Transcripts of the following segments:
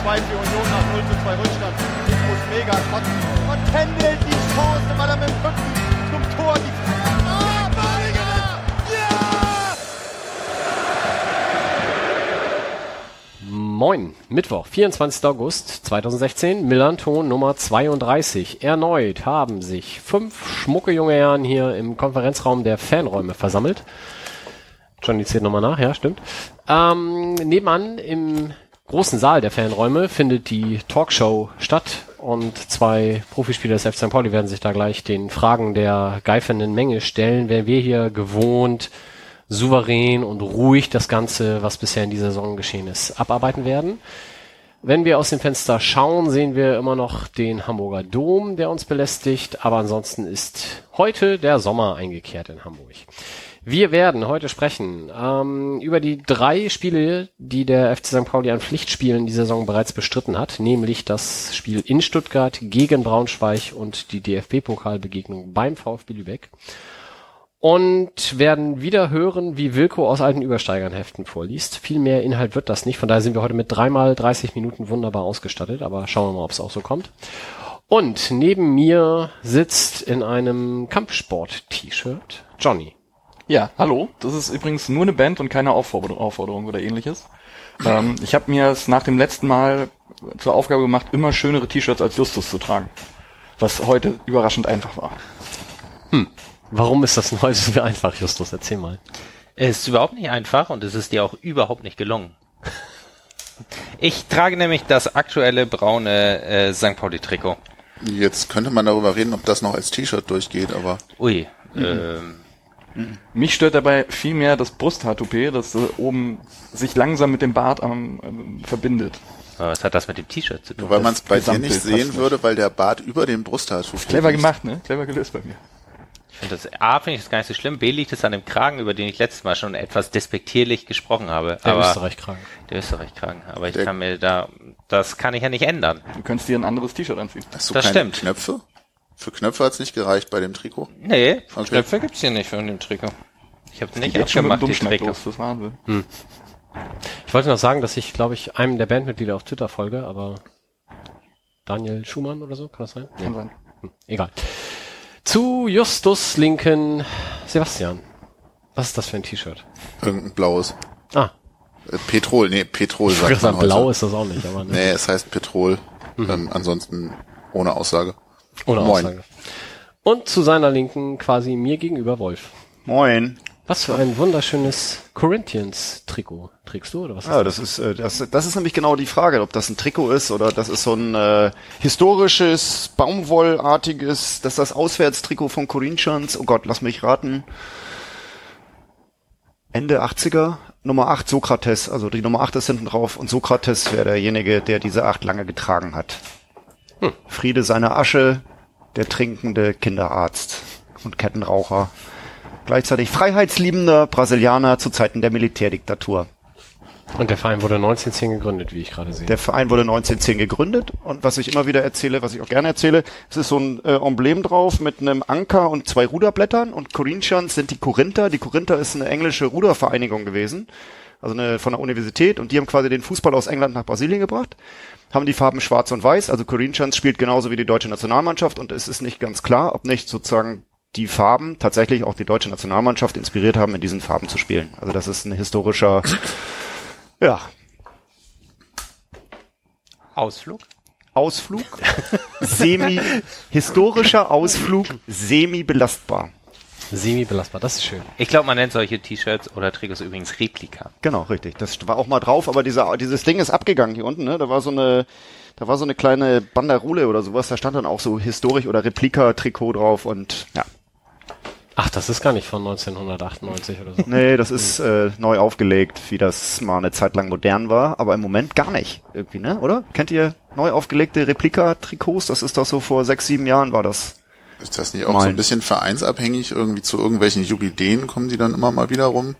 befreit die Union nach 0:2 Rückstand. Ich muss mega kotzen. Und Kendall die Chance, weil er mit dem Rücken zum Tor die... Moin, Mittwoch, 24. August 2016, Millanton Nummer 32. Erneut haben sich 5 schmucke junge Herren hier im Konferenzraum der Fanräume versammelt. Johnny zählt nochmal nach, ja, stimmt. Nebenan im großen Saal der Fanräume findet die Talkshow statt und 2 Profispieler des FC St. Pauli werden sich da gleich den Fragen der geifernden Menge stellen, während wir hier gewohnt souverän und ruhig das Ganze, was bisher in dieser Saison geschehen ist, abarbeiten werden. Wenn wir aus dem Fenster schauen, sehen wir immer noch den Hamburger Dom, der uns belästigt, aber ansonsten ist heute der Sommer eingekehrt in Hamburg. Wir werden heute sprechen über die 3 Spiele, die der FC St. Pauli an Pflichtspielen dieser Saison bereits bestritten hat, nämlich das Spiel in Stuttgart gegen Braunschweig und die DFB-Pokalbegegnung beim VfB Lübeck. Und werden wieder hören, wie Wilko aus alten Übersteigern-Heften vorliest. Viel mehr Inhalt wird das nicht, von daher sind wir heute mit 3x 30 Minuten wunderbar ausgestattet, aber schauen wir mal, ob es auch so kommt. Und neben mir sitzt in einem Kampfsport-T-Shirt Johnny. Ja, hallo. Das ist übrigens nur eine Band und keine Aufforderung oder ähnliches. Ich habe mir es nach dem letzten Mal zur Aufgabe gemacht, immer schönere T-Shirts als Justus zu tragen. Was heute überraschend einfach war. Warum ist das denn heute so einfach, Justus? Erzähl mal. Es ist überhaupt nicht einfach und es ist dir auch überhaupt nicht gelungen. Ich trage nämlich das aktuelle braune St. Pauli-Trikot. Jetzt könnte man darüber reden, ob das noch als T-Shirt durchgeht, aber... Ui. Mich stört dabei viel mehr das Brusthaar-Toupet, das oben sich langsam mit dem Bart verbindet. Was hat das mit dem T-Shirt zu tun? Weil man es bei dir nicht sehen würde, weil der Bart über dem Brusthaar-Toupet... Clever gemacht, ne? Clever gelöst bei mir. Und finde ich das gar nicht so schlimm. B liegt es an dem Kragen, über den ich letztes Mal schon etwas despektierlich gesprochen habe. Der Österreich-Kragen. Der Österreich-Kragen. Aber ich kann mir das kann ich ja nicht ändern. Du könntest dir ein anderes T-Shirt anziehen. Hast du das keine stimmt. Knöpfe? Für Knöpfe hat's nicht gereicht bei dem Trikot? Nee, Okay. Knöpfe gibt's hier nicht für dem Trikot. Ich habe nicht Jetzt schon mit abgemacht, dem die Trikot. Das ist Wahnsinn. Ich wollte noch sagen, dass ich, glaube ich, einem der Bandmitglieder auf Twitter folge, aber Daniel Schumann oder so, kann das sein? Kann sein. Egal. Zu Justus Linken Sebastian. Was ist das für ein T-Shirt? Irgendein blaues. Petrol sagt man heute. Blau ist das auch nicht, aber Nee, es heißt Petrol. Ansonsten ohne Aussage. ohne Moin. Aussage. Und zu seiner Linken quasi mir gegenüber Wolf. Moin. Was für ein wunderschönes Corinthians-Trikot trägst du, oder was? Ja, das ist nämlich genau die Frage, ob das ein Trikot ist oder das ist so ein historisches, baumwollartiges, das ist das Auswärtstrikot von Corinthians. Oh Gott, lass mich raten. Ende 80er, Nummer 8 Sokrates, also die Nummer 8 ist hinten drauf und Sokrates wäre derjenige, der diese 8 lange getragen hat. Friede seiner Asche, der trinkende Kinderarzt und Kettenraucher. Gleichzeitig freiheitsliebender Brasilianer zu Zeiten der Militärdiktatur. Und der Verein wurde 1910 gegründet, wie ich gerade sehe. Der Verein wurde 1910 gegründet und was ich immer wieder erzähle, was ich auch gerne erzähle, es ist so ein Emblem drauf mit einem Anker und 2 Ruderblättern und Corinthians sind die Korinther. Die Korinther ist eine englische Rudervereinigung gewesen, also von der Universität und die haben quasi den Fußball aus England nach Brasilien gebracht, haben die Farben schwarz und weiß, also Corinthians spielt genauso wie die deutsche Nationalmannschaft und es ist nicht ganz klar, ob nicht sozusagen die Farben tatsächlich auch die deutsche Nationalmannschaft inspiriert haben, in diesen Farben zu spielen. Also das ist ein historischer, Ausflug? historischer Ausflug, semi-belastbar. Semi-belastbar, das ist schön. Ich glaube, man nennt solche T-Shirts oder Trikots übrigens Replika. Genau, richtig. Das war auch mal drauf, aber dieses Ding ist abgegangen hier unten, ne? Da war so eine kleine Banderole oder sowas, da stand dann auch so historisch oder Replika-Trikot drauf und ja. Ach, das ist gar nicht von 1998 oder so. Nee, das ist neu aufgelegt, wie das mal eine Zeit lang modern war, aber im Moment gar nicht irgendwie, ne? Oder? Kennt ihr neu aufgelegte Replika-Trikots? Das ist doch so vor 6, 7 Jahren war das. Ist das nicht auch so ein bisschen vereinsabhängig? Irgendwie zu irgendwelchen Jubiläen kommen die dann immer mal wieder rum?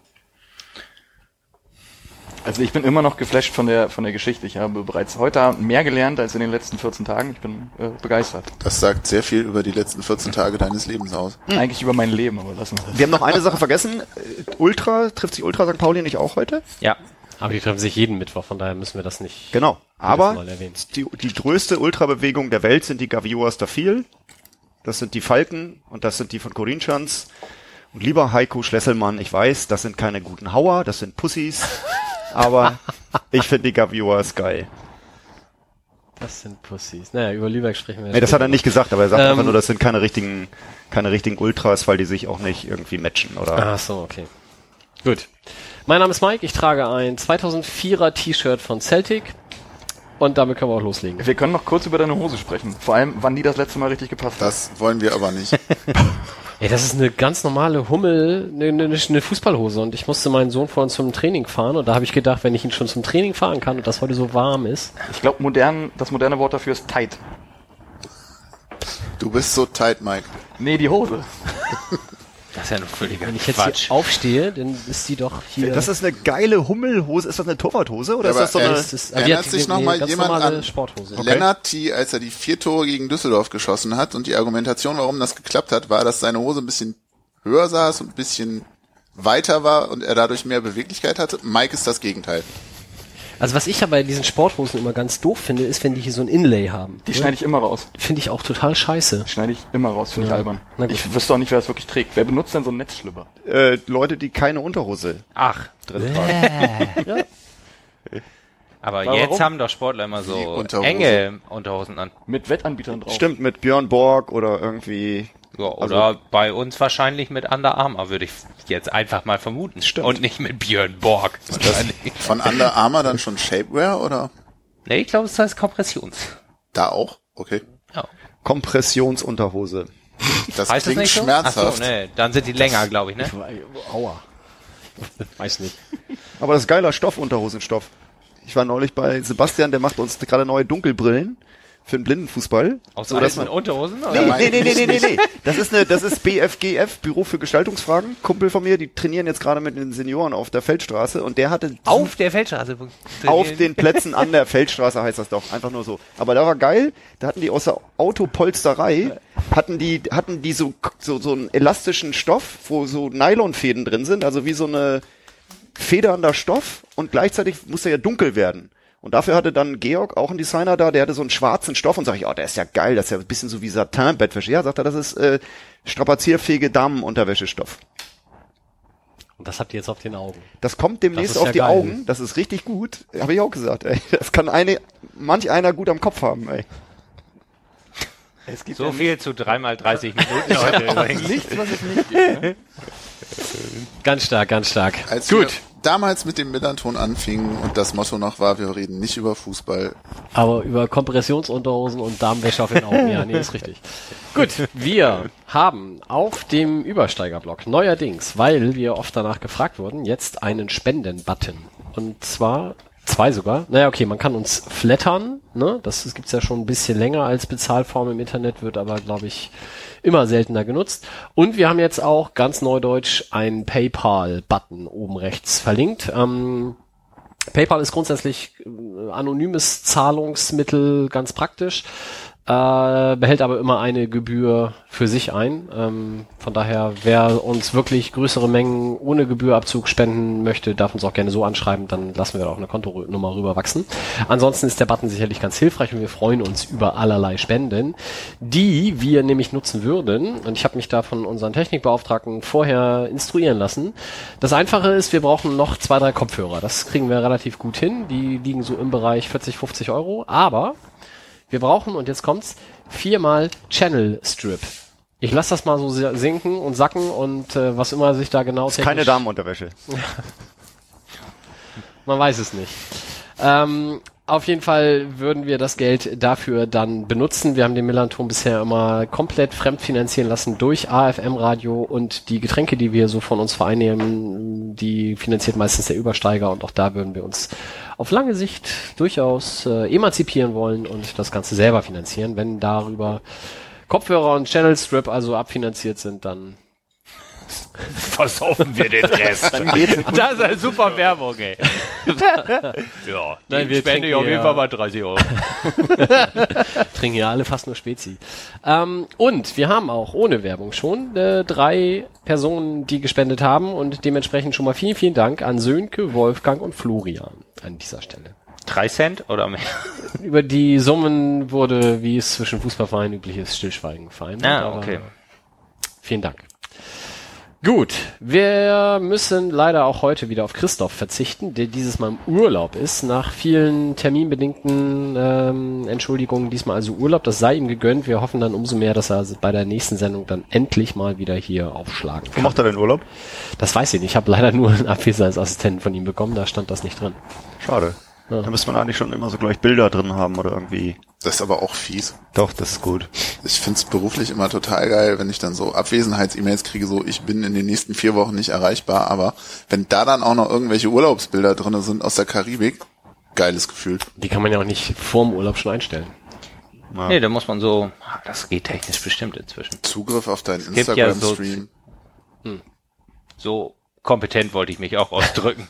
Also ich bin immer noch geflasht von der Geschichte. Ich habe bereits heute Abend mehr gelernt als in den letzten 14 Tagen. Ich bin begeistert. Das sagt sehr viel über die letzten 14 Tage deines Lebens aus. Eigentlich über mein Leben, aber lassen wir das. Wir haben noch eine Sache vergessen. Trifft sich Ultra St. Pauli nicht auch heute? Ja. Aber die treffen sich jeden Mittwoch, von daher müssen wir das nicht Genau. Aber mal erwähnen. die größte Ultrabewegung der Welt sind die Gaviões da Fiel. Das sind die Falken und das sind die von Corinthians. Und lieber Heiko Schlesselmann, ich weiß, das sind keine guten Hauer, das sind Pussys. Aber ich finde die Gaviões geil. Das sind Pussys. Naja, über Lübeck sprechen wir. Nee, das hat er nicht gesagt, aber er sagt einfach nur, das sind keine richtigen Ultras, weil die sich auch nicht irgendwie matchen, oder? Ach so, okay. Gut. Mein Name ist Mike, ich trage ein 2004er T-Shirt von Celtic und damit können wir auch loslegen. Wir können noch kurz über deine Hose sprechen. Vor allem, wann die das letzte Mal richtig gepasst hat. Das wollen wir aber nicht. Ey, das ist eine ganz normale eine Fußballhose und ich musste meinen Sohn vorhin zum Training fahren und da habe ich gedacht, wenn ich ihn schon zum Training fahren kann und das heute so warm ist. Ich glaube, das moderne Wort dafür ist tight. Du bist so tight, Mike. Nee, die Hose. Das ist ja ein völliger Wenn ich jetzt Quatsch. hier aufstehe, dann ist die doch hier... Das ist eine geile Hummelhose. Ist das eine Torwarthose oder Ja, ist das so aber eine... das ist, Erinnert sich noch mal ganz jemand normale an Sporthose. Lennart T., als er die 4 Tore gegen Düsseldorf geschossen hat und die Argumentation, warum das geklappt hat, war, dass seine Hose ein bisschen höher saß und ein bisschen weiter war und er dadurch mehr Beweglichkeit hatte. Mike ist das Gegenteil. Also was ich ja bei diesen Sporthosen immer ganz doof finde, ist, wenn die hier so ein Inlay haben. Die schneide ich immer raus. Finde ich auch total scheiße. Schneide ich immer raus, finde ich albern. Na gut. Ich wüsste auch nicht, wer das wirklich trägt. Wer benutzt denn so einen Netzschlüpper? Leute, die keine Unterhose Ach, drin tragen. aber Warum? jetzt haben doch Sportler immer Die so Unterhose. enge Unterhosen an. Mit Wettanbietern drauf. Stimmt, mit Björn Borg oder irgendwie... Ja, oder bei uns wahrscheinlich mit Under Armour, würde ich jetzt einfach mal vermuten. Stimmt. Und nicht mit Björn Borg. Wahrscheinlich. Von Under Armour dann schon Shapewear oder Nee, ich glaube, es heißt Kompressions. da auch? Okay. Ja. Kompressionsunterhose. Das Heißt das klingt nicht so? schmerzhaft. Ach so, nee, dann sind die länger, glaube ich, ne? Aua. Weiß nicht. Aber das ist geiler Stoff, Unterhosenstoff. Ich war neulich bei Sebastian, der macht uns gerade neue Dunkelbrillen für den Blindenfußball. Aus So, dass alten Unterhosen? Oder? Nee. Das ist BFGF, Büro für Gestaltungsfragen. Kumpel von mir, die trainieren jetzt gerade mit den Senioren auf der Feldstraße und der hatte Auf der Feldstraße. auf den Plätzen an der Feldstraße heißt das doch, einfach nur so. Aber da war geil, da hatten die aus der Autopolsterei, hatten die so einen elastischen Stoff, wo so Nylonfäden drin sind, also wie so eine federnder Stoff und gleichzeitig muss er ja dunkel werden. Und dafür hatte dann Georg, auch ein Designer da, der hatte so einen schwarzen Stoff und sag ich, oh, der ist ja geil, das ist ja ein bisschen so wie Satin-Bettwäsche. Ja, sagt er, das ist strapazierfähige Damenunterwäschestoff. Und das habt ihr jetzt auf den Augen. Das kommt demnächst Das ist auf ja die geil. Augen, das ist richtig gut. Habe ich auch gesagt, ey. Das kann manch einer gut am Kopf haben, ey. Es gibt So viel zu 3x30 Minuten heute übrigens. nichts, was es nicht gibt. Ne? Ganz stark, ganz stark. Als wir damals mit dem Millanton anfingen und das Motto noch war, wir reden nicht über Fußball. Aber über Kompressionsunterhosen und Damenwäsche auf den Augen. Ja, nee, ist richtig. Gut, wir haben auf dem Übersteigerblock neuerdings, weil wir oft danach gefragt wurden, jetzt einen Spenden-Button. Und zwar 2 sogar. Naja, okay, man kann uns flattern, ne? Das gibt's ja schon ein bisschen länger als Bezahlform im Internet, wird aber, glaube ich, immer seltener genutzt. Und wir haben jetzt auch ganz neudeutsch einen PayPal-Button oben rechts verlinkt. PayPal ist grundsätzlich anonymes Zahlungsmittel, ganz praktisch, behält aber immer eine Gebühr für sich ein. Von daher, wer uns wirklich größere Mengen ohne Gebührabzug spenden möchte, darf uns auch gerne so anschreiben, dann lassen wir da auch eine Kontonummer rüberwachsen. Ansonsten ist der Button sicherlich ganz hilfreich und wir freuen uns über allerlei Spenden, die wir nämlich nutzen würden. Und ich habe mich da von unseren Technikbeauftragten vorher instruieren lassen. Das Einfache ist, wir brauchen noch 2, 3 Kopfhörer. Das kriegen wir relativ gut hin. Die liegen so im Bereich 40, 50 Euro. Aber wir brauchen, und jetzt kommt's, 4-mal Channel Strip. Ich lasse das mal so sinken und sacken und was immer sich da genau technisch... Keine Damenunterwäsche. Man weiß es nicht. Auf jeden Fall würden wir das Geld dafür dann benutzen. Wir haben den Millanton bisher immer komplett fremdfinanzieren lassen durch AFM-Radio und die Getränke, die wir so von uns vereinnehmen, die finanziert meistens der Übersteiger und auch da würden wir uns auf lange Sicht durchaus emanzipieren wollen und das Ganze selber finanzieren. Wenn darüber Kopfhörer und Channel Strip also abfinanziert sind, dann versaufen wir den Rest. Das ist eine super Werbung, ey. Ja, Nein, wir Spende ich auf jeden Fall mal 30 Euro. Trinken ja alle fast nur Spezi. Und wir haben auch ohne Werbung schon 3 Personen, die gespendet haben und dementsprechend schon mal vielen, vielen Dank an Sönke, Wolfgang und Florian an dieser Stelle. 3 Cent oder mehr? Über die Summen wurde, wie es zwischen Fußballvereinen üblich ist, Stillschweigen vereinbart. Ah, okay. Vielen Dank. Gut, wir müssen leider auch heute wieder auf Christoph verzichten, der dieses Mal im Urlaub ist. Nach vielen terminbedingten Entschuldigungen diesmal also Urlaub. Das sei ihm gegönnt. Wir hoffen dann umso mehr, dass er bei der nächsten Sendung dann endlich mal wieder hier aufschlagen kann. Wo macht er denn Urlaub? Das weiß ich nicht. Ich habe leider nur einen Abwesenheitsassistenten von ihm bekommen. Da stand das nicht drin. Schade. Ja. Da müsste man eigentlich schon immer so gleich Bilder drin haben oder irgendwie. Das ist aber auch fies. Doch, das ist gut. Ich find's beruflich immer total geil, wenn ich dann so Abwesenheits-E-Mails kriege, so ich bin in den nächsten 4 Wochen nicht erreichbar, aber wenn da dann auch noch irgendwelche Urlaubsbilder drin sind aus der Karibik, geiles Gefühl. Die kann man ja auch nicht vorm Urlaub schon einstellen. Ja. Nee, da muss man so, das geht technisch bestimmt inzwischen. Zugriff auf deinen gibt ja so- Instagram-Stream. So kompetent wollte ich mich auch ausdrücken.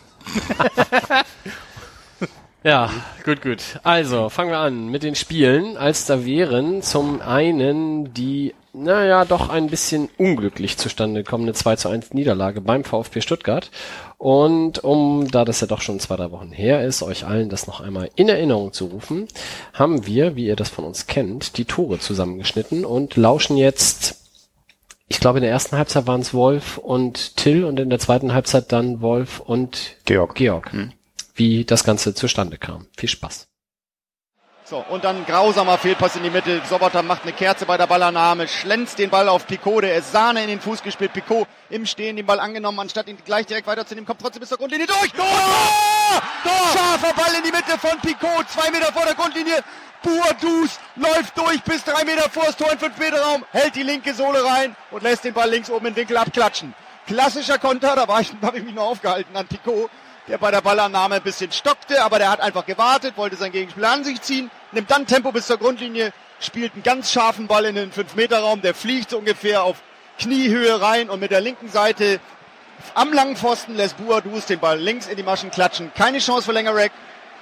Ja, gut. Also, fangen wir an mit den Spielen, als da wären zum einen die, doch ein bisschen unglücklich zustande kommende 2:1 Niederlage beim VfB Stuttgart. Und da das ja doch schon 2-3 Wochen her ist, euch allen das noch einmal in Erinnerung zu rufen, haben wir, wie ihr das von uns kennt, die Tore zusammengeschnitten und lauschen jetzt, ich glaube in der ersten Halbzeit waren es Wolf und Till und in der zweiten Halbzeit dann Wolf und Georg. Wie das Ganze zustande kam. Viel Spaß. So, und dann grausamer Fehlpass in die Mitte. Sobotta macht eine Kerze bei der Ballannahme, schlänzt den Ball auf Picot, der ist Sahne in den Fuß gespielt. Picot im Stehen den Ball angenommen, anstatt ihn gleich direkt weiterzunehmen, kommt trotzdem bis zur Grundlinie durch. Tor! Scharfer Ball in die Mitte von Picot, 2 Meter vor der Grundlinie. Boadus läuft durch bis 3 Meter vor das Tor in 5-Meter-Raum, hält die linke Sohle rein und lässt den Ball links oben in den Winkel abklatschen. Klassischer Konter, da habe ich mich nur aufgehalten an Picot, der bei der Ballannahme ein bisschen stockte, aber der hat einfach gewartet, wollte sein Gegenspieler an sich ziehen, nimmt dann Tempo bis zur Grundlinie, spielt einen ganz scharfen Ball in den 5-Meter-Raum, der fliegt so ungefähr auf Kniehöhe rein und mit der linken Seite am langen Pfosten lässt Boadus den Ball links in die Maschen klatschen. Keine Chance für Lengerek.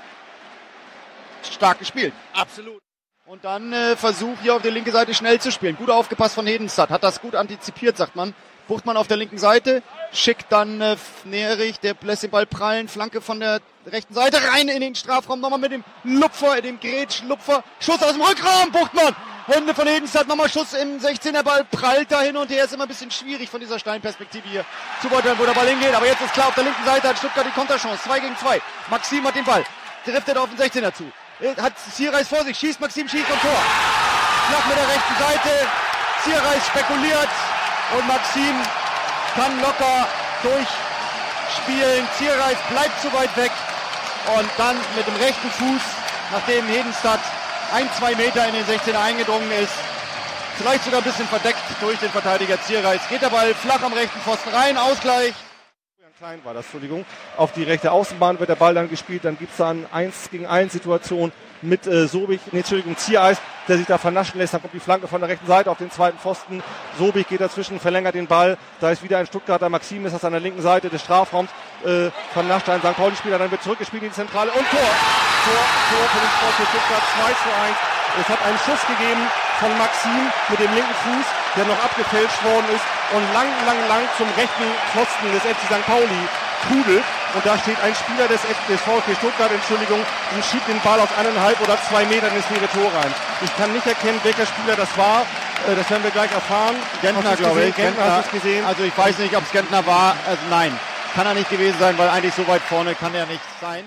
Stark gespielt. Absolut. Und dann Versuch hier auf der linken Seite schnell zu spielen. Gut aufgepasst von Hedenstad. Hat das gut antizipiert, sagt man. Buchtmann auf der linken Seite, schickt dann Nerich, der lässt den Ball prallen, Flanke von der rechten Seite rein in den Strafraum, nochmal mit dem Lupfer, dem Gretsch-Lupfer, Schuss aus dem Rückraum, Buchtmann, Hände von Hedenstad, nochmal Schuss im 16er Ball, prallt da hin und her, ist immer ein bisschen schwierig von dieser Steinperspektive hier zu beurteilen, wo der Ball hingeht, aber jetzt ist klar, auf der linken Seite hat Stuttgart die Konterchance, 2 gegen 2, Maxim hat den Ball, driftet auf den 16er zu, hat Zierreis vor sich, schießt Maxim, schießt und Tor, flach mit der rechten Seite, Zierreis spekuliert, und Maxim kann locker durchspielen. Zierreis bleibt zu weit weg. Und dann mit dem rechten Fuß, nachdem Hedenstad 1-2 Meter in den 16er eingedrungen ist, vielleicht sogar ein bisschen verdeckt durch den Verteidiger Zierreis, geht der Ball flach am rechten Pfosten rein, Ausgleich. Klein war das, Entschuldigung. Auf die rechte Außenbahn wird der Ball dann gespielt, dann gibt's dann 1 gegen 1 Situation mit Ziereis, der sich da vernaschen lässt, dann kommt die Flanke von der rechten Seite auf den zweiten Pfosten, Sobich geht dazwischen, verlängert den Ball, da ist wieder ein Stuttgarter, Maxim ist das an der linken Seite des Strafraums, vernascht ein St. Pauli-Spieler, dann wird zurückgespielt in die Zentrale und Tor für den VfB Stuttgart, 2:1. Es hat einen Schuss gegeben von Maxim mit dem linken Fuß, der noch abgefälscht worden ist und lang zum rechten Pfosten des FC St. Pauli kugelt. Und da steht ein Spieler des VfB Stuttgart, und schiebt den Ball aus 1,5 oder 2 Metern ins leere Tor rein. Ich kann nicht erkennen, welcher Spieler das war. Das werden wir gleich erfahren. Gentner, glaube ich. Gentner, hast du es gesehen? Also ich weiß nicht, ob es Gentner war. Also nein, kann er nicht gewesen sein, weil eigentlich so weit vorne kann er nicht sein.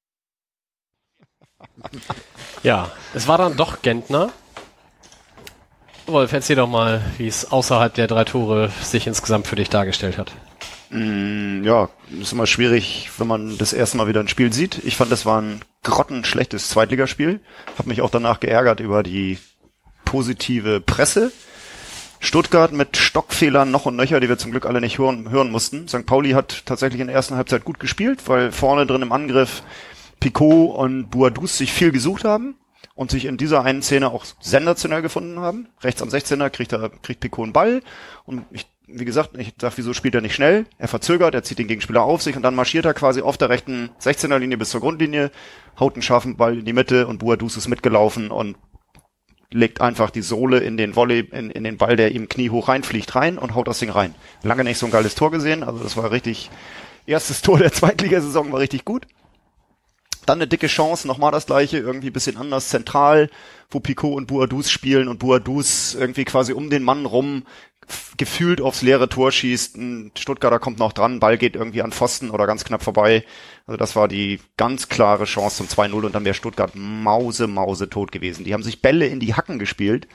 Ja, es war dann doch Gentner. Wolf, erzähl doch mal, wie es außerhalb der 3 Tore sich insgesamt für dich dargestellt hat. Ja, ist immer schwierig, wenn man das erste Mal wieder ein Spiel sieht. Ich fand, das war ein grottenschlechtes Zweitligaspiel. Hab mich auch danach geärgert über die positive Presse. Stuttgart mit Stockfehlern noch und nöcher, die wir zum Glück alle nicht hören mussten. St. Pauli hat tatsächlich in der ersten Halbzeit gut gespielt, weil vorne drin im Angriff Picot und Boadus sich viel gesucht haben und sich in dieser einen Szene auch sensationell gefunden haben. Rechts am 16er kriegt Picot einen Ball und ich wie gesagt, ich sag, wieso spielt er nicht schnell? Er verzögert, er zieht den Gegenspieler auf sich und dann marschiert er quasi auf der rechten 16er Linie bis zur Grundlinie, haut einen scharfen Ball in die Mitte und Boadus ist mitgelaufen und legt einfach die Sohle in den Volley, in den Ball, der ihm kniehoch reinfliegt, rein und haut das Ding rein. Lange nicht so ein geiles Tor gesehen, also das war richtig, erstes Tor der Zweitligasaison war richtig gut. Dann eine dicke Chance, nochmal das gleiche, irgendwie ein bisschen anders zentral, wo Picot und Boadus spielen und Boadus irgendwie quasi um den Mann rum gefühlt aufs leere Tor schießt. Ein Stuttgarter kommt noch dran, Ball geht irgendwie an Pfosten oder ganz knapp vorbei. Also das war die ganz klare Chance zum 2-0 und dann wäre Stuttgart Mause tot gewesen. Die haben sich Bälle in die Hacken gespielt.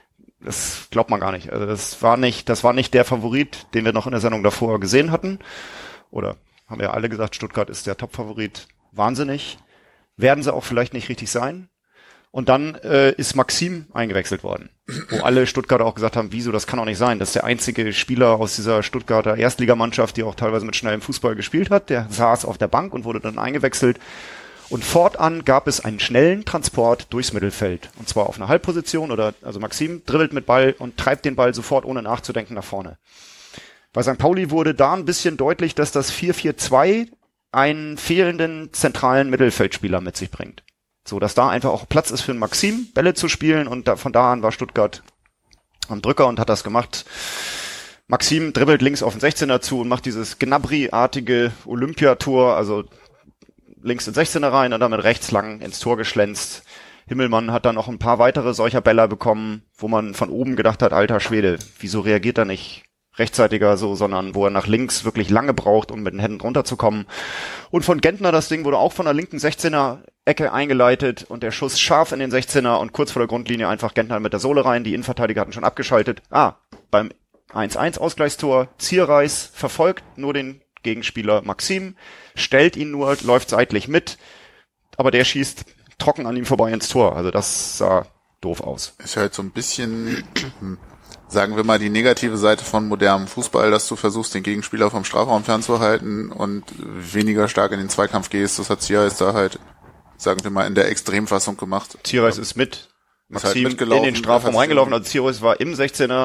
Das glaubt man gar nicht. Also das war nicht der Favorit, den wir noch in der Sendung davor gesehen hatten. Oder haben wir alle gesagt, Stuttgart ist der Top-Favorit. Wahnsinnig. Werden sie auch vielleicht nicht richtig sein. Und dann ist Maxim eingewechselt worden, wo alle Stuttgarter auch gesagt haben, wieso, das kann auch nicht sein. Das ist der einzige Spieler aus dieser Stuttgarter Erstligamannschaft, die auch teilweise mit schnellem Fußball gespielt hat. Der saß auf der Bank und wurde dann eingewechselt. Und fortan gab es einen schnellen Transport durchs Mittelfeld. Und zwar auf einer Halbposition also Maxim dribbelt mit Ball und treibt den Ball sofort ohne nachzudenken nach vorne. Bei St. Pauli wurde da ein bisschen deutlich, dass das 4-4-2 einen fehlenden zentralen Mittelfeldspieler mit sich bringt. So, dass da einfach auch Platz ist für einen Maxim, Bälle zu spielen und von da an war Stuttgart am Drücker und hat das gemacht. Maxim dribbelt links auf den 16er zu und macht dieses Gnabry-artige Olympiator, also links in 16er rein und damit rechts lang ins Tor geschlänzt. Himmelmann hat dann noch ein paar weitere solcher Bälle bekommen, wo man von oben gedacht hat, alter Schwede, wieso reagiert er nicht rechtzeitiger so, sondern wo er nach links wirklich lange braucht, um mit den Händen runterzukommen. Und von Gentner, das Ding wurde auch von der linken 16er Ecke eingeleitet und der Schuss scharf in den 16er und kurz vor der Grundlinie einfach Gentner mit der Sohle rein. Die Innenverteidiger hatten schon abgeschaltet. Beim 1-1 Ausgleichstor Zierreis verfolgt nur den Gegenspieler Maxim, stellt ihn nur, läuft seitlich mit, aber der schießt trocken an ihm vorbei ins Tor. Also das sah doof aus. Ist halt so ein bisschen, sagen wir mal, die negative Seite von modernem Fußball, dass du versuchst, den Gegenspieler vom Strafraum fernzuhalten und weniger stark in den Zweikampf gehst. Das hat Zierreis da halt, sagen wir mal, in der Extremfassung gemacht. Zierreis ist mit Maxim halt in den Strafraum reingelaufen. Also Zierreis war im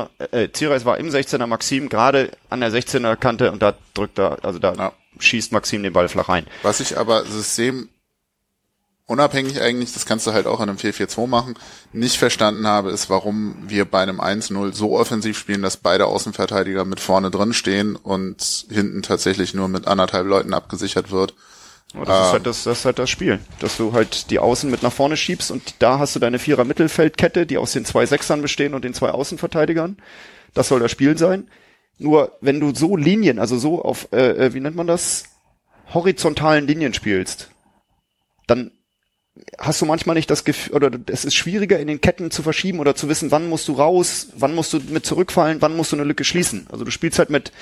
16er, Maxim gerade an der 16er Kante und da drückt er, also da schießt Maxim den Ball flach rein. Was ich aber systemunabhängig eigentlich, das kannst du halt auch in einem 4-4-2 machen, nicht verstanden habe, ist, warum wir bei einem 1-0 so offensiv spielen, dass beide Außenverteidiger mit vorne drin stehen und hinten tatsächlich nur mit 1,5 Leuten abgesichert wird. Das ist halt das Spiel, dass du halt die Außen mit nach vorne schiebst und da hast du deine Vierer Mittelfeldkette, die aus den 2 Sechsern bestehen und den 2 Außenverteidigern. Das soll das Spiel sein. Nur wenn du so Linien, also so auf, wie nennt man das, horizontalen Linien spielst, dann hast du manchmal nicht das Gefühl, oder es ist schwieriger in den Ketten zu verschieben oder zu wissen, wann musst du raus, wann musst du mit zurückfallen, wann musst du eine Lücke schließen. Also du spielst halt mit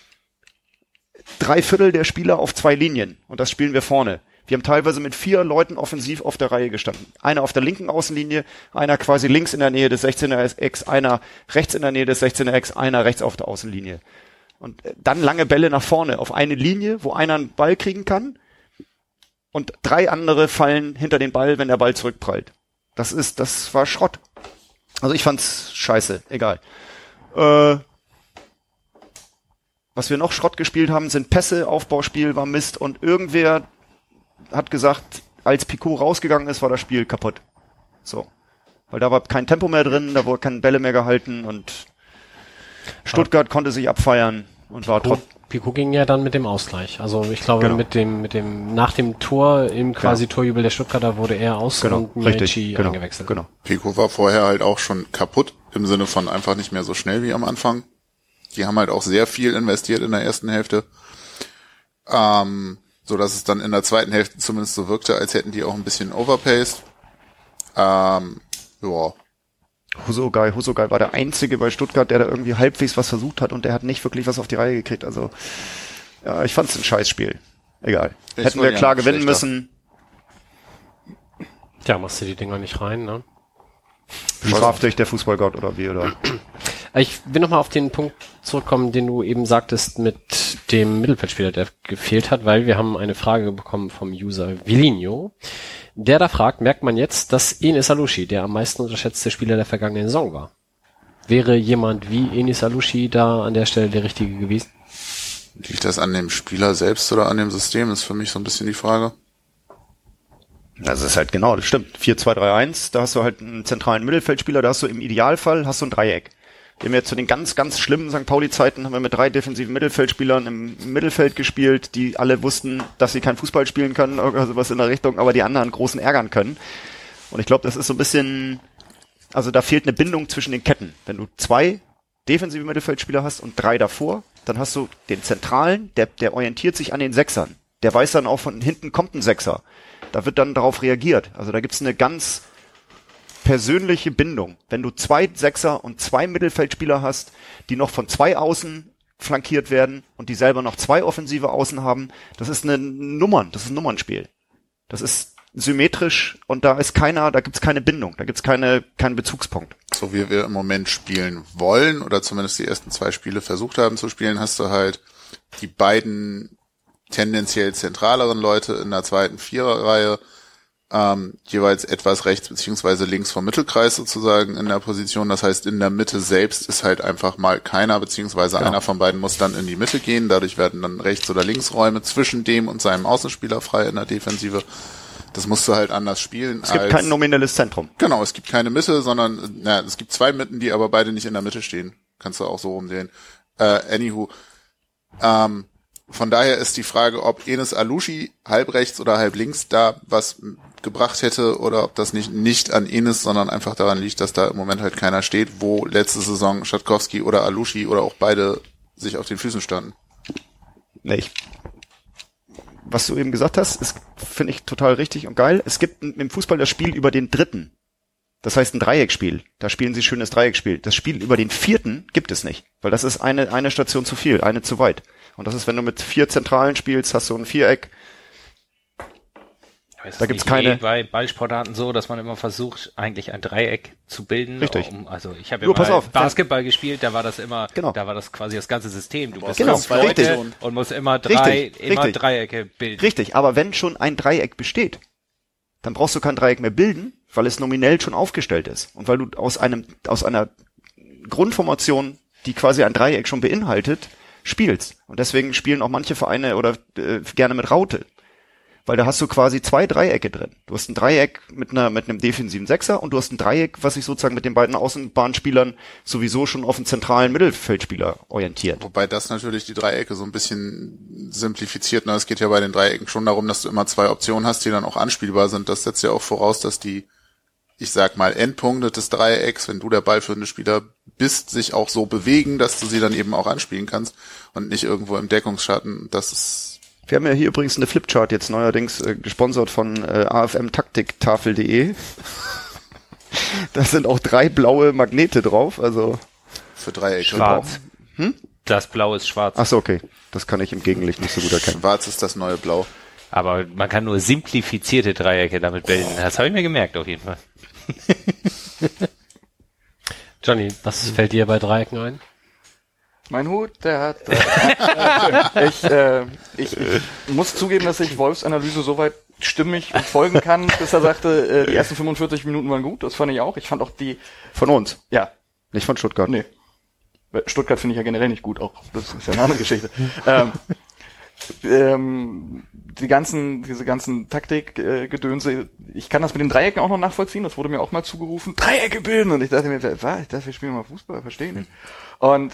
3/4 der Spieler auf 2 Linien und das spielen wir vorne. Wir haben teilweise mit 4 Leuten offensiv auf der Reihe gestanden. Einer auf der linken Außenlinie, einer quasi links in der Nähe des 16er-Ecks, einer rechts in der Nähe des 16er-Ecks, einer rechts auf der Außenlinie. Und dann lange Bälle nach vorne auf eine Linie, wo einer einen Ball kriegen kann und 3 andere fallen hinter den Ball, wenn der Ball zurückprallt. Das war Schrott. Also ich fand's scheiße, egal. Was wir noch Schrott gespielt haben, sind Pässe, Aufbauspiel war Mist und irgendwer hat gesagt, als Picot rausgegangen ist, war das Spiel kaputt. So. Weil da war kein Tempo mehr drin, da wurden keine Bälle mehr gehalten und Stuttgart konnte sich abfeiern und war Picot ging ja dann mit dem Ausgleich. Also ich glaube, genau. Nach dem Tor, im quasi Torjubel der Stuttgarter wurde er und Merici eingewechselt. Genau. Picot war vorher halt auch schon kaputt, im Sinne von einfach nicht mehr so schnell wie am Anfang. Die haben halt auch sehr viel investiert in der ersten Hälfte. So dass es dann in der zweiten Hälfte zumindest so wirkte, als hätten die auch ein bisschen overpaced. Husogai war der Einzige bei Stuttgart, der da irgendwie halbwegs was versucht hat und der hat nicht wirklich was auf die Reihe gekriegt. Also, ja, ich fand's ein Scheißspiel. Egal. Hätten wir klar gewinnen müssen. Tja, machst du die Dinger nicht rein, ne? Straft dich der Fußballgott oder wie, oder? Ich will nochmal auf den Punkt zurückkommen, den du eben sagtest mit dem Mittelfeldspieler, der gefehlt hat, weil wir haben eine Frage bekommen vom User Vilinho, der da fragt, merkt man jetzt, dass Enes Alushi der am meisten unterschätzte Spieler der vergangenen Saison war? Wäre jemand wie Enis Alushi da an der Stelle der Richtige gewesen? Liegt das an dem Spieler selbst oder an dem System, ist für mich so ein bisschen die Frage. Das ist halt genau, das stimmt. 4-2-3-1, da hast du halt einen zentralen Mittelfeldspieler, da hast du im Idealfall hast du ein Dreieck. Wir haben jetzt zu den ganz, ganz schlimmen St. Pauli-Zeiten haben wir mit 3 defensiven Mittelfeldspielern im Mittelfeld gespielt, die alle wussten, dass sie kein Fußball spielen können oder sowas in der Richtung, aber die anderen großen ärgern können. Und ich glaube, das ist so ein bisschen, also da fehlt eine Bindung zwischen den Ketten. Wenn du 2 defensive Mittelfeldspieler hast und 3 davor, dann hast du den Zentralen, der orientiert sich an den Sechsern. Der weiß dann auch, von hinten kommt ein Sechser. Da wird dann darauf reagiert. Also da gibt's eine ganz persönliche Bindung. Wenn du 2 Sechser und 2 Mittelfeldspieler hast, die noch von 2 Außen flankiert werden und die selber noch 2 offensive Außen haben, das ist ein Nummernspiel. Das ist symmetrisch und da gibt's keine Bindung, da gibt's keinen Bezugspunkt. So wie wir im Moment spielen wollen oder zumindest die ersten 2 Spiele versucht haben zu spielen, hast du halt die beiden tendenziell zentraleren Leute in der zweiten Viererreihe, jeweils etwas rechts beziehungsweise links vom Mittelkreis sozusagen in der Position. Das heißt, in der Mitte selbst ist halt einfach mal keiner, beziehungsweise einer von beiden muss dann in die Mitte gehen. Dadurch werden dann Rechts- oder Linksräume zwischen dem und seinem Außenspieler frei in der Defensive. Das musst du halt anders spielen. Es gibt kein nominelles Zentrum. Genau, es gibt keine Mitte, sondern es gibt 2 Mitten, die aber beide nicht in der Mitte stehen. Kannst du auch so rumsehen. Von daher ist die Frage, ob Enis Alushi halb rechts oder halb links da was gebracht hätte oder ob das nicht an Enis, sondern einfach daran liegt, dass da im Moment halt keiner steht, wo letzte Saison Schatkowski oder Alushi oder auch beide sich auf den Füßen standen. Was du eben gesagt hast, ist, finde ich total richtig und geil. Es gibt im Fußball das Spiel über den Dritten. Das heißt ein Dreieckspiel. Da spielen sie schönes Dreieckspiel. Das Spiel über den Vierten gibt es nicht, weil das ist eine Station zu viel, eine zu weit. Und das ist, wenn du mit 4 Zentralen spielst, hast du ein Viereck. Da gibt's keine. Bei Ballsportarten so, dass man immer versucht, eigentlich ein Dreieck zu bilden. Richtig. Also ich habe ja mal Basketball gespielt, da war das immer, da war das quasi das ganze System. Du bist 5 Leute und musst immer Dreiecke bilden. Richtig, aber wenn schon ein Dreieck besteht, dann brauchst du kein Dreieck mehr bilden, weil es nominell schon aufgestellt ist. Und weil du aus einer Grundformation, die quasi ein Dreieck schon beinhaltet, spielst. Und deswegen spielen auch manche Vereine oder gerne mit Raute. Weil da hast du quasi 2 Dreiecke drin. Du hast ein Dreieck mit einem defensiven Sechser und du hast ein Dreieck, was sich sozusagen mit den beiden Außenbahnspielern sowieso schon auf einen zentralen Mittelfeldspieler orientiert. Wobei das natürlich die Dreiecke so ein bisschen simplifiziert. Es geht ja bei den Dreiecken schon darum, dass du immer 2 Optionen hast, die dann auch anspielbar sind. Das setzt ja auch voraus, dass die, ich sag mal, Endpunkte des Dreiecks, wenn du der ballführende Spieler bist, sich auch so bewegen, dass du sie dann eben auch anspielen kannst und nicht irgendwo im Deckungsschatten. Das ist. Wir haben ja hier übrigens eine Flipchart jetzt neuerdings gesponsert von afmtaktiktafel.de. Da sind auch 3 blaue Magnete drauf, also für Dreiecke. Schwarz. Das Blau ist schwarz. Ach so, okay. Das kann ich im Gegenlicht nicht so gut erkennen. Schwarz ist das neue Blau. Aber man kann nur simplifizierte Dreiecke damit bilden. Das habe ich mir gemerkt auf jeden Fall. Johnny, was fällt dir bei Dreiecken ein? Mein Hut, der hat... ich muss zugeben, dass ich Wolfs Analyse soweit stimmig folgen kann, bis er sagte, die ersten 45 Minuten waren gut. Das fand ich auch. Ich fand auch die... Von uns? Ja. Nicht von Stuttgart? Nee. Stuttgart finde ich ja generell nicht gut, auch. Das ist ja eine andere Geschichte. Diese ganzen Taktikgedönse, ich kann das mit den Dreiecken auch noch nachvollziehen, das wurde mir auch mal zugerufen, Dreiecke bilden, und ich dachte mir, wir spielen mal Fußball, verstehe nicht. Und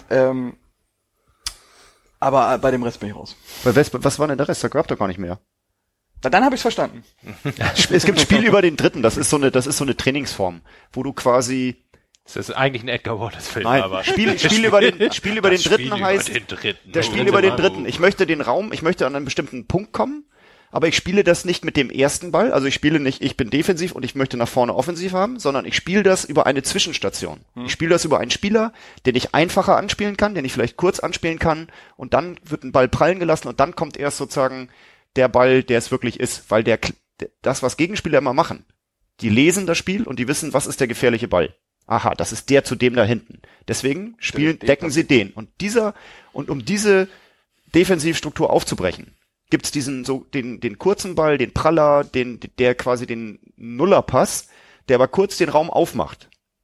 aber bei dem Rest bin ich raus. Was war denn der Rest? Da gab doch gar nicht mehr. Dann habe ich es verstanden. Es gibt Spiel über den Dritten, das ist so eine Trainingsform, wo du quasi... Das ist eigentlich ein Edgar Wallace-Film, Nein, aber... Spiel über den Dritten heißt... Der Spiel über den Dritten. Ich möchte an einen bestimmten Punkt kommen, aber ich spiele das nicht mit dem ersten Ball, also ich spiele nicht, ich bin defensiv und ich möchte nach vorne offensiv haben, sondern ich spiele das über eine Zwischenstation. Ich spiele das über einen Spieler, den ich einfacher anspielen kann, den ich vielleicht kurz anspielen kann, und dann wird ein Ball prallen gelassen und dann kommt erst sozusagen der Ball, der es wirklich ist, weil das, was Gegenspieler immer machen, die lesen das Spiel und die wissen, was ist der gefährliche Ball. Aha, das ist der zu dem da hinten. Deswegen decken sie den. Und um diese Defensivstruktur aufzubrechen, gibt's den kurzen Ball, den Praller, der quasi den Nullerpass, der aber kurz den Raum aufmacht.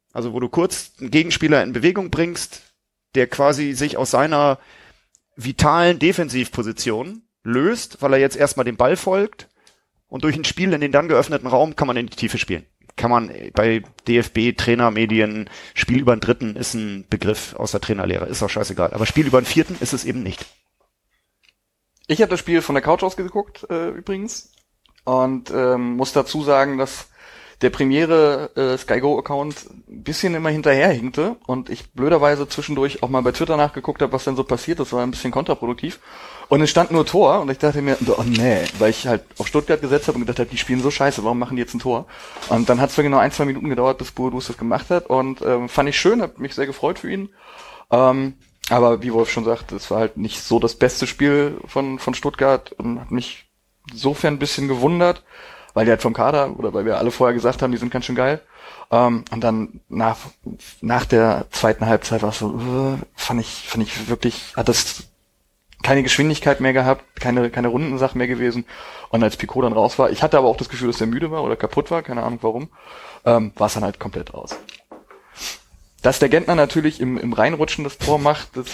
Also wo du kurz einen Gegenspieler in Bewegung bringst, der quasi sich aus seiner vitalen Defensivposition löst, weil er jetzt erstmal dem Ball folgt und durch ein Spiel in den dann geöffneten Raum kann man in die Tiefe spielen. Kann man bei DFB, Trainermedien, Spiel über den Dritten ist ein Begriff aus der Trainerlehre, ist auch scheißegal. Aber Spiel über den Vierten ist es eben nicht. Ich habe das Spiel von der Couch aus geguckt, übrigens. Und muss dazu sagen, dass der Premiere Sky Go Account ein bisschen immer hinterherhinkte und ich blöderweise zwischendurch auch mal bei Twitter nachgeguckt habe, was denn so passiert. Das war ein bisschen kontraproduktiv. Und es stand nur Tor und ich dachte mir, oh nee, weil ich halt auf Stuttgart gesetzt habe und gedacht habe, die spielen so scheiße, warum machen die jetzt ein Tor? Und dann hat es wirklich genau 1-2 Minuten gedauert, bis Boadus das gemacht hat und fand ich schön, habe mich sehr gefreut für ihn. Aber wie Wolf schon sagt, es war halt nicht so das beste Spiel von Stuttgart und hat mich insofern ein bisschen gewundert, weil die halt vom Kader oder weil wir alle vorher gesagt haben, die sind ganz schön geil. Und dann nach der zweiten Halbzeit war es so, fand ich wirklich, hat das keine Geschwindigkeit mehr gehabt, keine Rundensache mehr gewesen. Und als Pico dann raus war, ich hatte aber auch das Gefühl, dass der müde war oder kaputt war, keine Ahnung warum, war es dann halt komplett raus. Dass der Gentner natürlich im Reinrutschen das Tor macht, das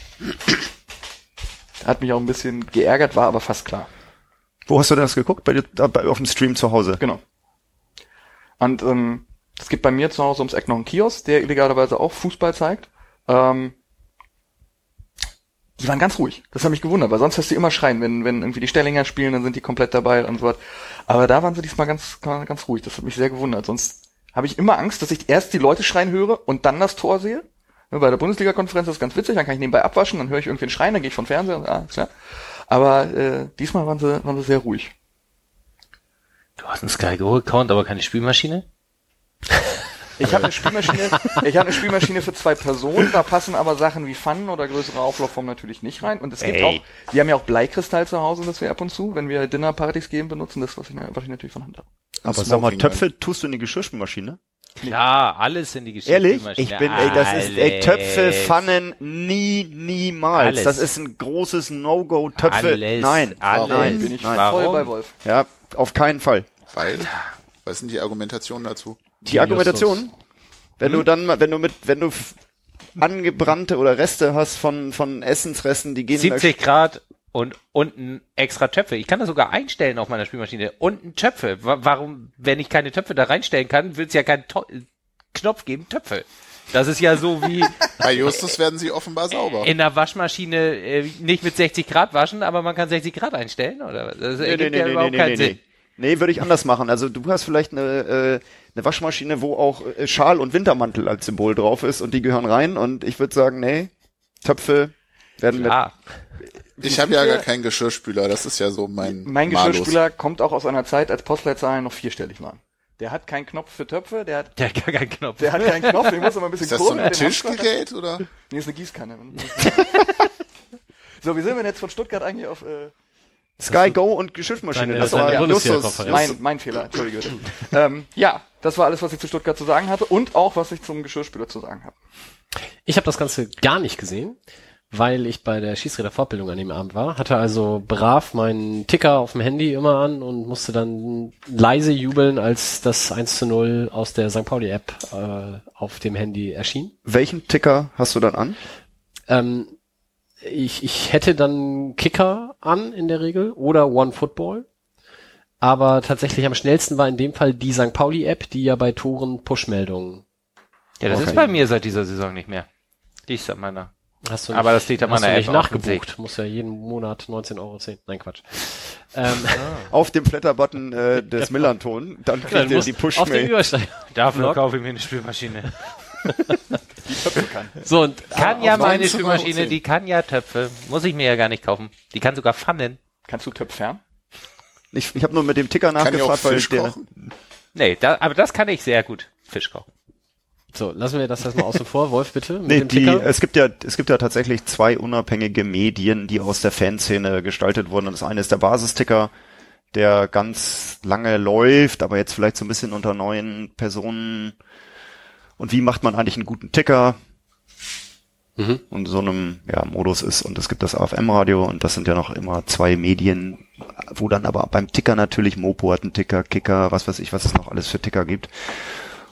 hat mich auch ein bisschen geärgert, war aber fast klar. Wo hast du das geguckt? Auf dem Stream zu Hause? Genau. Und es gibt bei mir zu Hause ums Eck noch einen Kiosk, der illegalerweise auch Fußball zeigt. Die waren ganz ruhig. Das hat mich gewundert, weil sonst hörst du immer schreien, wenn irgendwie die Stellinger spielen, dann sind die komplett dabei und so was. Aber da waren sie diesmal ganz ruhig. Das hat mich sehr gewundert. Sonst habe ich immer Angst, dass ich erst die Leute schreien höre und dann das Tor sehe. Bei der Bundesliga-Konferenz ist das ganz witzig, dann kann ich nebenbei abwaschen, dann höre ich irgendwen schreien, dann gehe ich vom Fernseher und klar. Aber diesmal waren sie sehr ruhig. Du hast einen Sky Go Account, aber keine Spielmaschine? Ich habe eine Spielmaschine für 2 Personen, da passen aber Sachen wie Pfannen oder größere Auflaufformen natürlich nicht rein. Und es gibt auch, wir haben ja auch Bleikristall zu Hause, das wir ab und zu, wenn wir Dinnerpartys geben, benutzen, das, was ich natürlich von Hand habe. Aber sag mal, Töpfe tust du in die Geschirrspülmaschine? Ja, alles in die Geschirrspülmaschine. Ehrlich? Töpfe, Pfannen, niemals. Alles. Das ist ein großes No-Go. Töpfe, nein. Bin ich voll bei Wolf. Ja, auf keinen Fall. Weil? Was sind die Argumentationen dazu? Die Argumentation, wenn du angebrannte oder Reste hast von Essensresten, die gehen 70 Grad und unten extra Töpfe. Ich kann das sogar einstellen auf meiner Spielmaschine. Unten Töpfe. Warum, wenn ich keine Töpfe da reinstellen kann, wird es ja keinen Knopf geben, Töpfe. Das ist ja so wie... Bei Justus werden sie offenbar sauber. In der Waschmaschine nicht mit 60 Grad waschen, aber man kann 60 Grad einstellen, oder? Das ergibt ja überhaupt keinen Sinn. Nee, würde ich anders machen. Also du hast vielleicht eine Waschmaschine, wo auch Schal und Wintermantel als Symbol drauf ist und die gehören rein und ich würde sagen, nee, Töpfe werden mit... Ich habe ja gar keinen Geschirrspüler, das ist ja so mein Geschirrspüler kommt auch aus einer Zeit, als Postleitzahlen noch 4-stellig waren. Der hat keinen Knopf für Töpfe, der hat gar keinen Knopf. Der hat keinen Knopf, den muss aber ein bisschen kurbeln. Ist das so ein Tischgerät, oder? Nee, ist eine Gießkanne. So, wie sind wir denn jetzt von Stuttgart eigentlich auf... Sky Go und Geschirrspülmaschine. Das war Justus. Mein Fehler, entschuldige bitte. Ja, das war alles, was ich zu Stuttgart zu sagen hatte und auch, was ich zum Geschirrspüler zu sagen habe. Ich habe das Ganze gar nicht gesehen, weil ich bei der Schießräderfortbildung an dem Abend war, hatte also brav meinen Ticker auf dem Handy immer an und musste dann leise jubeln, als das 1:0 aus der St. Pauli-App auf dem Handy erschien. Welchen Ticker hast du dann an? Ich hätte dann Kicker an in der Regel oder OneFootball. Aber tatsächlich am schnellsten war in dem Fall die St. Pauli-App, die ja bei Toren Push-Meldungen. Ja, das ist bei mir seit dieser Saison nicht mehr. Die ist an meiner. Aber das liegt an meiner App nachgebucht. Muss ja jeden Monat 19,10 €. Nein, Quatsch. Auf dem Flatter-Button des Millanton, dann kriegt ihr die Push-Mail. Dafür kaufe ich mir eine Spülmaschine. Die Töpfe kann. So, und kann ja meine Spülmaschine, die kann ja Töpfe. Muss ich mir ja gar nicht kaufen. Die kann sogar Pfannen. Kannst du Töpfern? Ich habe nur mit dem Ticker nachgefragt, weil der... Nee, aber das kann ich sehr gut. Fisch kochen. So, lassen wir das erstmal außen vor. Wolf, bitte. Mit dem Ticker. Es gibt ja tatsächlich 2 unabhängige Medien, die aus der Fanszene gestaltet wurden. Und das eine ist der Basisticker, der ganz lange läuft, aber jetzt vielleicht so ein bisschen unter neuen Personen. Und wie macht man eigentlich einen guten Ticker? Und so einem Modus ist. Und es gibt das AFM-Radio und das sind ja noch immer 2 Medien, wo dann aber beim Ticker natürlich Mopo hat einen Ticker, Kicker, was weiß ich, was es noch alles für Ticker gibt.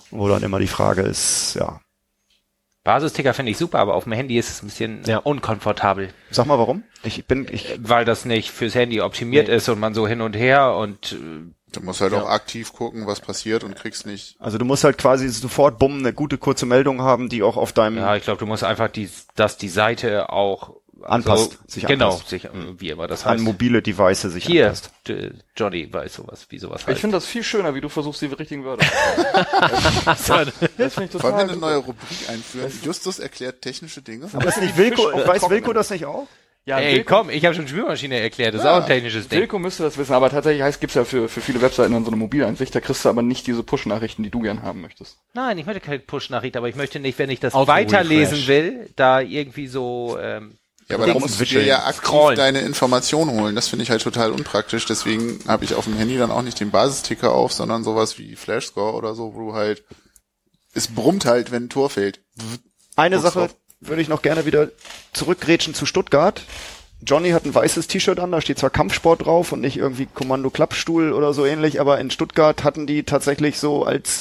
Wo dann immer die Frage ist, ja. Basisticker finde ich super, aber auf dem Handy ist es ein bisschen unkomfortabel. Sag mal warum? Weil das nicht fürs Handy optimiert ist und man so hin und her und du musst halt auch aktiv gucken, was passiert und kriegst nicht. Also du musst halt quasi sofort eine gute kurze Meldung haben, die auch auf deinem... Ja, ich glaube, du musst einfach dass die Seite auch anpasst, sich wie immer das heißt. An mobile Devices sich hier, anpasst. Johnny weiß wie sowas heißt. Ich finde das viel schöner, wie du versuchst, die richtigen Wörter zu sagen. Das finde ich total. Wollen wir eine neue Rubrik einführen? Justus erklärt technische Dinge. Aber ist nicht Wilko, weiß Wilko das nicht auch? Ja, ey, komm, ich habe schon Spülmaschine erklärt, das ist auch ein technisches Ding. Wilko müsste das wissen, aber tatsächlich gibt's ja für viele Webseiten dann so eine Mobileinsicht, da kriegst du aber nicht diese Push-Nachrichten, die du gern haben möchtest. Nein, ich möchte keine Push-Nachricht, aber ich möchte nicht, wenn ich das weiterlesen will, da irgendwie so ja, aber da musst du dir ja aktiv deine Informationen holen. Das finde ich halt total unpraktisch. Deswegen habe ich auf dem Handy dann auch nicht den Basisticker auf, sondern sowas wie Flashscore oder so, wo du halt, es brummt halt, wenn ein Tor fällt. Eine Sache würde ich noch gerne wieder zurückgrätschen zu Stuttgart. Johnny hat ein weißes T-Shirt an, da steht zwar Kampfsport drauf und nicht irgendwie Kommando Klappstuhl oder so ähnlich, aber in Stuttgart hatten die tatsächlich so als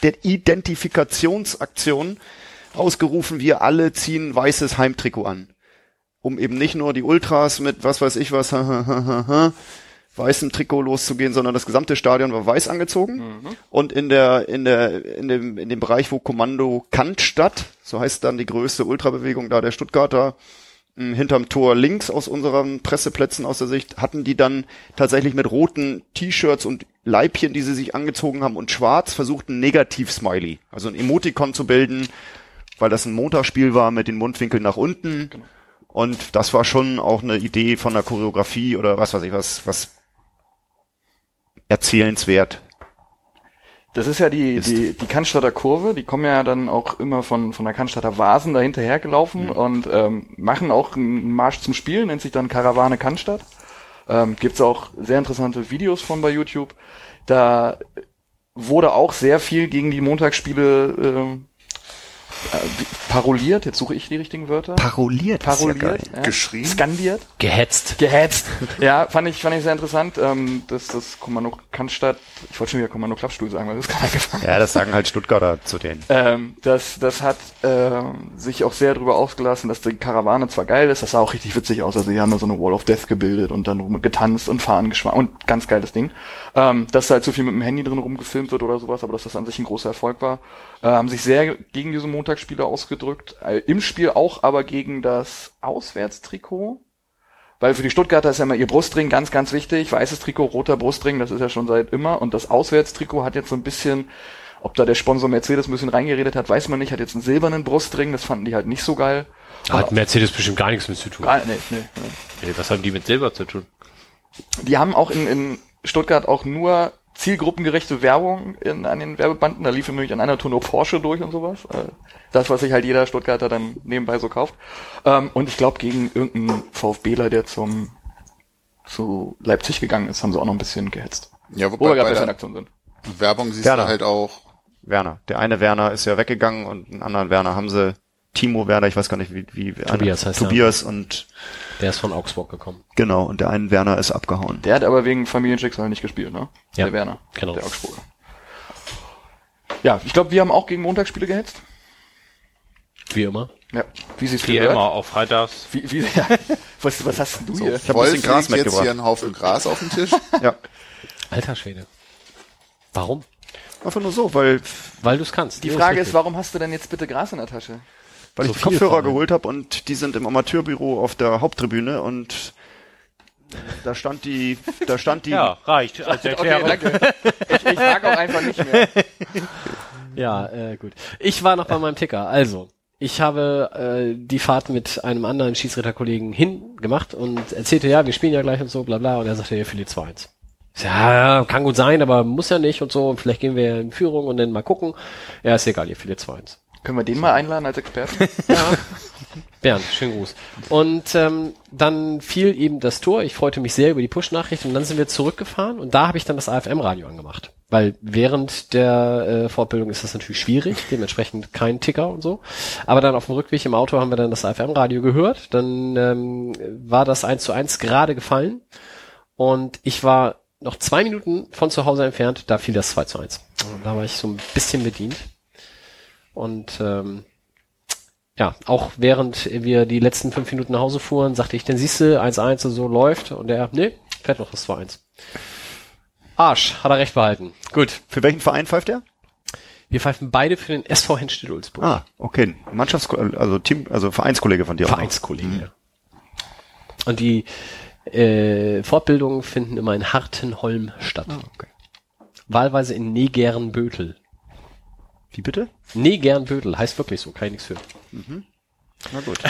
Identifikationsaktion ausgerufen, wir alle ziehen weißes Heimtrikot an. Um eben nicht nur die Ultras mit was weiß ich was weißem Trikot loszugehen, sondern das gesamte Stadion war weiß angezogen. Und in dem Bereich, wo Kommando Cannstatt, so heißt dann die größte Ultrabewegung da der Stuttgarter, hinterm Tor links aus unseren Presseplätzen aus der Sicht, hatten die dann tatsächlich mit roten T-Shirts und Leibchen, die sie sich angezogen haben, und schwarz versucht, ein Negativ-Smiley, also ein Emoticon zu bilden, weil das ein Montagsspiel war mit den Mundwinkeln nach unten. Genau. Und das war schon auch eine Idee von der Choreografie oder was weiß ich, was erzählenswert. Das ist ja die Cannstatter Kurve, die kommen ja dann auch immer von der Cannstatter Vasen da hinterher gelaufen und machen auch einen Marsch zum Spiel, nennt sich dann Karawane Cannstatt. Gibt's auch sehr interessante Videos von bei YouTube. Da wurde auch sehr viel gegen die Montagsspiele paroliert, jetzt suche ich die richtigen Wörter. Paroliert, ja, geschrien, skandiert, gehetzt. Ja, fand ich sehr interessant. Das Kommando Cannstatt, ich wollte schon wieder Kommando Klappstuhl sagen, weil das gerade eingefallen. Ja, das sagen halt Stuttgarter zu denen. Das hat sich auch sehr drüber ausgelassen, dass die Karawane zwar geil ist, das sah auch richtig witzig aus, also die haben da so eine Wall of Death gebildet und dann getanzt und Fahnen geschwungen und ganz geiles Ding. Dass halt so viel mit dem Handy drin rumgefilmt wird oder sowas, aber dass das an sich ein großer Erfolg war. Haben sich sehr gegen diese Montagsspiele ausgedrückt. Im Spiel auch, aber gegen das Auswärtstrikot. Weil für die Stuttgarter ist ja immer ihr Brustring ganz, ganz wichtig. Weißes Trikot, roter Brustring, das ist ja schon seit immer. Und das Auswärtstrikot hat jetzt so ein bisschen, ob da der Sponsor Mercedes ein bisschen reingeredet hat, weiß man nicht. Hat jetzt einen silbernen Brustring, das fanden die halt nicht so geil. Hat Mercedes bestimmt gar nichts mit zu tun. Nee, was haben die mit Silber zu tun? Die haben auch in Stuttgart auch nur zielgruppengerechte Werbung an den Werbebanden. Da lief nämlich an einer Tour nur Porsche durch und sowas. Das, was sich halt jeder Stuttgarter dann nebenbei so kauft. Und ich glaube, gegen irgendeinen VfBler, der zu Leipzig gegangen ist, haben sie auch noch ein bisschen gehetzt. Ja, wo wir gerade bei der Aktion sind. Werbung siehst du halt auch. Werner. Der eine Werner ist ja weggegangen und einen anderen Werner haben sie. Timo Werner, ich weiß gar nicht, wie Tobias heißt Tobias und der ist von Augsburg gekommen. Genau, und der eine Werner ist abgehauen. Der hat aber wegen Familienschicksal nicht gespielt, ne? Ja, der Werner, genau. Der Augsburger. Ja, ich glaube, wir haben auch gegen Montagsspiele gehetzt. Wie immer. Ja, wie sie es Wie gehört. immer, auch freitags. Was hast denn du hier? Ich habe ein bisschen Gras jetzt mitgebracht. hier einen Haufen Gras auf dem Tisch. Ja. Alter Schwede. Warum? Einfach nur so, weil du es kannst. Die Frage ist, warum hast du denn jetzt bitte Gras in der Tasche? Weil So ich die viel Kopfhörer von, geholt habe und die sind im Amateurbüro auf der Haupttribüne und da stand die Ja, reicht. Als Erklärung. Okay, danke. Ich frage auch einfach nicht mehr. Ja, gut. Ich war noch bei meinem Ticker. Also, ich habe die Fahrt mit einem anderen Schiedsrichterkollegen hingemacht und erzählte, ja, wir spielen ja gleich und so, bla bla. Und er sagte, ja, Philipp 2-1. Ja, kann gut sein, aber muss ja nicht und so. Vielleicht gehen wir in Führung und dann mal gucken. Ja, ist egal, ihr Philipp 2-1. Können wir den mal einladen als Experten? Ja. Bernd, schönen Gruß. Und dann fiel eben das Tor. Ich freute mich sehr über die Push-Nachricht und dann sind wir zurückgefahren und da habe ich dann das AFM-Radio angemacht. Weil während der Fortbildung ist das natürlich schwierig, dementsprechend kein Ticker und so. Aber dann auf dem Rückweg im Auto haben wir dann das AFM-Radio gehört. Dann war das 1:1 gerade gefallen und ich war noch 2 Minuten von zu Hause entfernt, da fiel das 2:1. Und da war ich so ein bisschen bedient. Und ja, auch während wir die letzten 5 Minuten nach Hause fuhren, sagte ich, dann siehst du, 1:1 und so läuft. Und er, nee, fährt noch das 2:1. Arsch, hat er recht behalten. Gut. Für welchen Verein pfeift er? Wir pfeifen beide für den SV Henstedt-Ulzburg. Ah, okay. Vereinskollege von dir. Vereinskollege, ja. Und die Fortbildungen finden immer in Hartenholm statt. Ah, okay. Wahlweise in Negernbötel. Wie bitte? Negernbötel, heißt wirklich so, kann ich nichts für. Na gut.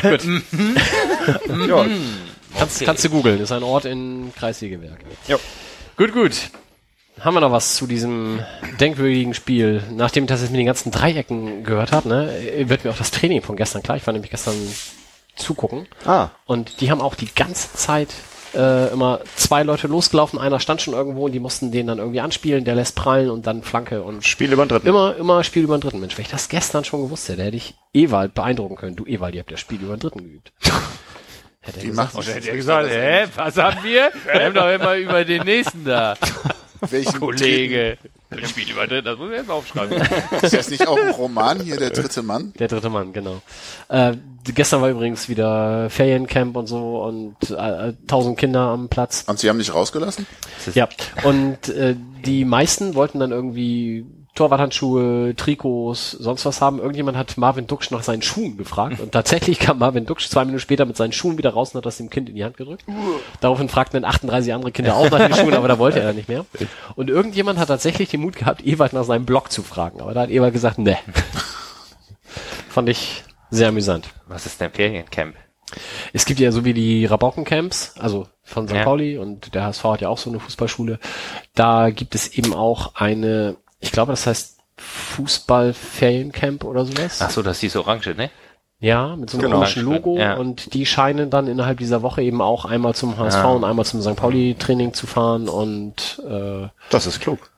Ja, kannst du googeln, ist ein Ort in Kreis Segeberg. Ja. Gut. Haben wir noch was zu diesem denkwürdigen Spiel? Nachdem ich das jetzt mit den ganzen Dreiecken gehört habe, ne, wird mir auch das Training von gestern klar. Ich war nämlich gestern zugucken. Und die haben auch die ganze Zeit immer 2 Leute losgelaufen, einer stand schon irgendwo und die mussten den dann irgendwie anspielen, der lässt prallen und dann Flanke und Spiel über den Dritten. Immer Spiel über den Dritten. Mensch, wenn ich das gestern schon gewusst hätte, hätte ich Ewald beeindrucken können. Du Ewald, ihr habt ja Spiel über den Dritten geübt. Hätte er Wie gesagt. macht Und dann hätte er gesagt, was haben wir? Wir haben doch immer über den nächsten da. welchen Kollege. Das Spiel über den, das muss ich jetzt aufschreiben. Ist das nicht auch ein Roman hier, der dritte Mann? Der dritte Mann, genau. Gestern war übrigens wieder Feriencamp und so und 1000 Kinder am Platz. Und Sie haben dich rausgelassen? Ja, und die meisten wollten dann irgendwie Torwarthandschuhe, Trikots, sonst was haben. Irgendjemand hat Marvin Duksch nach seinen Schuhen gefragt und tatsächlich kam Marvin Duksch 2 Minuten später mit seinen Schuhen wieder raus und hat das dem Kind in die Hand gedrückt. Daraufhin fragten dann 38 andere Kinder auch nach den Schuhen, aber da wollte er dann nicht mehr. Und irgendjemand hat tatsächlich den Mut gehabt, Ewald nach seinem Blog zu fragen, aber da hat Ewald gesagt, ne. Fand ich sehr amüsant. Was ist denn Feriencamp? Es gibt ja so wie die Rabaukencamps, also von St. Ja. Pauli und der HSV hat ja auch so eine Fußballschule. Da gibt es eben auch eine, ich glaube, das heißt Fußball-Feriencamp oder sowas. Ach so, das ist dieses Orange, ne? Ja, mit so einem Genau. orangen Logo Ja. und die scheinen dann innerhalb dieser Woche eben auch einmal zum HSV und einmal zum St. Pauli-Training zu fahren und Das ist klug.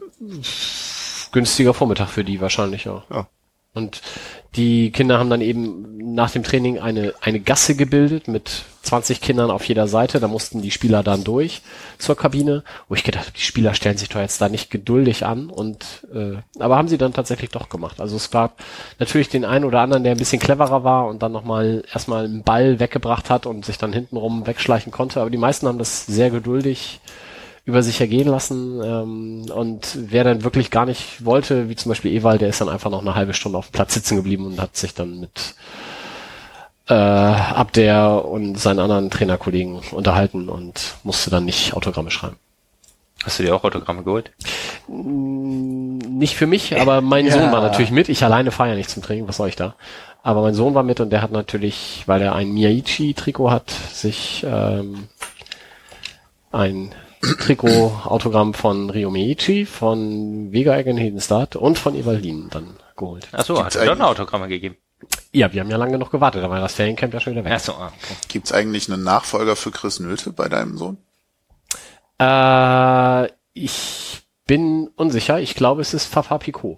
günstiger Vormittag für die wahrscheinlich auch. Ja. Und die Kinder haben dann eben nach dem Training eine Gasse gebildet mit 20 Kindern auf jeder Seite. Da mussten die Spieler dann durch zur Kabine, wo ich gedacht habe, die Spieler stellen sich doch jetzt da nicht geduldig an. Und aber haben sie dann tatsächlich doch gemacht. Also es gab natürlich den einen oder anderen, der ein bisschen cleverer war und dann nochmal erstmal einen Ball weggebracht hat und sich dann hintenrum wegschleichen konnte. Aber die meisten haben das sehr geduldig über sich ergehen lassen und wer dann wirklich gar nicht wollte, wie zum Beispiel Ewald, der ist dann einfach noch eine halbe Stunde auf dem Platz sitzen geblieben und hat sich dann mit Abder und seinen anderen Trainerkollegen unterhalten und musste dann nicht Autogramme schreiben. Hast du dir auch Autogramme geholt? Nicht für mich, aber mein Sohn war natürlich mit. Ich alleine fahre ja nicht zum Training, was soll ich da? Aber mein Sohn war mit und der hat natürlich, weil er ein Miyaichi-Trikot hat, sich ein Trikot-Autogramm von Rio Meiichi, von Vega Eggen-Hedenstad und von Ewaldin dann geholt. Ach so, hat er dann Autogramme gegeben? Ja, wir haben ja lange genug gewartet, da war das Feriencamp ja schon wieder weg. Ach so, okay. Gibt's eigentlich einen Nachfolger für Chris Nöte bei deinem Sohn? Ich bin unsicher. Ich glaube, es ist Fafa Picot.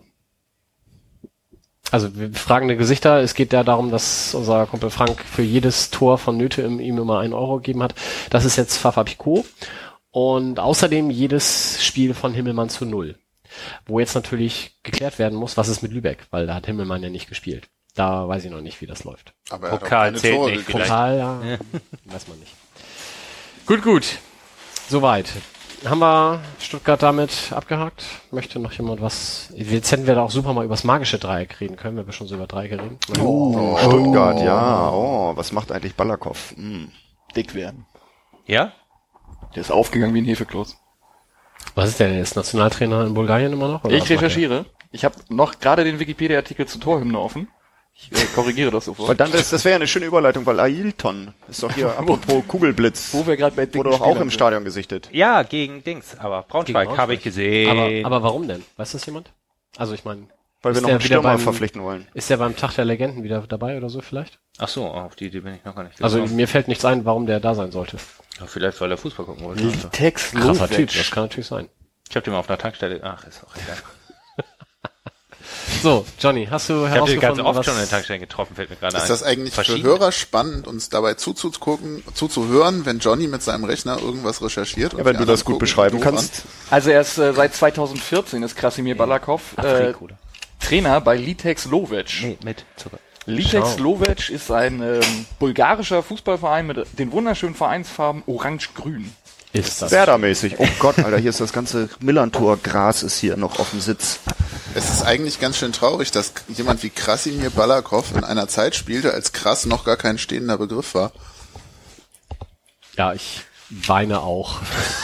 Also wir fragende Gesichter. Es geht ja darum, dass unser Kumpel Frank für jedes Tor von Nöte ihm immer 1 Euro gegeben hat. Das ist jetzt Fafa Picot. Und außerdem jedes Spiel von Himmelmann zu 0. Wo jetzt natürlich geklärt werden muss, was ist mit Lübeck, weil da hat Himmelmann ja nicht gespielt. Da weiß ich noch nicht, wie das läuft. Aber er hat auch Pokal keine zählt Tore nicht, gekriegt. Pokal, ja, weiß man nicht. Gut. Soweit. Haben wir Stuttgart damit abgehakt? Möchte noch jemand was? Jetzt hätten wir da auch super mal über das magische Dreieck reden können, wenn wir schon so über Dreiecke reden. Stuttgart, ja. Was macht eigentlich Balakow? Dick werden. Ja? Der ist aufgegangen wie ein Hefekloß. Was ist der denn jetzt? Nationaltrainer in Bulgarien immer noch? Oder Ich was macht der? recherchiere. Ich habe noch gerade den Wikipedia-Artikel zur Torhymne offen. Ich korrigiere das sofort. Weil dann das wäre ja eine schöne Überleitung, weil Ailton ist doch hier apropos Kugelblitz. Wo wir gerade bei dicken Wurde doch auch Spielern im sind. Stadion gesichtet. Ja, gegen Dings, aber Braunschweig Gegen habe ich gesehen. Aber warum denn? Weiß das jemand? Also ich meine, Weil wir Ist noch der einen wieder Stürmer beim- verpflichten wollen. ist der beim Tag der Legenden wieder dabei oder so vielleicht? Ach so, auf die Idee bin ich noch gar nicht Also gekommen. mir fällt nichts ein, warum der da sein sollte. Ja, vielleicht, weil er Fußball gucken wollte. Text Krasser Typ, das kann natürlich sein. Ich habe den mal auf einer Tankstelle. Ach, ist auch egal. So, Johnny, hast du Ich habe den ganz herausgefunden, oft was... schon in den Tankstellen getroffen, fällt mir gerade ein. Ist das eigentlich für Verschiedene. Hörer spannend, uns dabei zuzuhören, wenn Johnny mit seinem Rechner irgendwas recherchiert? Und Ja, wenn die du anderen das gut gucken beschreiben doof an? kannst. Also er ist seit 2014 ist Krasimir Balakov Afrikola. Trainer bei Litex Lovec. Nee, mit Zucker. Litex Schau. Lovec ist ein bulgarischer Fußballverein mit den wunderschönen Vereinsfarben Orange-Grün. Ist das? Werder-mäßig. Oh Gott, Alter, hier ist das ganze Millantor-Gras ist hier noch auf dem Sitz. Es ist eigentlich ganz schön traurig, dass jemand wie Krasimir Balakov in einer Zeit spielte, als krass noch gar kein stehender Begriff war. Ja, ich weine auch.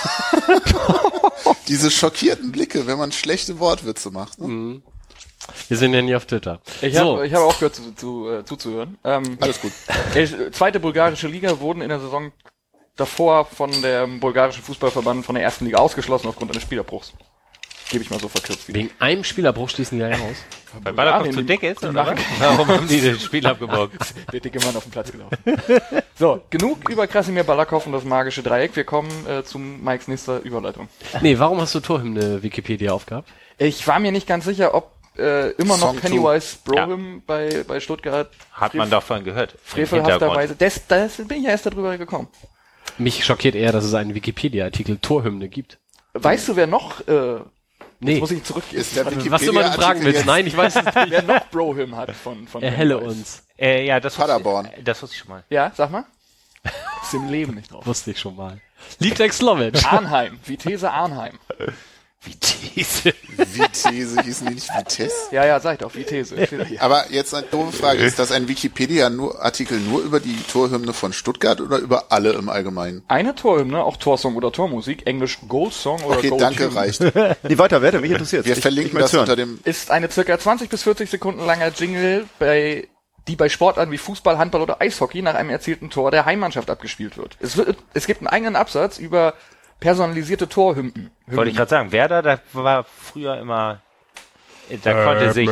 Diese schockierten Blicke, wenn man schlechte Wortwitze macht. Ne? Wir sind ja nie auf Twitter. Ich habe auch gehört zuzuhören. Alles gut. Zweite bulgarische Liga wurden in der Saison davor von der bulgarischen Fußballverband von der ersten Liga ausgeschlossen aufgrund eines Spielerbruchs. Gebe ich mal so verkürzt. Wegen einem Spielerbruch schließen die ja raus. Weil Balakov zu dick ist, oder was? Warum haben die das Spiel abgebrochen? Der dicke Mann auf den Platz gelaufen. So, genug über Krasimir Balakov und das magische Dreieck. Wir kommen zu Mikes nächster Überleitung. Nee, warum hast du Torhymne Wikipedia aufgehabt? Ich war mir nicht ganz sicher, ob immer noch Song Pennywise Broham bei Stuttgart Hat man davon gehört. Im frevelhafterweise. Das bin ich ja erst darüber gekommen. Mich schockiert eher, dass es einen Wikipedia-Artikel Torhymne gibt. Weißt du, wer noch Nee, muss ich zurückgehen? Ist der was immer du fragen Wikipedia-Artikel willst. jetzt Nein, ich weiß es nicht. Wer noch Broham hat von Erhelle Pennywise? uns. Ja, das Paderborn. Das wusste ich schon mal. Ja, sag mal. Ist im Leben nicht drauf. Wusste ich schon mal. Litex Lovic. Arnheim. Vitesse Arnheim. Wie diese. Vitesse, hießen die nicht Vitesse? Ja, sag ich doch, Vitesse. Steht da hier. Aber jetzt eine doofe Frage. Ist das ein Wikipedia-Artikel nur über die Torhymne von Stuttgart oder über alle im Allgemeinen? Eine Torhymne, auch Torsong oder Tormusik, englisch Gold Song oder Okay, Gold danke, Tune, reicht. Nee, weiter, werde mich interessiert. Wir verlinken das unter dem... ist eine circa 20 bis 40 Sekunden langer Jingle, die bei Sportarten wie Fußball, Handball oder Eishockey nach einem erzielten Tor der Heimmannschaft abgespielt wird. Es gibt einen eigenen Absatz über personalisierte Torhymnen. Wollte ich gerade sagen, Werder, da war früher immer, da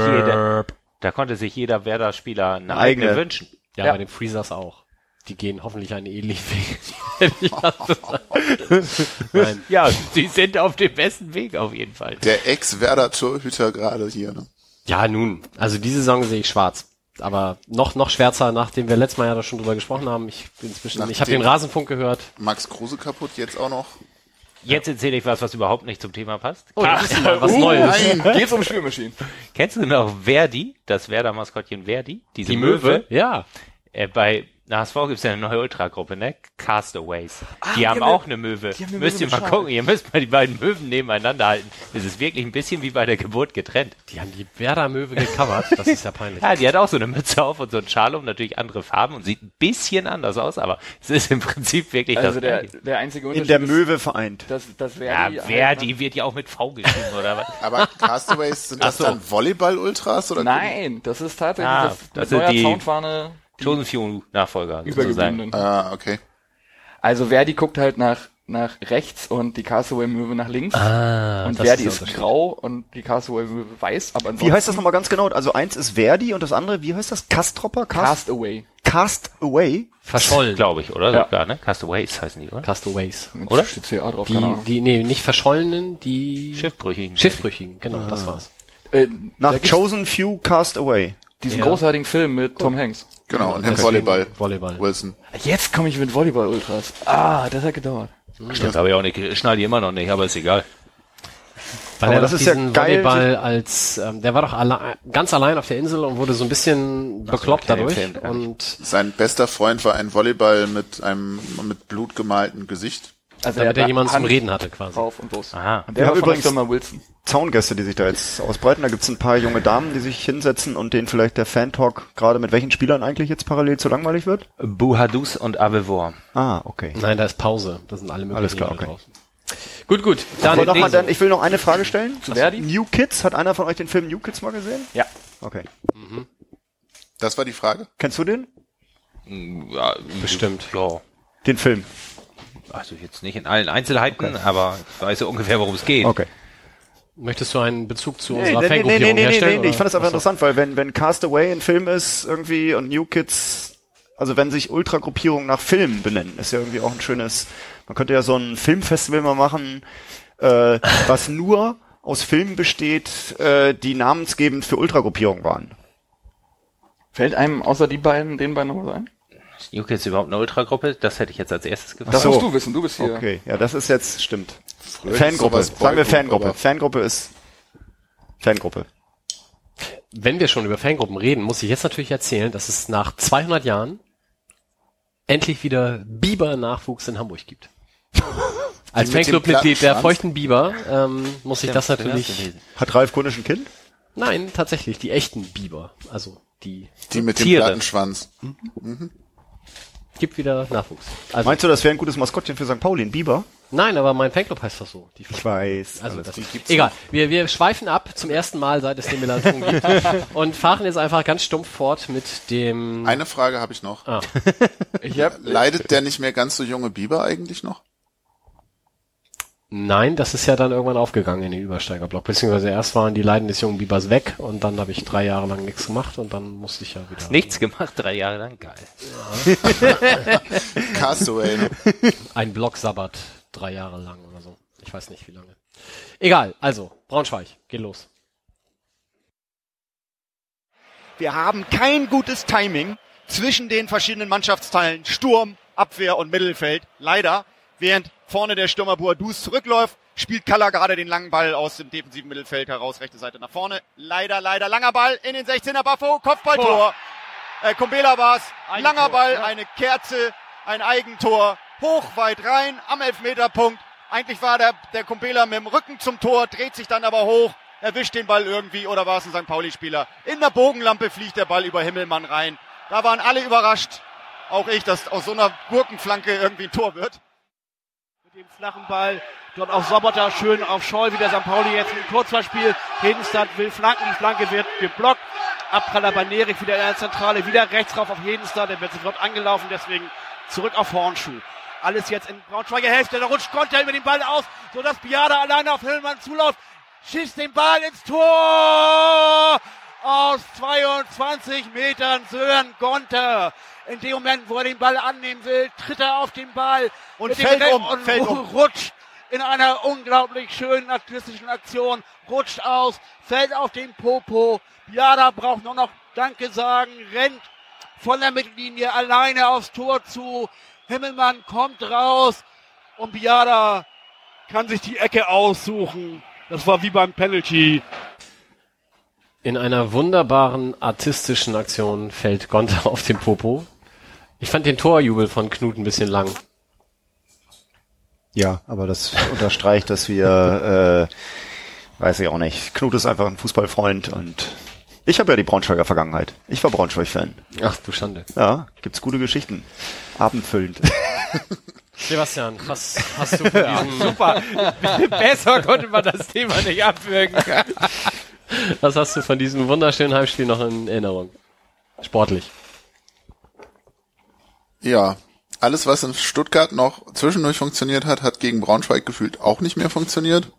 konnte sich jeder Werder-Spieler eine eigene wünschen. Ja, Ja. bei den Freezers auch. Die gehen hoffentlich einen ähnlichen Weg. Nein. Ja, sie sind auf dem besten Weg auf jeden Fall. Der Ex-Werder-Torhüter gerade hier. Ne? Ja, nun. Also diese Saison sehe ich schwarz. Aber noch schwärzer, nachdem wir letztes Mal ja da schon drüber gesprochen haben. Ich habe den Rasenfunk gehört. Max Kruse kaputt, jetzt auch noch. Jetzt erzähle ich was überhaupt nicht zum Thema passt. Oh, das ist mal was Neues. Nein, Geht's um Spülmaschinen? Kennst du noch Verdi, das Werder-Maskottchen Verdi? Diese Die Möwe? Ja. Bei HSV gibt's ja eine neue Ultragruppe, ne? Castaways. Die die haben haben auch eine- eine Möwe. die haben eine Müsst Möwe ihr mal mit gucken, ihr müsst mal die beiden Möwen nebeneinander halten. Es ist wirklich ein bisschen wie bei der Geburt getrennt. Die haben die Werder-Möwe gecovert. Das ist ja peinlich. Ja, die hat auch so eine Mütze auf und so ein Schal um, natürlich andere Farben und sieht ein bisschen anders aus, aber es ist im Prinzip wirklich Also das Gleiche. der einzige In Unterschied der ist, Möwe vereint. dass Ja, Verdi... Verdi wird ja auch mit V geschrieben, oder was? aber Castaways, sind das Ach so. dann Volleyball-Ultras? Oder Nein, das ist tatsächlich Ah, das das mit neuer sind die- Soundfahne Chosen Few Nachfolger, sozusagen. übergebliebenen. Ah, okay. Also Verdi guckt halt nach rechts und die Castaway-Möwe nach links. Und das Verdi der ist Unterschied. grau und die Castaway-Möwe weiß. Aber Wie heißt das nochmal ganz genau? Also eins ist Verdi und das andere, wie heißt das? Castropper? Castaway. Cast Away? Verschollen. Glaube ich, oder? Ja. Sogar, ne? Castaways heißen die, oder? Castaways. Oder? Steht CA drauf, keine Ahnung. Nee, nicht verschollenen, die Schiffbrüchigen. Schiffbrüchigen. Genau, das war's. Nach Da gibt's Chosen Few Cast Away. diesen Ja. großartigen Film mit Tom Hanks. Genau, und im Volleyball. Volleyball. Wilson. Jetzt komme ich mit Volleyball-Ultras. Das hat gedauert. Stimmt, habe ich auch nicht, schnall die immer noch nicht, aber ist egal. Weil Aber er das das ist ja diesen geil, Volleyball als, der war doch ganz allein auf der Insel und wurde so ein bisschen bekloppt kenn den dadurch. Film gar nicht. Und Sein bester Freund war ein Volleyball mit einem mit Blut gemalten Gesicht. Also damit er jemanden zum Hand Reden hatte quasi. drauf und los. Aha. Und Wir der haben war von der übrigens- Firma Wilson. Zaungäste, die sich da jetzt ausbreiten. Da gibt's ein paar junge Damen, die sich hinsetzen und denen vielleicht der Fan-Talk gerade mit welchen Spielern eigentlich jetzt parallel zu langweilig wird? Buhadus und Avevor. Ah, okay. nein, da ist Pause. Das sind alle möglichen Alles klar, Leute okay. draußen. Gut. Dann Ich will noch eine Frage stellen. Zu Verdi? New Kids, hat einer von euch den Film New Kids mal gesehen? Ja. Okay. Das war die Frage. Kennst du den? Ja, Bestimmt. Ja. Den Film. Also jetzt nicht in allen Einzelheiten, aber ich weiß ja ungefähr, worum es geht. Okay. Möchtest du einen Bezug zu unserer Fangruppierung herstellen? Ich fand das einfach oder? interessant, weil wenn Castaway ein Film ist irgendwie und New Kids, also wenn sich Ultragruppierungen nach Filmen benennen, ist ja irgendwie auch ein schönes, man könnte ja so ein Filmfestival mal machen, was nur aus Filmen besteht, die namensgebend für Ultragruppierungen waren. Fällt einem außer den beiden noch was ein? Ist New Kids überhaupt eine Ultragruppe? Das hätte ich jetzt als erstes gefragt. Das musst du wissen, du bist hier. Okay, ja, das ist jetzt, stimmt. Früher Fangruppe, hieß sowas sagen wir Boygroup, Fangruppe. aber- Fangruppe ist Fangruppe. Wenn wir schon über Fangruppen reden, muss ich jetzt natürlich erzählen, dass es nach 200 Jahren endlich wieder Biber-Nachwuchs in Hamburg gibt. Als Die mit dem Fanclub-Mitglied der Plattenschwanz? feuchten Biber muss ich das natürlich... Hat Ralf Kunisch ein Kind? Nein, tatsächlich, die echten Biber. Also die Die mit dem Tiere. Plattenschwanz. Gibt wieder Nachwuchs. Also, Meinst du, das wäre ein gutes Maskottchen für St. Pauli, ein Biber? nein, aber mein Fanclub heißt das so. Ich weiß. Also das, Die gibt's egal, wir schweifen ab zum ersten Mal, seit es den Melanton gibt und fahren jetzt einfach ganz stumpf fort mit dem... Eine Frage habe ich noch. Ah. Leidet der nicht mehr ganz so junge Biber eigentlich noch? Nein, das ist ja dann irgendwann aufgegangen in den Übersteigerblock, beziehungsweise erst waren die Leiden des jungen Bibers weg und dann habe ich 3 Jahre lang nichts gemacht und dann musste ich ja wieder... Nichts gemacht, 3 Jahre lang, geil. Castaway. Ne? Ein Blocksabbat 3 Jahre lang oder so. Ich weiß nicht wie lange. Egal, also, Braunschweig, geht los. Wir haben kein gutes Timing zwischen den verschiedenen Mannschaftsteilen Sturm, Abwehr und Mittelfeld. Leider, während vorne der Stürmer Boadus zurückläuft, spielt Kalla gerade den langen Ball aus dem defensiven Mittelfeld heraus, rechte Seite nach vorne. Leider, langer Ball in den 16er Buffo, Kopfballtor. Kumbela war's, langer Ball, eine Kerze, ein Eigentor, hoch, weit rein, am Elfmeterpunkt. Eigentlich war der Kumbela mit dem Rücken zum Tor, dreht sich dann aber hoch, erwischt den Ball irgendwie, oder war es ein St. Pauli-Spieler? In der Bogenlampe fliegt der Ball über Himmelmann rein. Da waren alle überrascht, auch ich, dass aus so einer Gurkenflanke irgendwie ein Tor wird. Mit dem flachen Ball, dort auf Sobotta, schön auf Scholl, wie der St. Pauli jetzt im Kurzballspiel. Hedenstadt will flanken, die Flanke wird geblockt. Abpraller bei Nerich, wieder in der Zentrale, wieder rechts rauf auf Hedenstadt, der wird sofort angelaufen, deswegen zurück auf Hornschuh. Alles jetzt in Braunschweiger Hälfte, da rutscht Konter über den Ball aus, sodass Biada alleine auf Hillmann zuläuft, schießt den Ball ins Tor! Aus 22 Metern Sören Gonter. In dem Moment, wo er den Ball annehmen will, tritt er auf den Ball Und mit dem fällt Reck um, und fällt um. rutscht in einer unglaublich schönen artistischen Aktion, rutscht aus, fällt auf den Popo. Biada braucht nur noch Danke sagen, rennt von der Mittellinie alleine aufs Tor zu. Himmelmann kommt raus und Biada kann sich die Ecke aussuchen. Das war wie beim Penalty. In einer wunderbaren artistischen Aktion fällt Gonter auf den Popo. Ich fand den Torjubel von Knut ein bisschen lang. Ja, aber das unterstreicht, dass wir, weiß ich auch nicht. Knut ist einfach ein Fußballfreund und ich habe ja die Braunschweiger Vergangenheit. Ich war Braunschweig-Fan. Ach du Schande. Ja, gibt's gute Geschichten. Abendfüllend. Sebastian, was hast du von diesem, Super. Besser konnte man das Thema nicht abwürgen. was hast du von diesem wunderschönen Heimspiel noch in Erinnerung? Sportlich. Ja, alles, was in Stuttgart noch zwischendurch funktioniert hat, hat gegen Braunschweig gefühlt auch nicht mehr funktioniert.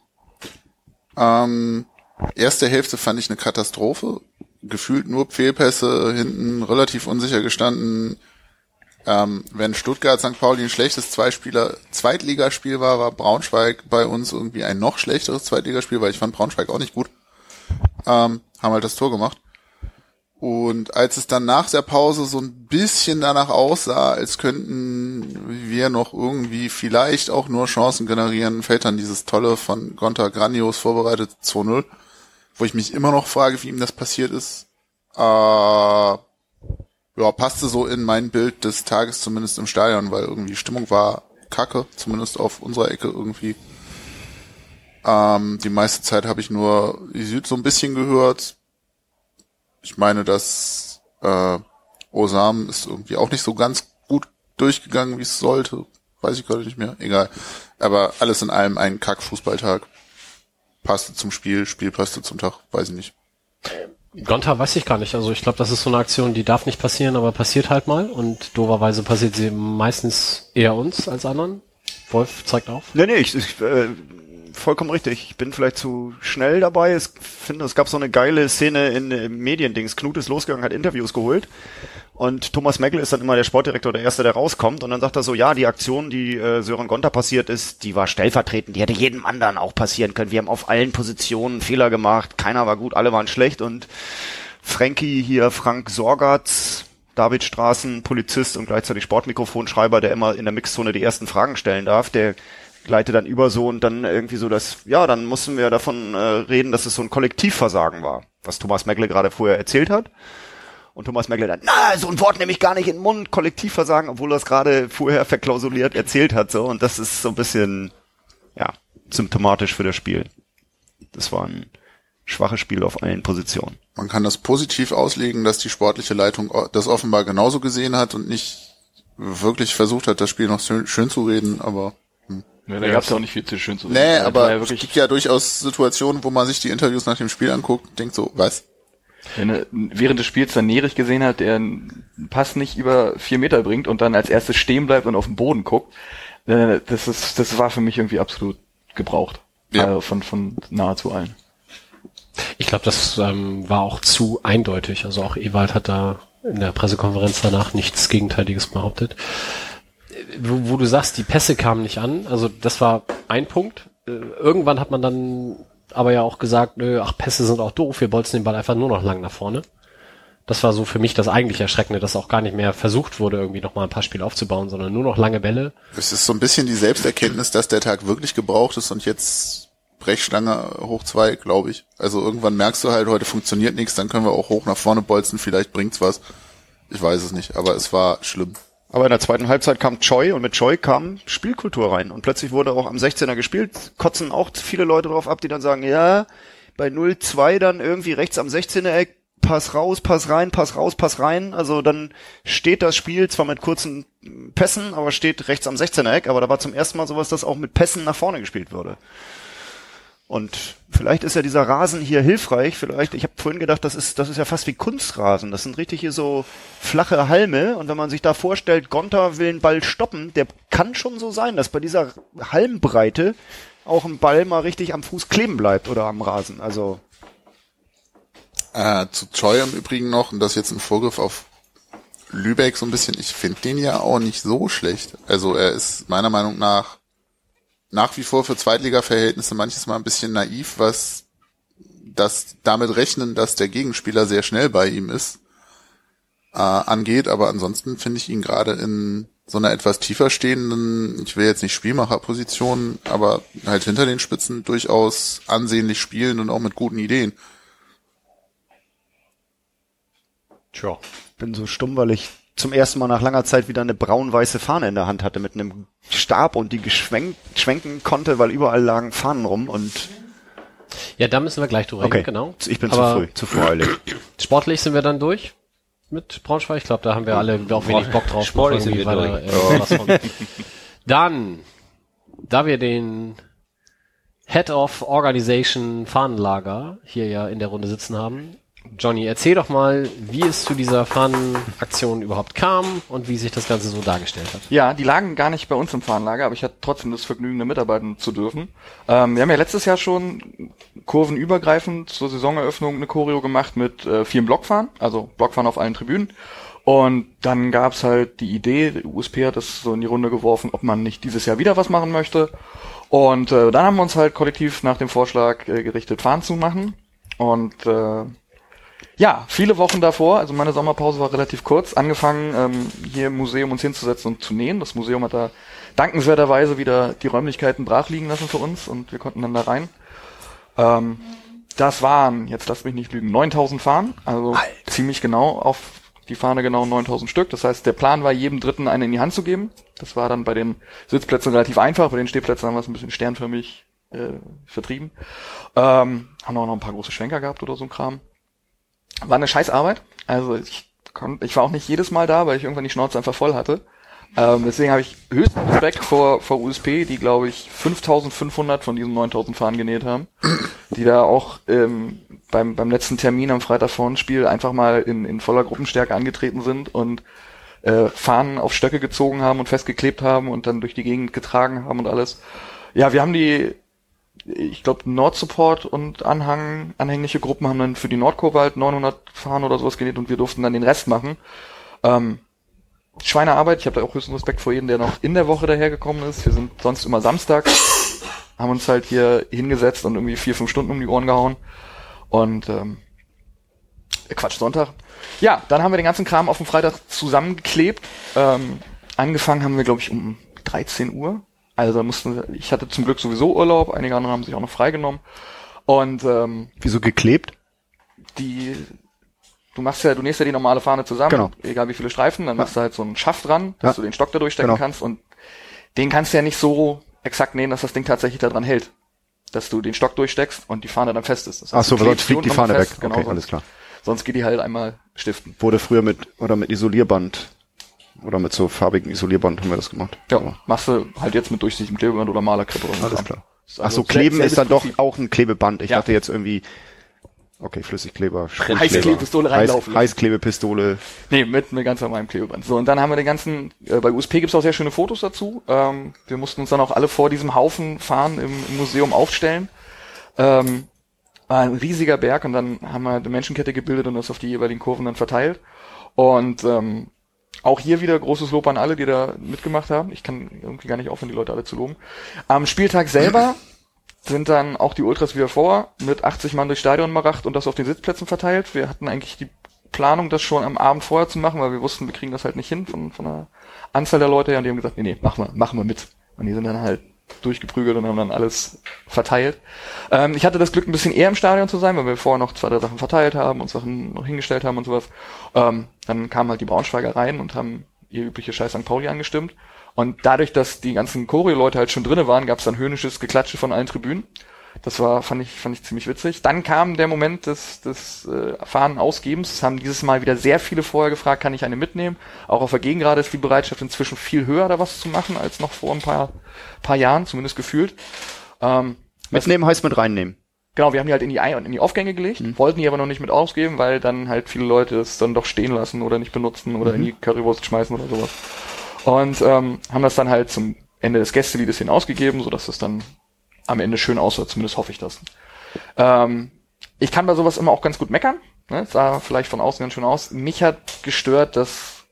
Erste Hälfte fand ich eine Katastrophe. Gefühlt nur Fehlpässe, hinten relativ unsicher gestanden. Wenn Stuttgart St. Pauli ein schlechtes Zweitligaspiel war Braunschweig bei uns irgendwie ein noch schlechteres Zweitligaspiel, weil ich fand Braunschweig auch nicht gut. Haben halt das Tor gemacht. Und als es dann nach der Pause so ein bisschen danach aussah, als könnten wir noch irgendwie vielleicht auch nur Chancen generieren, fällt dann dieses tolle von Gonter grandios vorbereitet 2-0, wo ich mich immer noch frage, wie ihm das passiert ist. Ja, passte so in mein Bild des Tages zumindest im Stadion, weil irgendwie Stimmung war kacke, zumindest auf unserer Ecke irgendwie. Die meiste Zeit habe ich nur die Süd so ein bisschen gehört. Ich meine, dass Osam ist irgendwie auch nicht so ganz gut durchgegangen, wie es sollte. Weiß ich gerade nicht mehr. Egal. Aber alles in allem ein Kack-Fußballtag. Passte zum Spiel passte zum Tag. Weiß ich nicht. Gonter weiß ich gar nicht. Also ich glaube, das ist so eine Aktion, die darf nicht passieren, aber passiert halt mal. Und doverweise passiert sie meistens eher uns als anderen. Wolf zeigt auf. Nee, vollkommen richtig. Ich bin vielleicht zu schnell dabei. Ich finde, es gab so eine geile Szene in Mediendings. Knut ist losgegangen, hat Interviews geholt. Und Thomas Meckle ist dann immer der Sportdirektor, der Erste, der rauskommt. Und dann sagt er so, ja, die Aktion, die Sören Gonter passiert ist, die war stellvertretend. Die hätte jedem anderen auch passieren können. Wir haben auf allen Positionen Fehler gemacht. Keiner war gut, alle waren schlecht. Und Frankie hier, Frank Sorgatz, David Straßen, Polizist und gleichzeitig Sportmikrofonschreiber, der immer in der Mixzone die ersten Fragen stellen darf, der gleitet dann über so und dann irgendwie so dann mussten wir davon reden, dass es so ein Kollektivversagen war, was Thomas Meckle gerade vorher erzählt hat. Und Thomas Meckle dann, so ein Wort nehme ich gar nicht in den Mund, Kollektivversagen, obwohl er es gerade vorher verklausuliert erzählt hat, so. Und das ist so ein bisschen, symptomatisch für das Spiel. Das war ein schwaches Spiel auf allen Positionen. Man kann das positiv auslegen, dass die sportliche Leitung das offenbar genauso gesehen hat und nicht wirklich versucht hat, das Spiel noch schön zu reden, aber... Ja, da gab es ja auch nicht viel zu schön zu reden. Nee, aber es gibt ja durchaus Situationen, wo man sich die Interviews nach dem Spiel anguckt und denkt so, was? Wenn er während des Spiels dann Nerich gesehen hat, der einen Pass nicht über 4 Meter bringt und dann als erstes stehen bleibt und auf den Boden guckt, das war für mich irgendwie absolut gebraucht. Ja. Von nahezu allen. Ich glaube, das war auch zu eindeutig. Also auch Ewald hat da in der Pressekonferenz danach nichts Gegenteiliges behauptet. Wo du sagst, die Pässe kamen nicht an, also das war ein Punkt. Irgendwann hat man dann aber ja auch gesagt, Pässe sind auch doof, wir bolzen den Ball einfach nur noch lang nach vorne. Das war so für mich das eigentlich Erschreckende, dass auch gar nicht mehr versucht wurde, irgendwie nochmal ein Passspiel aufzubauen, sondern nur noch lange Bälle. Es ist so ein bisschen die Selbsterkenntnis, dass der Tag wirklich gebraucht ist und jetzt Brechstange hoch 2, glaube ich. Also irgendwann merkst du halt, heute funktioniert nichts, dann können wir auch hoch nach vorne bolzen, vielleicht bringt's was. Ich weiß es nicht, aber es war schlimm. Aber in der zweiten Halbzeit kam Choi und mit Choi kam Spielkultur rein. Und plötzlich wurde auch am 16er gespielt, kotzen auch viele Leute drauf ab, die dann sagen, ja, bei 0-2 dann irgendwie rechts am 16er Eck, Pass raus, Pass rein, Pass raus, Pass rein. Also dann steht das Spiel zwar mit kurzen Pässen, aber steht rechts am 16er Eck. Aber da war zum ersten Mal sowas, dass auch mit Pässen nach vorne gespielt wurde. Und vielleicht ist ja dieser Rasen hier hilfreich. Vielleicht, ich habe vorhin gedacht, das ist ja fast wie Kunstrasen. Das sind richtig hier so flache Halme. Und wenn man sich da vorstellt, Gonter will einen Ball stoppen, der kann schon so sein, dass bei dieser Halmbreite auch ein Ball mal richtig am Fuß kleben bleibt oder am Rasen. Also zu Choi im Übrigen noch, und das ist jetzt ein Vorgriff auf Lübeck so ein bisschen, ich finde den ja auch nicht so schlecht. Also er ist meiner Meinung nach wie vor für Zweitliga-Verhältnisse manches Mal ein bisschen naiv, was das damit rechnen, dass der Gegenspieler sehr schnell bei ihm ist, angeht. Aber ansonsten finde ich ihn gerade in so einer etwas tiefer stehenden, ich will jetzt nicht Spielmacherposition, aber halt hinter den Spitzen durchaus ansehnlich spielen und auch mit guten Ideen. Tja, bin so stumm, weil ich zum ersten Mal nach langer Zeit wieder eine braun-weiße Fahne in der Hand hatte mit einem Stab und die schwenken konnte, weil überall lagen Fahnen rum und... Ja, da müssen wir gleich drüber reden, genau. Ich bin zu voreilig. Sportlich sind wir dann durch mit Braunschweig. Ich glaube, da haben wir alle auch wenig Bock drauf. Sportlich sind wir durch. Dann, da wir den Head of Organization Fahnenlager hier ja in der Runde sitzen haben, Johnny, erzähl doch mal, wie es zu dieser Fahnenaktion überhaupt kam und wie sich das Ganze so dargestellt hat. Ja, die lagen gar nicht bei uns im Fahnenlager, aber ich hatte trotzdem das Vergnügen, da mitarbeiten zu dürfen. Wir haben ja letztes Jahr schon kurvenübergreifend zur Saisoneröffnung eine Choreo gemacht mit 4 Blockfahren, also Blockfahren auf allen Tribünen. Und dann gab's halt die Idee, der USP hat das so in die Runde geworfen, ob man nicht dieses Jahr wieder was machen möchte. Und dann haben wir uns halt kollektiv nach dem Vorschlag gerichtet, Fahnen zu machen. Und ja, viele Wochen davor, also meine Sommerpause war relativ kurz, angefangen hier im Museum uns hinzusetzen und zu nähen. Das Museum hat da dankenswerterweise wieder die Räumlichkeiten brach liegen lassen für uns und wir konnten dann da rein. Das waren, jetzt lasst mich nicht lügen, 9000 Fahnen, also ziemlich genau auf die Fahne genau 9000 Stück. Das heißt, der Plan war, jedem Dritten eine in die Hand zu geben. Das war dann bei den Sitzplätzen relativ einfach, bei den Stehplätzen haben wir es ein bisschen sternförmig vertrieben. Haben auch noch ein paar große Schwenker gehabt oder so ein Kram. War eine Scheißarbeit. Also ich war auch nicht jedes Mal da, weil ich irgendwann die Schnauze einfach voll hatte. Deswegen habe ich höchsten Respekt vor USP, die, glaube ich, 5500 von diesen 9000 Fahnen genäht haben. Die da auch beim letzten Termin am Freitag vor dem Spiel einfach mal in voller Gruppenstärke angetreten sind und Fahnen auf Stöcke gezogen haben und festgeklebt haben und dann durch die Gegend getragen haben und alles. Ja, wir haben die ich glaube, Nordsupport und anhängliche Gruppen haben dann für die Nordkurve halt 900 Fahnen oder sowas genäht und wir durften dann den Rest machen. Schweinearbeit, ich habe da auch höchsten Respekt vor jedem, der noch in der Woche dahergekommen ist. Wir sind sonst immer Samstag, haben uns halt hier hingesetzt und irgendwie 4-5 Stunden um die Ohren gehauen. Und Sonntag. Ja, dann haben wir den ganzen Kram auf dem Freitag zusammengeklebt. Angefangen haben wir, glaube ich, um 13 Uhr. Also ich hatte zum Glück sowieso Urlaub, einige andere haben sich auch noch freigenommen. Und wieso geklebt? Du nähst ja die normale Fahne zusammen, genau. Egal wie viele Streifen, dann machst du halt so einen Schaft dran, dass du den Stock da durchstecken kannst und den kannst du ja nicht so exakt nähen, dass das Ding tatsächlich da dran hält. Dass du den Stock durchsteckst und die Fahne dann fest ist. Das heißt, sonst fliegt die Fahne fest, weg. Genau, okay, alles klar. Sonst geht die halt einmal stiften. Wurde früher mit Isolierband oder mit so farbigem Isolierband haben wir das gemacht. Ja, machst du halt jetzt mit durchsichtigem Klebeband oder Malerkrippe oder so. Alles klar. Also kleben ist dann doch auch ein Klebeband. Ich dachte jetzt irgendwie, okay, Flüssigkleber, Heißklebepistole reinlaufen. Heißklebepistole. Nee, mit ganz normalem Klebeband. So, und dann haben wir den ganzen, bei USP gibt's auch sehr schöne Fotos dazu. Wir mussten uns dann auch alle vor diesem Haufen Fahnen im Museum aufstellen. War ein riesiger Berg und dann haben wir eine Menschenkette gebildet und das auf die jeweiligen Kurven dann verteilt. Und auch hier wieder großes Lob an alle, die da mitgemacht haben. Ich kann irgendwie gar nicht aufhören, die Leute alle zu loben. Am Spieltag selber sind dann auch die Ultras wieder vor, mit 80 Mann durchs Stadion maracht und das auf den Sitzplätzen verteilt. Wir hatten eigentlich die Planung, das schon am Abend vorher zu machen, weil wir wussten, wir kriegen das halt nicht hin von der Anzahl der Leute her. Und die haben gesagt, nee, machen wir mit. Und die sind dann halt durchgeprügelt und haben dann alles verteilt. Ich hatte das Glück, ein bisschen eher im Stadion zu sein, weil wir vorher noch 2-3 Sachen verteilt haben und Sachen noch hingestellt haben und sowas. Dann kamen halt die Braunschweiger rein und haben ihr übliches Scheiß St. Pauli angestimmt. Und dadurch, dass die ganzen Choreo-Leute halt schon drinne waren, gab es dann höhnisches Geklatsche von allen Tribünen. Das fand ich ziemlich witzig. Dann kam der Moment des Fahnenausgebens. Es haben dieses Mal wieder sehr viele vorher gefragt, kann ich eine mitnehmen? Auch auf der Gegengrade ist die Bereitschaft inzwischen viel höher, da was zu machen, als noch vor ein paar Jahren, zumindest gefühlt. Mitnehmen heißt mit reinnehmen. Genau, wir haben die halt in die Aufgänge gelegt, wollten die aber noch nicht mit ausgeben, weil dann halt viele Leute es dann doch stehen lassen oder nicht benutzen oder in die Currywurst schmeißen oder sowas. Und haben das dann halt zum Ende des Gästeliedes hin ausgegeben, sodass es dann am Ende schön aussah, zumindest hoffe ich das. Ich kann bei sowas immer auch ganz gut meckern, ne? Sah vielleicht von außen ganz schön aus. Mich hat gestört, dass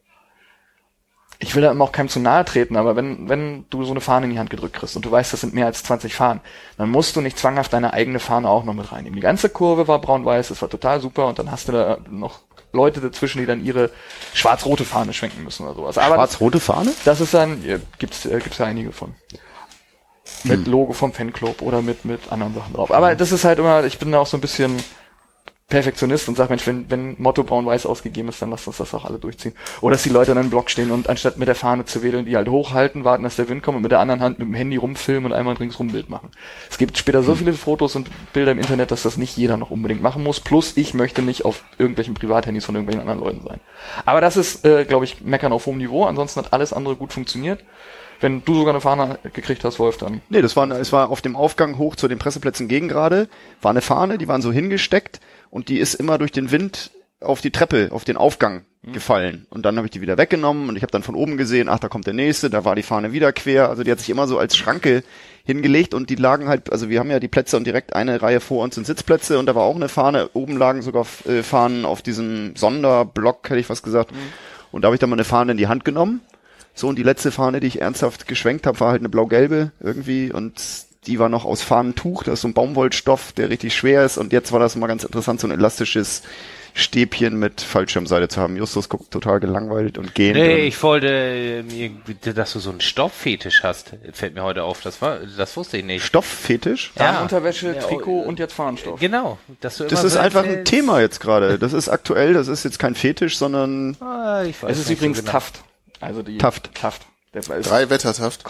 ich will da immer auch keinem zu nahe treten, aber wenn du so eine Fahne in die Hand gedrückt kriegst und du weißt, das sind mehr als 20 Fahnen, dann musst du nicht zwanghaft deine eigene Fahne auch noch mit reinnehmen. Die ganze Kurve war braun-weiß, das war total super und dann hast du da noch Leute dazwischen, die dann ihre schwarz-rote Fahne schwenken müssen oder sowas. Aber schwarz-rote Fahne? Das ist dann, gibt's ja einige von. Mit Logo vom Fanclub oder mit anderen Sachen drauf. Aber das ist halt immer, ich bin da auch so ein bisschen Perfektionist und sag, Mensch, wenn Motto braun-weiß ausgegeben ist, dann lasst uns das auch alle durchziehen. Oder dass die Leute an einem Block stehen und anstatt mit der Fahne zu wedeln, die halt hochhalten, warten, dass der Wind kommt und mit der anderen Hand mit dem Handy rumfilmen und einmal ein ringsrum Bild machen. Es gibt später so viele Fotos und Bilder im Internet, dass das nicht jeder noch unbedingt machen muss. Plus, ich möchte nicht auf irgendwelchen Privathandys von irgendwelchen anderen Leuten sein. Aber das ist, glaube ich, Meckern auf hohem Niveau. Ansonsten hat alles andere gut funktioniert. Wenn du sogar eine Fahne gekriegt hast, Wolf, dann... Nee, es war auf dem Aufgang hoch zu den Presseplätzen Gegengrade, war eine Fahne, die waren so hingesteckt und die ist immer durch den Wind auf die Treppe, auf den Aufgang gefallen. Und dann habe ich die wieder weggenommen und ich habe dann von oben gesehen, ach, da kommt der nächste, da war die Fahne wieder quer. Also die hat sich immer so als Schranke hingelegt und die lagen halt, also wir haben ja die Plätze und direkt eine Reihe vor uns sind Sitzplätze und da war auch eine Fahne, oben lagen sogar Fahnen auf diesem Sonderblock, hätte ich fast gesagt. Und da habe ich dann mal eine Fahne in die Hand genommen. So, und die letzte Fahne, die ich ernsthaft geschwenkt habe, war halt eine blau-gelbe irgendwie und die war noch aus Fahnentuch, das ist so ein Baumwollstoff, der richtig schwer ist und jetzt war das mal ganz interessant, so ein elastisches Stäbchen mit Fallschirmseite zu haben. Justus guckt total gelangweilt und gehend. Nee, ich wollte, dass du so einen Stofffetisch hast, fällt mir heute auf, das wusste ich nicht. Stofffetisch? Ja. Unterwäsche, Trikot und jetzt Fahnenstoff. Genau. Das ist einfach ein Thema jetzt gerade. Das ist aktuell, das ist jetzt kein Fetisch, sondern... ich weiß es ist übrigens so genau. Taft. Also die Taft. 3 Wettertaft.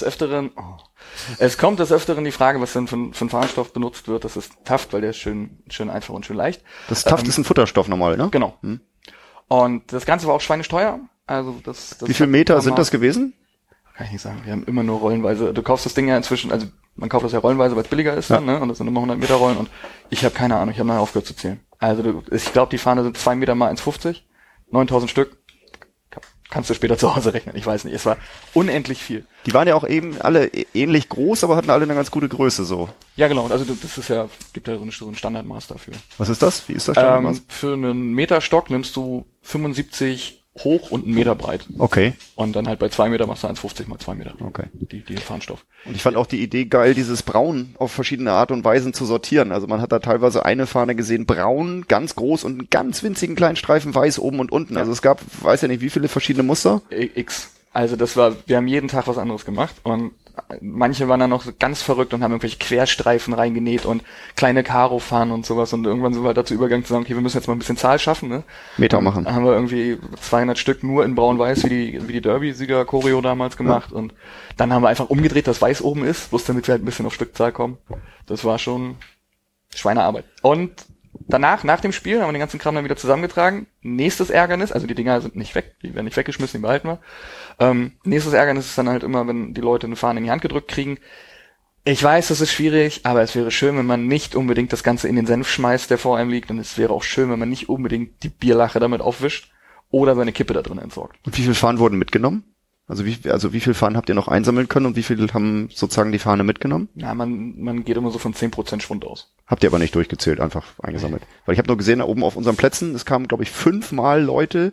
Es kommt des Öfteren die Frage, was denn für ein Fahnenstoff benutzt wird. Das ist Taft, weil der ist schön einfach und schön leicht. Das Taft ist ein Futterstoff normal, ne? Genau. Und das Ganze war auch schweinesteuer. Also das Wie viel Meter sind das gewesen? Kann ich nicht sagen. Wir haben immer nur rollenweise. Du kaufst das Ding ja inzwischen, also man kauft das ja rollenweise, weil es billiger ist, dann, ne? Und das sind immer 100 Meter Rollen und ich habe keine Ahnung. Ich habe nachher aufgehört zu zählen. Also ich glaube, die Fahne sind 2 Meter mal 1,50. 9000 Stück. kannst du später zu Hause rechnen. Ich weiß nicht. Es war unendlich viel. Die waren ja auch eben alle ähnlich groß, aber hatten alle eine ganz gute Größe so. Ja, genau. Also das ist ja, gibt ja so ein Standardmaß dafür. Was ist das? Wie ist das Standardmaß? Für einen Meterstock nimmst du 75 hoch und 1 Meter breit. Okay. Und dann halt bei 2 Meter machst du 1,50 mal 2 Meter. Okay. Die Fahnenstoff. Und ich fand auch die Idee geil, dieses Braun auf verschiedene Art und Weisen zu sortieren. Also man hat da teilweise eine Fahne gesehen, braun, ganz groß und einen ganz winzigen kleinen Streifen weiß oben und unten. Also es gab, weiß ja nicht, wie viele verschiedene Muster. X. Also wir haben jeden Tag was anderes gemacht und manche waren dann noch so ganz verrückt und haben irgendwelche Querstreifen reingenäht und kleine Karo-Fahnen und sowas und irgendwann sind wir halt dazu übergegangen zu sagen, okay, wir müssen jetzt mal ein bisschen Zahl schaffen, ne? Meter machen. Haben wir irgendwie 200 Stück nur in braun-weiß wie die Derby-Sieger-Choreo damals gemacht und dann haben wir einfach umgedreht, dass weiß oben ist, bloß damit wir halt ein bisschen auf Stückzahl kommen. Das war schon Schweinearbeit. Und danach, nach dem Spiel, haben wir den ganzen Kram dann wieder zusammengetragen. Nächstes Ärgernis, also die Dinger sind nicht weg, die werden nicht weggeschmissen, die behalten wir. Nächstes Ärgernis ist dann halt immer, wenn die Leute eine Fahne in die Hand gedrückt kriegen. Ich weiß, das ist schwierig, aber es wäre schön, wenn man nicht unbedingt das Ganze in den Senf schmeißt, der vor einem liegt. Und es wäre auch schön, wenn man nicht unbedingt die Bierlache damit aufwischt oder seine Kippe da drin entsorgt. Und wie viele Fahnen wurden mitgenommen? Also wie viele Fahnen habt ihr noch einsammeln können und wie viele haben sozusagen die Fahne mitgenommen? Ja, man geht immer so von 10% Schwund aus. Habt ihr aber nicht durchgezählt, einfach eingesammelt. Weil ich habe nur gesehen, da oben auf unseren Plätzen, es kamen, glaube ich, 5-mal Leute,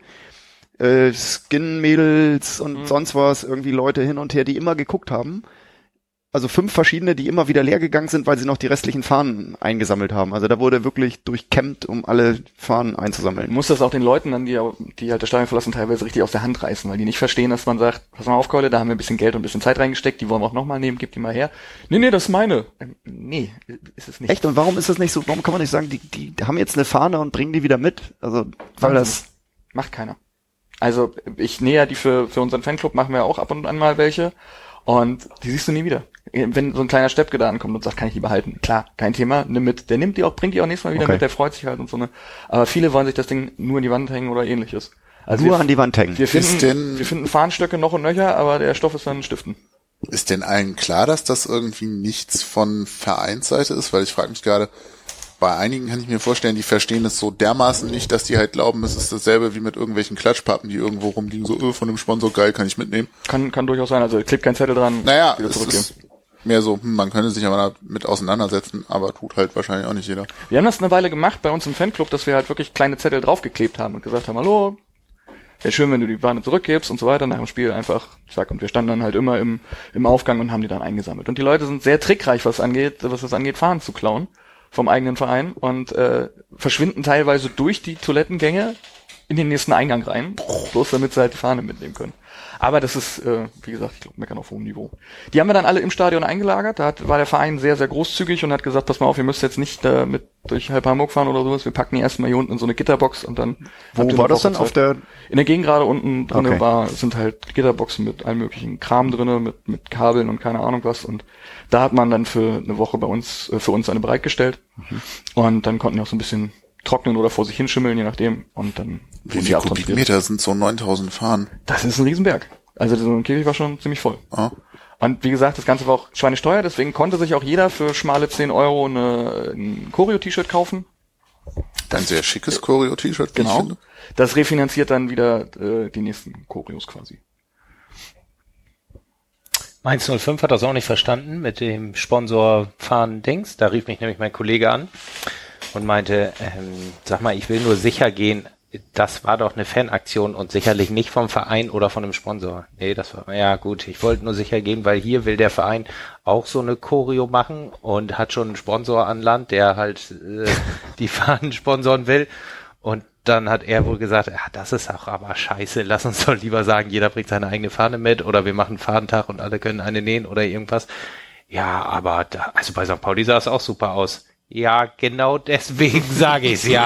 Skin-Mädels und sonst was, irgendwie Leute hin und her, die immer geguckt haben. Also 5 verschiedene, die immer wieder leer gegangen sind, weil sie noch die restlichen Fahnen eingesammelt haben. Also da wurde wirklich durchkämmt, um alle Fahnen einzusammeln. Du musst das auch den Leuten dann, die halt das Stadion verlassen, teilweise richtig aus der Hand reißen, weil die nicht verstehen, dass man sagt, pass mal auf, Keule, da haben wir ein bisschen Geld und ein bisschen Zeit reingesteckt, die wollen wir auch nochmal nehmen, gib die mal her. Nee, das ist meine. Nee, ist es nicht. Echt? Und warum ist das nicht so, warum kann man nicht sagen, die haben jetzt eine Fahne und bringen die wieder mit? Also, weil das... Macht keiner. Also, ich nähe ja die für unseren Fanclub, machen wir auch ab und an mal welche. Und die siehst du nie wieder. Wenn so ein kleiner Steppke da ankommt und sagt, kann ich die behalten? Klar, kein Thema, nimm mit. Der nimmt die auch, bringt die auch nächstes Mal wieder mit, der freut sich halt und so ne. Aber viele wollen sich das Ding nur an die Wand hängen oder ähnliches. Also nur an die Wand hängen. Wir finden Fahnstöcke noch und nöcher, aber der Stoff ist dann Stiften. Ist denn allen klar, dass das irgendwie nichts von Vereinsseite ist? Weil ich frage mich gerade, bei einigen kann ich mir vorstellen, die verstehen es so dermaßen nicht, dass die halt glauben, es ist dasselbe wie mit irgendwelchen Klatschpappen, die irgendwo rumliegen, so, von dem Sponsor, geil, kann ich mitnehmen. Kann durchaus sein, also klebt kein Zettel dran. Naja, es ist mehr so, man könnte sich aber damit auseinandersetzen, aber tut halt wahrscheinlich auch nicht jeder. Wir haben das eine Weile gemacht bei uns im Fanclub, dass wir halt wirklich kleine Zettel draufgeklebt haben und gesagt haben, hallo, wäre schön, wenn du die Fahne zurückgibst und so weiter, nach dem Spiel einfach, zack, und wir standen dann halt immer im Aufgang und haben die dann eingesammelt. Und die Leute sind sehr trickreich, was das angeht, Fahnen zu klauen vom eigenen Verein und verschwinden teilweise durch die Toilettengänge in den nächsten Eingang rein, bloß damit sie halt die Fahne mitnehmen können. Aber das ist, wie gesagt, ich glaube, meckern auf hohem Niveau. Die haben wir dann alle im Stadion eingelagert. Da war der Verein sehr, sehr großzügig und hat gesagt, pass mal auf, ihr müsst jetzt nicht mit durch halb Hamburg fahren oder sowas. Wir packen die erstmal hier unten in so eine Gitterbox und dann... Wo war das dann? In der Gegend gerade unten drinne sind halt Gitterboxen mit allem möglichen Kram drinne, mit Kabeln und keine Ahnung was. Und da hat man dann für eine Woche für uns eine bereitgestellt. Und dann konnten die auch so ein bisschen trocknen oder vor sich hinschimmeln, je nachdem. Und dann wie viele Kubikmeter sind so 9000 Fahnen? Das ist ein Riesenberg. Also so ein Käfig war schon ziemlich voll. Oh. Und wie gesagt, das Ganze war auch schweinesteuer, deswegen konnte sich auch jeder für schmale 10 Euro ein Choreo-T-Shirt kaufen. Ein sehr schickes Choreo-T-Shirt. Genau. Das refinanziert dann wieder die nächsten Choreos quasi. Mainz 05 hat das auch nicht verstanden mit dem Sponsor Fahnen-Dings. Da rief mich nämlich mein Kollege an und meinte, sag mal, ich will nur sicher gehen, das war doch eine Fanaktion und sicherlich nicht vom Verein oder von einem Sponsor. Nee, das war, ja gut, ich wollte nur sicher gehen, weil hier will der Verein auch so eine Choreo machen und hat schon einen Sponsor an Land, der halt die Fahnen sponsoren will. Und dann hat er wohl gesagt, ja, das ist auch aber scheiße, lass uns doch lieber sagen, jeder bringt seine eigene Fahne mit oder wir machen Fahnentag und alle können eine nähen oder irgendwas. Ja, aber also bei St. Pauli sah es auch super aus. Ja, genau deswegen sage ich's ja.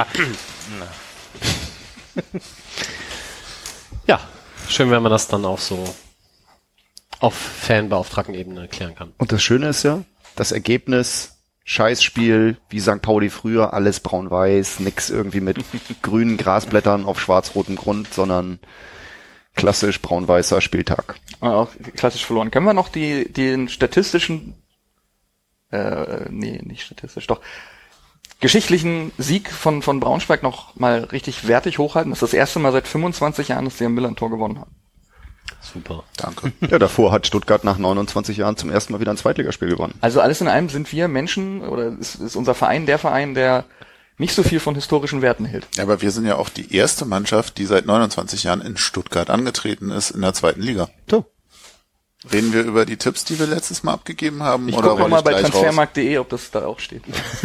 Ja, schön, wenn man das dann auch so auf Fanbeauftragten-Ebene erklären kann. Und das Schöne ist ja, das Ergebnis, Scheißspiel, wie St. Pauli früher, alles braun-weiß, nix irgendwie mit grünen Grasblättern auf schwarz-rotem Grund, sondern klassisch braun-weißer Spieltag. Auch klassisch verloren. Können wir noch den statistischen, nee, nicht statistisch, doch, geschichtlichen Sieg von Braunschweig noch mal richtig wertig hochhalten. Das ist das erste Mal seit 25 Jahren, dass sie am Millern-Tor gewonnen haben. Super. Danke. Ja, davor hat Stuttgart nach 29 Jahren zum ersten Mal wieder ein Zweitligaspiel gewonnen. Also alles in allem sind wir Menschen, oder ist unser Verein der Verein, der nicht so viel von historischen Werten hält. Ja, aber wir sind ja auch die erste Mannschaft, die seit 29 Jahren in Stuttgart angetreten ist, in der 2. Liga. So. Reden wir über die Tipps, die wir letztes Mal abgegeben haben? Ich oder gucke roll mal ich bei gleich raus? transfermarkt.de, ob das da auch steht.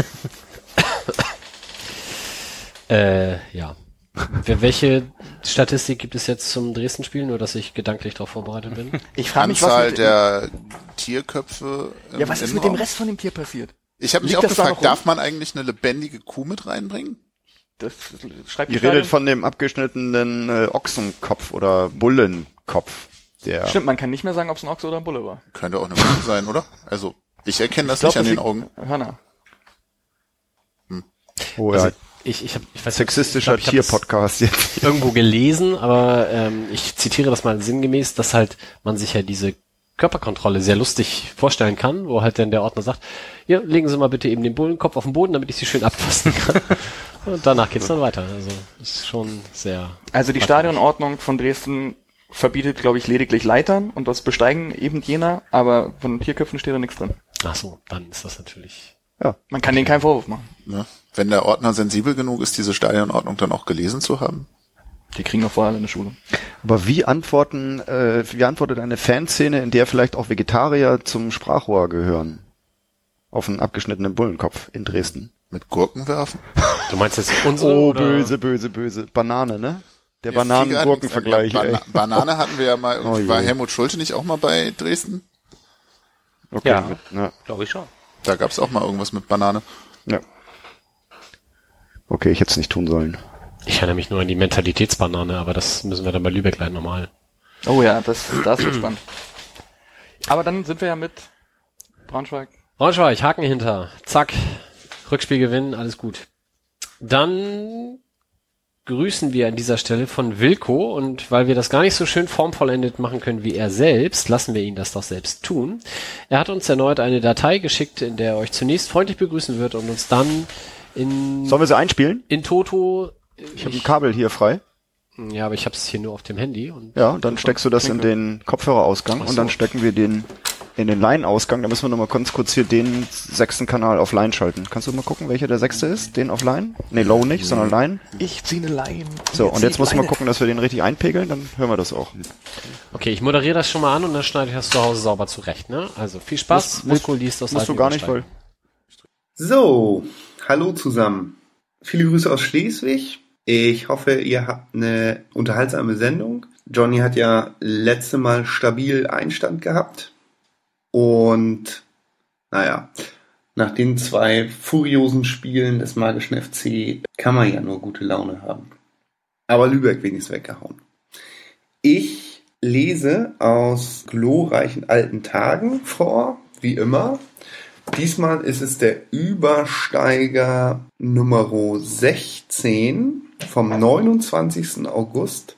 Ja. Welche Statistik gibt es jetzt zum Dresden-Spiel? Nur, dass ich gedanklich darauf vorbereitet bin. Ich frage mich, Anzahl der Tierköpfe ja, was ist mit dem Rest von dem Tier passiert? Ich habe mich Liegt auch das da gefragt, noch rum? darf man eigentlich eine lebendige Kuh mit reinbringen? Das schreibt Ihr redet von dem abgeschnittenen Ochsenkopf oder Bullenkopf. Der Stimmt, man kann nicht mehr sagen, ob es ein Ochse oder ein Bulle war. Könnte auch eine Kuh sein, oder? Also, ich erkenne das Ich glaub, nicht an den liegt- Augen. Hörner. oh, Also, ja. ich weiß Sexistischer ich hab das Tierpodcast jetzt. irgendwo gelesen, aber ich zitiere das mal sinngemäß, dass halt man sich ja diese Körperkontrolle sehr lustig vorstellen kann, wo halt dann der Ordner sagt, hier, legen Sie mal bitte eben den Bullenkopf auf den Boden, damit ich Sie schön abfassen kann. Und danach geht's dann weiter. Also ist schon sehr... Also die Stadionordnung von Dresden verbietet, glaube ich, lediglich Leitern und das Besteigen eben jener, aber von Tierköpfen steht da nichts drin. Ach so, dann ist das natürlich... Man kann denen keinen Vorwurf machen. Ne? Wenn der Ordner sensibel genug ist, diese Stadionordnung dann auch gelesen zu haben. Die kriegen noch vorher alle eine Schule. Aber wie antwortet eine Fanszene, in der vielleicht auch Vegetarier zum Sprachrohr gehören? Auf einen abgeschnittenen Bullenkopf in Dresden. Mit Gurken werfen? Du meinst jetzt unsere Oh, oder? böse, böse, böse. Banane, ne? Der Ja, Bananen-Gurken-Vergleich, ey. Banane hatten wir ja mal, Oh je. war Helmut Schulte nicht auch mal bei Dresden? Okay, Ja. ja. Glaube ich schon. Da gab's auch mal irgendwas mit Banane. Ja. Okay, ich hätte es nicht tun sollen. Ich erinnere mich nur an die Mentalitätsbanane, aber das müssen wir dann bei Lübeck gleich nochmal. Oh ja, das wird spannend. Aber dann sind wir ja mit Braunschweig. Braunschweig, Haken hinter. Zack. Rückspiel gewinnen, alles gut. Dann grüßen wir an dieser Stelle von Wilko und weil wir das gar nicht so schön formvollendet machen können wie er selbst, lassen wir ihn das doch selbst tun. Er hat uns erneut eine Datei geschickt, in der er euch zunächst freundlich begrüßen wird und uns dann Sollen wir sie einspielen? in Toto... Ich habe ein Kabel hier frei. Ja, aber ich habe es hier nur auf dem Handy. Und Ja, dann steckst du das in den Kopfhörerausgang und dann stecken wir den in den Line-Ausgang. Da müssen wir nochmal ganz kurz hier den 6. Kanal auf Line schalten. Kannst du mal gucken, welcher der 6. ist? Den auf Line? Nee, Low nicht, sondern Line. Ich ziehe eine Leine. So, und jetzt müssen wir gucken, dass wir den richtig einpegeln, dann hören wir das auch. Okay, ich moderiere das schon mal an und dann schneide ich das zu Hause sauber zurecht, ne? Also viel Spaß. Wilko liest das Musst du gar nicht, weil... So, hallo zusammen. Viele Grüße aus Schleswig. Ich hoffe, ihr habt eine unterhaltsame Sendung. Johnny hat ja letzte Mal stabil Einstand gehabt. Und naja, nach den 2 furiosen Spielen des magischen FC kann man ja nur gute Laune haben. Aber Lübeck wenigstens weggehauen. Ich lese aus glorreichen alten Tagen vor, wie immer. Diesmal ist es der Übersteiger Nummer 16 vom 29. August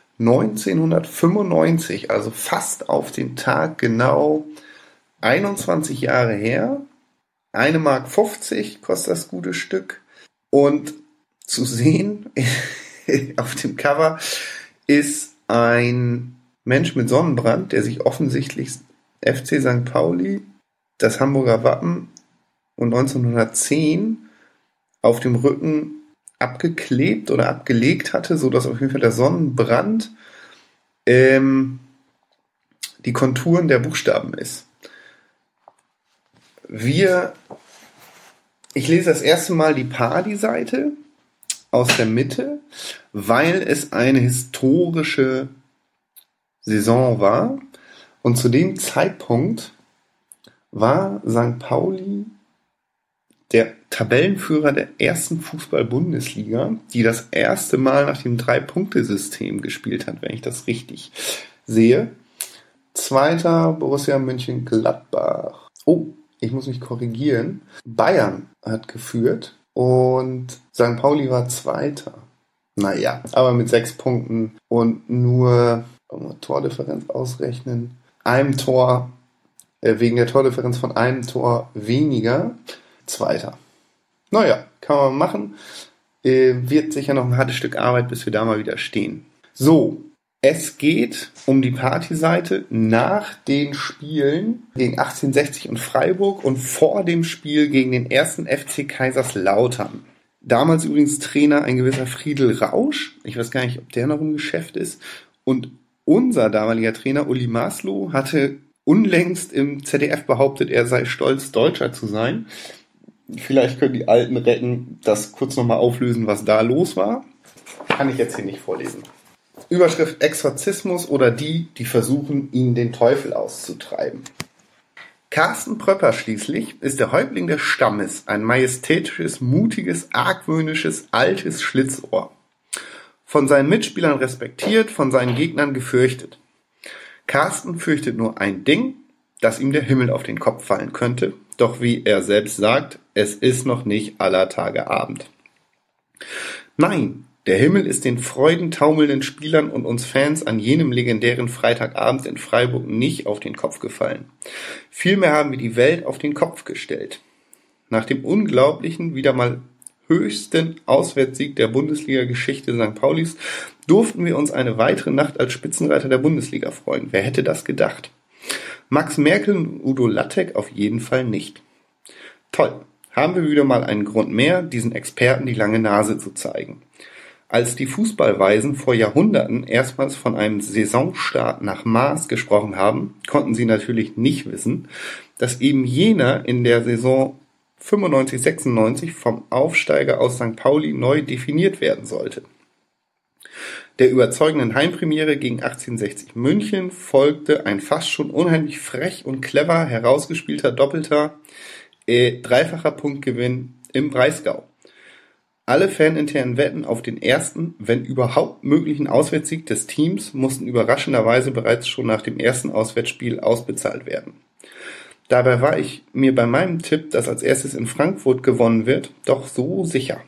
1995, also fast auf den Tag genau 21 Jahre her. 1,50 Mark kostet das gute Stück. Und zu sehen auf dem Cover ist ein Mensch mit Sonnenbrand, der sich offensichtlich FC St. Pauli, das Hamburger Wappen und 1910 auf dem Rücken abgeklebt oder abgelegt hatte, so dass auf jeden Fall der Sonnenbrand die Konturen der Buchstaben ist. Ich lese das erste Mal die Party-Seite aus der Mitte, weil es eine historische Saison war und zu dem Zeitpunkt war St. Pauli der Tabellenführer der ersten Fußball-Bundesliga, die das erste Mal nach dem 3-Punkte-System gespielt hat, wenn ich das richtig sehe. Zweiter Borussia Mönchengladbach. Oh, ich muss mich korrigieren. Bayern hat geführt und St. Pauli war Zweiter. Naja, aber mit 6 Punkten und nur Tordifferenz ausrechnen. Einem Tor, wegen der Tordifferenz von einem Tor weniger. Zweiter. Naja, kann man machen. Wird sicher noch ein hartes Stück Arbeit, bis wir da mal wieder stehen. So, es geht um die Partyseite nach den Spielen gegen 1860 und Freiburg und vor dem Spiel gegen den 1. FC Kaiserslautern. Damals übrigens Trainer ein gewisser Friedel Rausch. Ich weiß gar nicht, ob der noch im Geschäft ist. Und unser damaliger Trainer Uli Maslow hatte unlängst im ZDF behauptet, er sei stolz, Deutscher zu sein. Vielleicht können die alten Recken das kurz nochmal auflösen, was da los war. Kann ich jetzt hier nicht vorlesen. Überschrift Exorzismus oder die versuchen, ihn den Teufel auszutreiben. Carsten Pröpper schließlich ist der Häuptling des Stammes, ein majestätisches, mutiges, argwöhnisches, altes Schlitzohr. Von seinen Mitspielern respektiert, von seinen Gegnern gefürchtet. Carsten fürchtet nur ein Ding, dass ihm der Himmel auf den Kopf fallen könnte, doch wie er selbst sagt, es ist noch nicht aller Tage Abend. Nein, der Himmel ist den freudentaumelnden Spielern und uns Fans an jenem legendären Freitagabend in Freiburg nicht auf den Kopf gefallen. Vielmehr haben wir die Welt auf den Kopf gestellt. Nach dem unglaublichen, wieder mal höchsten Auswärtssieg der Bundesliga-Geschichte St. Paulis durften wir uns eine weitere Nacht als Spitzenreiter der Bundesliga freuen. Wer hätte das gedacht? Max Merkel und Udo Lattek auf jeden Fall nicht. Toll, haben wir wieder mal einen Grund mehr, diesen Experten die lange Nase zu zeigen. Als die Fußballweisen vor Jahrhunderten erstmals von einem Saisonstart nach Maß gesprochen haben, konnten sie natürlich nicht wissen, dass eben jener in der Saison 95/96 vom Aufsteiger aus St. Pauli neu definiert werden sollte. Der überzeugenden Heimpremiere gegen 1860 München folgte ein fast schon unheimlich frech und clever herausgespielter doppelter dreifacher Punktgewinn im Breisgau. Alle faninternen Wetten auf den ersten, wenn überhaupt möglichen Auswärtssieg des Teams mussten überraschenderweise bereits schon nach dem ersten Auswärtsspiel ausbezahlt werden. Dabei war ich mir bei meinem Tipp, dass als erstes in Frankfurt gewonnen wird, doch so sicher.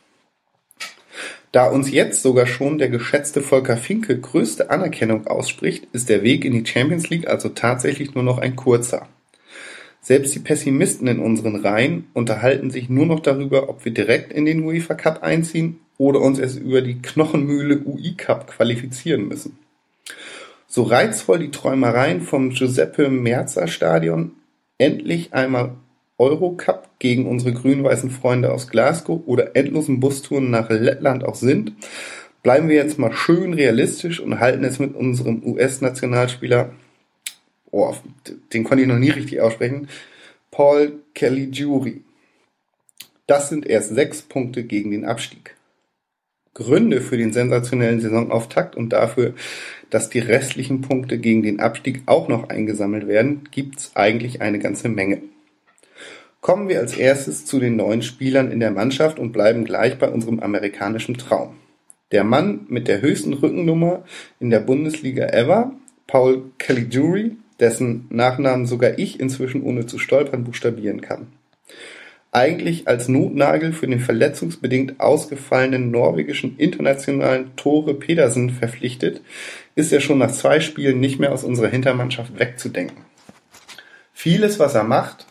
Da uns jetzt sogar schon der geschätzte Volker Finke größte Anerkennung ausspricht, ist der Weg in die Champions League also tatsächlich nur noch ein kurzer. Selbst die Pessimisten in unseren Reihen unterhalten sich nur noch darüber, ob wir direkt in den UEFA Cup einziehen oder uns erst über die Knochenmühle UI Cup qualifizieren müssen. So reizvoll die Träumereien vom Giuseppe Meazza Stadion, endlich einmal Eurocup gegen unsere grün-weißen Freunde aus Glasgow oder endlosen Bustouren nach Lettland auch sind, bleiben wir jetzt mal schön realistisch und halten es mit unserem US-Nationalspieler, den konnte ich noch nie richtig aussprechen, Paul Caligiuri. Das sind erst 6 Punkte gegen den Abstieg. Gründe für den sensationellen Saisonauftakt und dafür, dass die restlichen Punkte gegen den Abstieg auch noch eingesammelt werden, gibt's eigentlich eine ganze Menge. Kommen wir als erstes zu den neuen Spielern in der Mannschaft und bleiben gleich bei unserem amerikanischen Traum. Der Mann mit der höchsten Rückennummer in der Bundesliga ever, Paul Caligiuri, dessen Nachnamen sogar ich inzwischen ohne zu stolpern buchstabieren kann. Eigentlich als Notnagel für den verletzungsbedingt ausgefallenen norwegischen internationalen Tore Pedersen verpflichtet, ist er schon nach 2 Spielen nicht mehr aus unserer Hintermannschaft wegzudenken. Vieles, was er macht,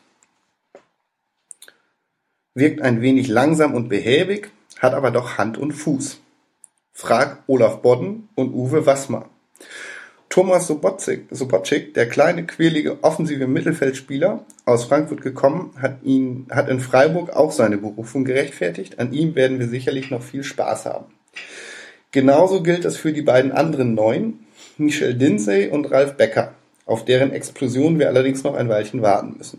wirkt ein wenig langsam und behäbig, hat aber doch Hand und Fuß. Frag Olaf Bodden und Uwe Wassmer. Thomas Sobotschik, der kleine, quirlige, offensive Mittelfeldspieler, aus Frankfurt gekommen, hat in Freiburg auch seine Berufung gerechtfertigt. An ihm werden wir sicherlich noch viel Spaß haben. Genauso gilt das für die beiden anderen Neuen, Michel Dinsey und Ralf Becker, auf deren Explosion wir allerdings noch ein Weilchen warten müssen.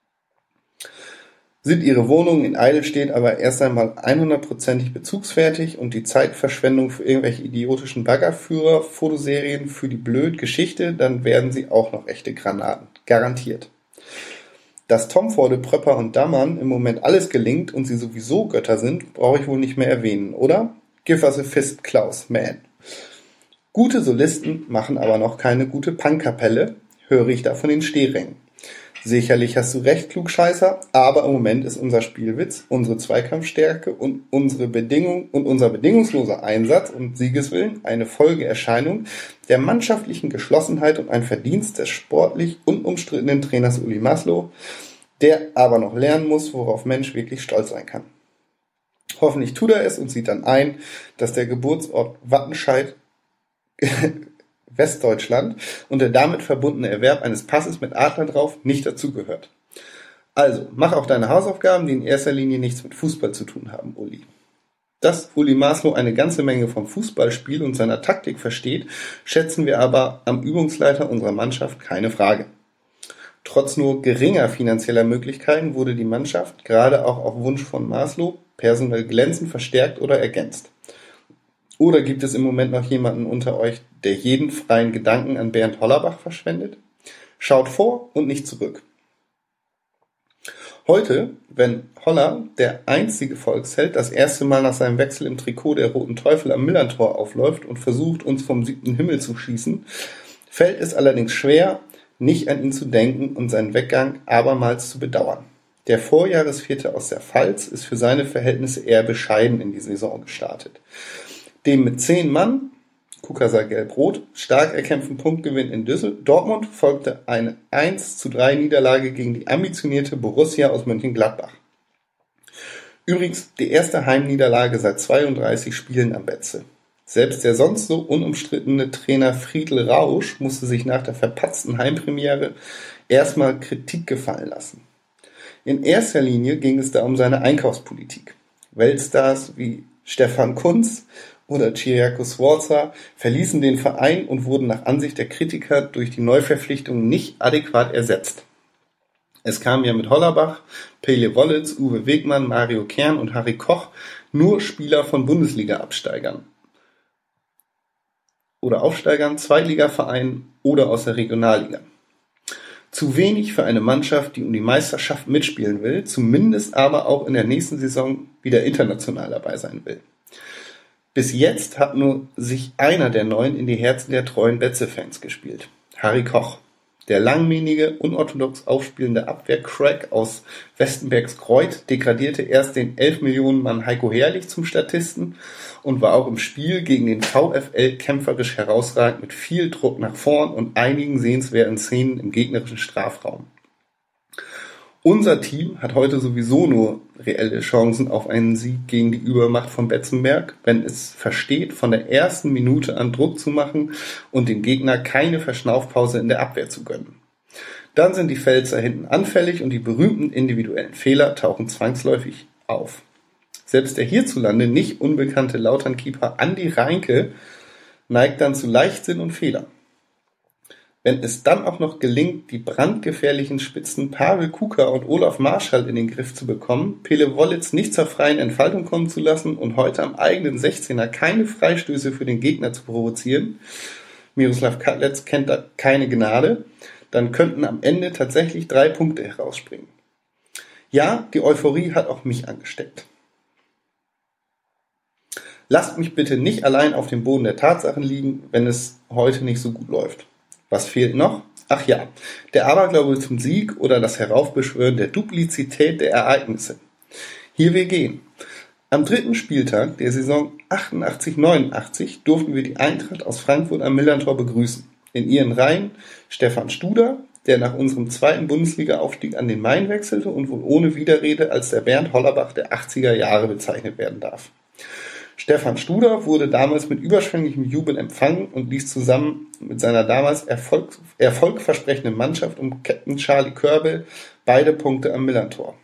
Sind ihre Wohnungen in Eidelstedt aber erst einmal 100%ig bezugsfertig und die Zeitverschwendung für irgendwelche idiotischen Baggerführer, Fotoserien für die blöd Geschichte, dann werden sie auch noch echte Granaten. Garantiert. Dass Tomforde, Pröpper und Dammann im Moment alles gelingt und sie sowieso Götter sind, brauche ich wohl nicht mehr erwähnen, oder? Give us a fist, Klaus, man. Gute Solisten machen aber noch keine gute Punkkapelle, höre ich da von den Stehrängen. Sicherlich hast du recht, Klugscheißer, aber im Moment ist unser Spielwitz, unsere Zweikampfstärke und unser bedingungsloser Einsatz und Siegeswillen eine Folgeerscheinung der mannschaftlichen Geschlossenheit und ein Verdienst des sportlich unumstrittenen Trainers Uli Maslow, der aber noch lernen muss, worauf Mensch wirklich stolz sein kann. Hoffentlich tut er es und sieht dann ein, dass der Geburtsort Wattenscheid Westdeutschland und der damit verbundene Erwerb eines Passes mit Adler drauf nicht dazugehört. Also, mach auch deine Hausaufgaben, die in erster Linie nichts mit Fußball zu tun haben, Uli. Dass Uli Maslow eine ganze Menge vom Fußballspiel und seiner Taktik versteht, schätzen wir aber am Übungsleiter unserer Mannschaft keine Frage. Trotz nur geringer finanzieller Möglichkeiten wurde die Mannschaft, gerade auch auf Wunsch von Maslow, personell glänzend verstärkt oder ergänzt. Oder gibt es im Moment noch jemanden unter euch, der jeden freien Gedanken an Bernd Hollerbach verschwendet? Schaut vor und nicht zurück. Heute, wenn Holler, der einzige Volksheld, das erste Mal nach seinem Wechsel im Trikot der Roten Teufel am Millerntor aufläuft und versucht, uns vom 7. Himmel zu schießen, fällt es allerdings schwer, nicht an ihn zu denken und seinen Weggang abermals zu bedauern. Der Vorjahresvierte aus der Pfalz ist für seine Verhältnisse eher bescheiden in die Saison gestartet. Dem mit 10 Mann, Kukasa Gelb-Rot, stark erkämpften Punktgewinn in Dortmund folgte eine 1:3 Niederlage gegen die ambitionierte Borussia aus Mönchengladbach. Übrigens die erste Heimniederlage seit 32 Spielen am Betze. Selbst der sonst so unumstrittene Trainer Friedel Rausch musste sich nach der verpatzten Heimpremiere erstmal Kritik gefallen lassen. In erster Linie ging es da um seine Einkaufspolitik. Weltstars wie Stefan Kuntz oder Ciriaco Sforza verließen den Verein und wurden nach Ansicht der Kritiker durch die Neuverpflichtungen nicht adäquat ersetzt. Es kamen ja mit Hollerbach, Pele Wollitz, Uwe Wegmann, Mario Kern und Harry Koch nur Spieler von Bundesliga-Absteigern oder Aufsteigern, Zweitligavereinen oder aus der Regionalliga. Zu wenig für eine Mannschaft, die um die Meisterschaft mitspielen will, zumindest aber auch in der nächsten Saison wieder international dabei sein will. Bis jetzt hat nur sich einer der Neuen in die Herzen der treuen Betze-Fans gespielt. Harry Koch. Der langmähnige, unorthodox aufspielende Abwehr-Crack aus Westenbergs Kreuth degradierte erst den 11 Millionen Mann Heiko Herrlich zum Statisten und war auch im Spiel gegen den VfL kämpferisch herausragend mit viel Druck nach vorn und einigen sehenswerten Szenen im gegnerischen Strafraum. Unser Team hat heute sowieso nur reelle Chancen auf einen Sieg gegen die Übermacht von Betzenberg, wenn es versteht, von der ersten Minute an Druck zu machen und dem Gegner keine Verschnaufpause in der Abwehr zu gönnen. Dann sind die Pfälzer hinten anfällig und die berühmten individuellen Fehler tauchen zwangsläufig auf. Selbst der hierzulande nicht unbekannte Lautern-Keeper Andi Reinke neigt dann zu Leichtsinn und Fehlern. Wenn es dann auch noch gelingt, die brandgefährlichen Spitzen Pavel Kuka und Olaf Marschall in den Griff zu bekommen, Pele Wollitz nicht zur freien Entfaltung kommen zu lassen und heute am eigenen 16er keine Freistöße für den Gegner zu provozieren, Miroslav Katlec kennt da keine Gnade, dann könnten am Ende tatsächlich 3 Punkte herausspringen. Ja, die Euphorie hat auch mich angesteckt. Lasst mich bitte nicht allein auf dem Boden der Tatsachen liegen, wenn es heute nicht so gut läuft. Was fehlt noch? Ach ja, der Aberglaube zum Sieg oder das Heraufbeschwören der Duplizität der Ereignisse. Hier wir gehen. Am 3. Spieltag der Saison 88/89 durften wir die Eintracht aus Frankfurt am Millerntor begrüßen. In ihren Reihen Stefan Studer, der nach unserem 2. Bundesliga-Aufstieg an den Main wechselte und wohl ohne Widerrede als der Bernd Hollerbach der 80er Jahre bezeichnet werden darf. Stefan Studer wurde damals mit überschwänglichem Jubel empfangen und ließ zusammen mit seiner damals erfolgversprechenden Mannschaft um Captain Charlie Körbel beide Punkte am Millerntor.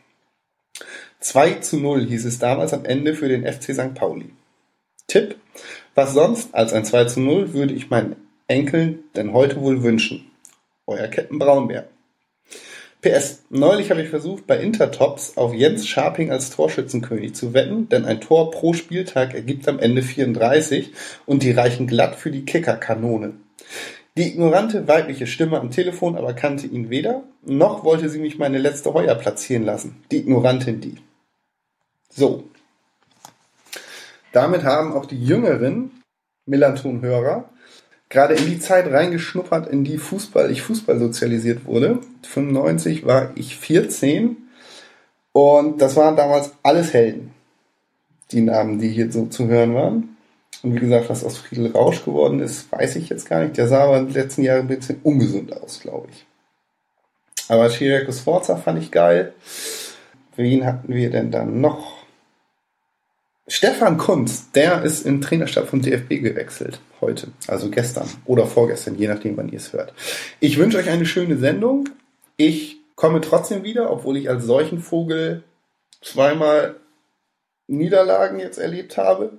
2:0 hieß es damals am Ende für den FC St. Pauli. Tipp: Was sonst als ein 2:0 würde ich meinen Enkeln denn heute wohl wünschen? Euer Captain Braunbär. PS, neulich habe ich versucht, bei Intertops auf Jens Scharping als Torschützenkönig zu wetten, denn ein Tor pro Spieltag ergibt am Ende 34 und die reichen glatt für die Kickerkanone. Die ignorante weibliche Stimme am Telefon aber kannte ihn weder, noch wollte sie mich meine letzte Heuer platzieren lassen. Die Ignorantin die. So. Damit haben auch die jüngeren Millanton-Hörer gerade in die Zeit reingeschnuppert, in die ich Fußball sozialisiert wurde. 95 war ich 14 und das waren damals alles Helden, die Namen, die hier so zu hören waren. Und wie gesagt, was aus Friedel Rausch geworden ist, weiß ich jetzt gar nicht. Der sah aber in den letzten Jahren ein bisschen ungesund aus, glaube ich. Aber Ciriaco Sforza fand ich geil. Wen hatten wir denn dann noch? Stefan Kunz, der ist in den Trainerstab vom DFB gewechselt. Heute. Also gestern oder vorgestern, je nachdem, wann ihr es hört. Ich wünsche euch eine schöne Sendung. Ich komme trotzdem wieder, obwohl ich als Seuchenvogel zweimal Niederlagen jetzt erlebt habe.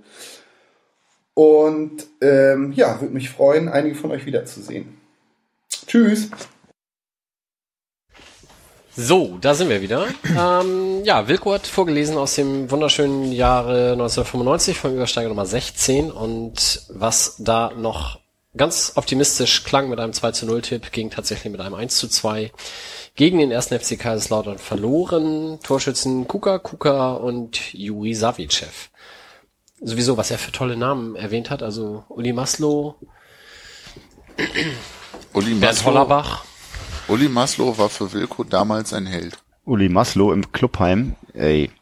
Und würde mich freuen, einige von euch wiederzusehen. Tschüss. So, da sind wir wieder. Wilko hat vorgelesen aus dem wunderschönen Jahre 1995 vom Übersteiger Nummer 16 und was da noch ganz optimistisch klang mit einem 2-0-Tipp, ging tatsächlich mit einem 1-2 gegen den 1. FC Kaiserslautern verloren. Torschützen Kuka und Juri Savicev. Sowieso, was er für tolle Namen erwähnt hat, also Uli Maslow, Bernd Hollerbach. Uli Maslow war für Wilko damals ein Held. Uli Maslow im Clubheim, ey.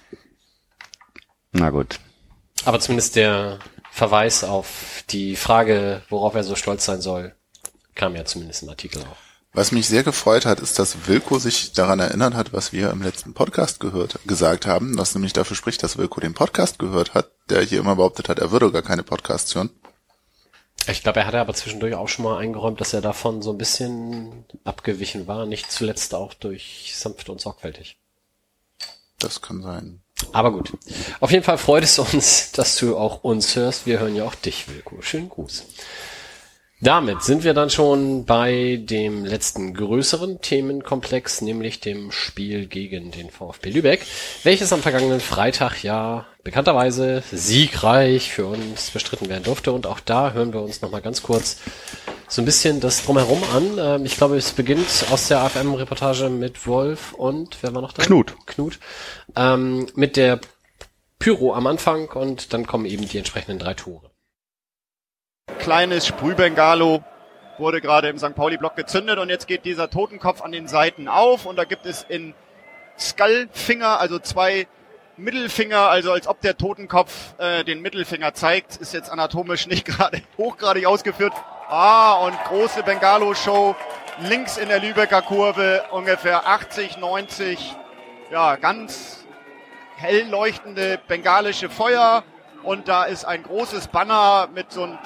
Na gut. Aber zumindest der Verweis auf die Frage, worauf er so stolz sein soll, kam ja zumindest im Artikel auch. Was mich sehr gefreut hat, ist, dass Wilko sich daran erinnert hat, was wir im letzten Podcast gesagt haben, was nämlich dafür spricht, dass Wilko den Podcast gehört hat, der hier immer behauptet hat, er würde gar keine Podcasts hören. Ich glaube, er hatte aber zwischendurch auch schon mal eingeräumt, dass er davon so ein bisschen abgewichen war, nicht zuletzt auch durch sanft und sorgfältig. Das kann sein. Aber gut. Auf jeden Fall freut es uns, dass du auch uns hörst. Wir hören ja auch dich, Wilko. Schönen Gruß. Damit sind wir dann schon bei dem letzten größeren Themenkomplex, nämlich dem Spiel gegen den VfB Lübeck, welches am vergangenen Freitag ja bekannterweise siegreich für uns bestritten werden durfte. Und auch da hören wir uns nochmal ganz kurz so ein bisschen das Drumherum an. Ich glaube, es beginnt aus der AFM-Reportage mit Wolf und, wer war noch da? Knut. Mit der Pyro am Anfang und dann kommen eben die entsprechenden 3 Tore. Kleines Sprühbengalo wurde gerade im St. Pauli-Block gezündet und jetzt geht dieser Totenkopf an den Seiten auf und da gibt es in Skullfinger, also 2 Mittelfinger, also als ob der Totenkopf den Mittelfinger zeigt, ist jetzt anatomisch nicht gerade hochgradig ausgeführt. Und große Bengalo-Show links in der Lübecker Kurve, ungefähr 80, 90, ja, ganz hell leuchtende bengalische Feuer. Und da ist ein großes Banner mit so einem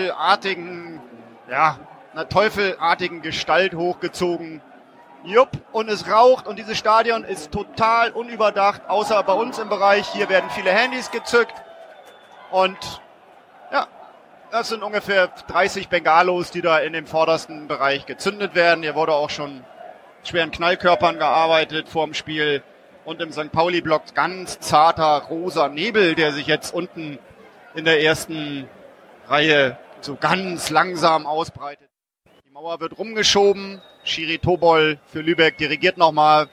einer teufelartigen Gestalt hochgezogen. Jupp, und es raucht und dieses Stadion ist total unüberdacht, außer bei uns im Bereich. Hier werden viele Handys gezückt und ja, das sind ungefähr 30 Bengalos, die da in dem vordersten Bereich gezündet werden. Hier wurde auch schon schweren Knallkörpern gearbeitet vor dem Spiel. Und im St. Pauli-Block ganz zarter rosa Nebel, der sich jetzt unten in der ersten Reihe so ganz langsam ausbreitet. Die Mauer wird rumgeschoben. Schiri Tobol für Lübeck dirigiert nochmal.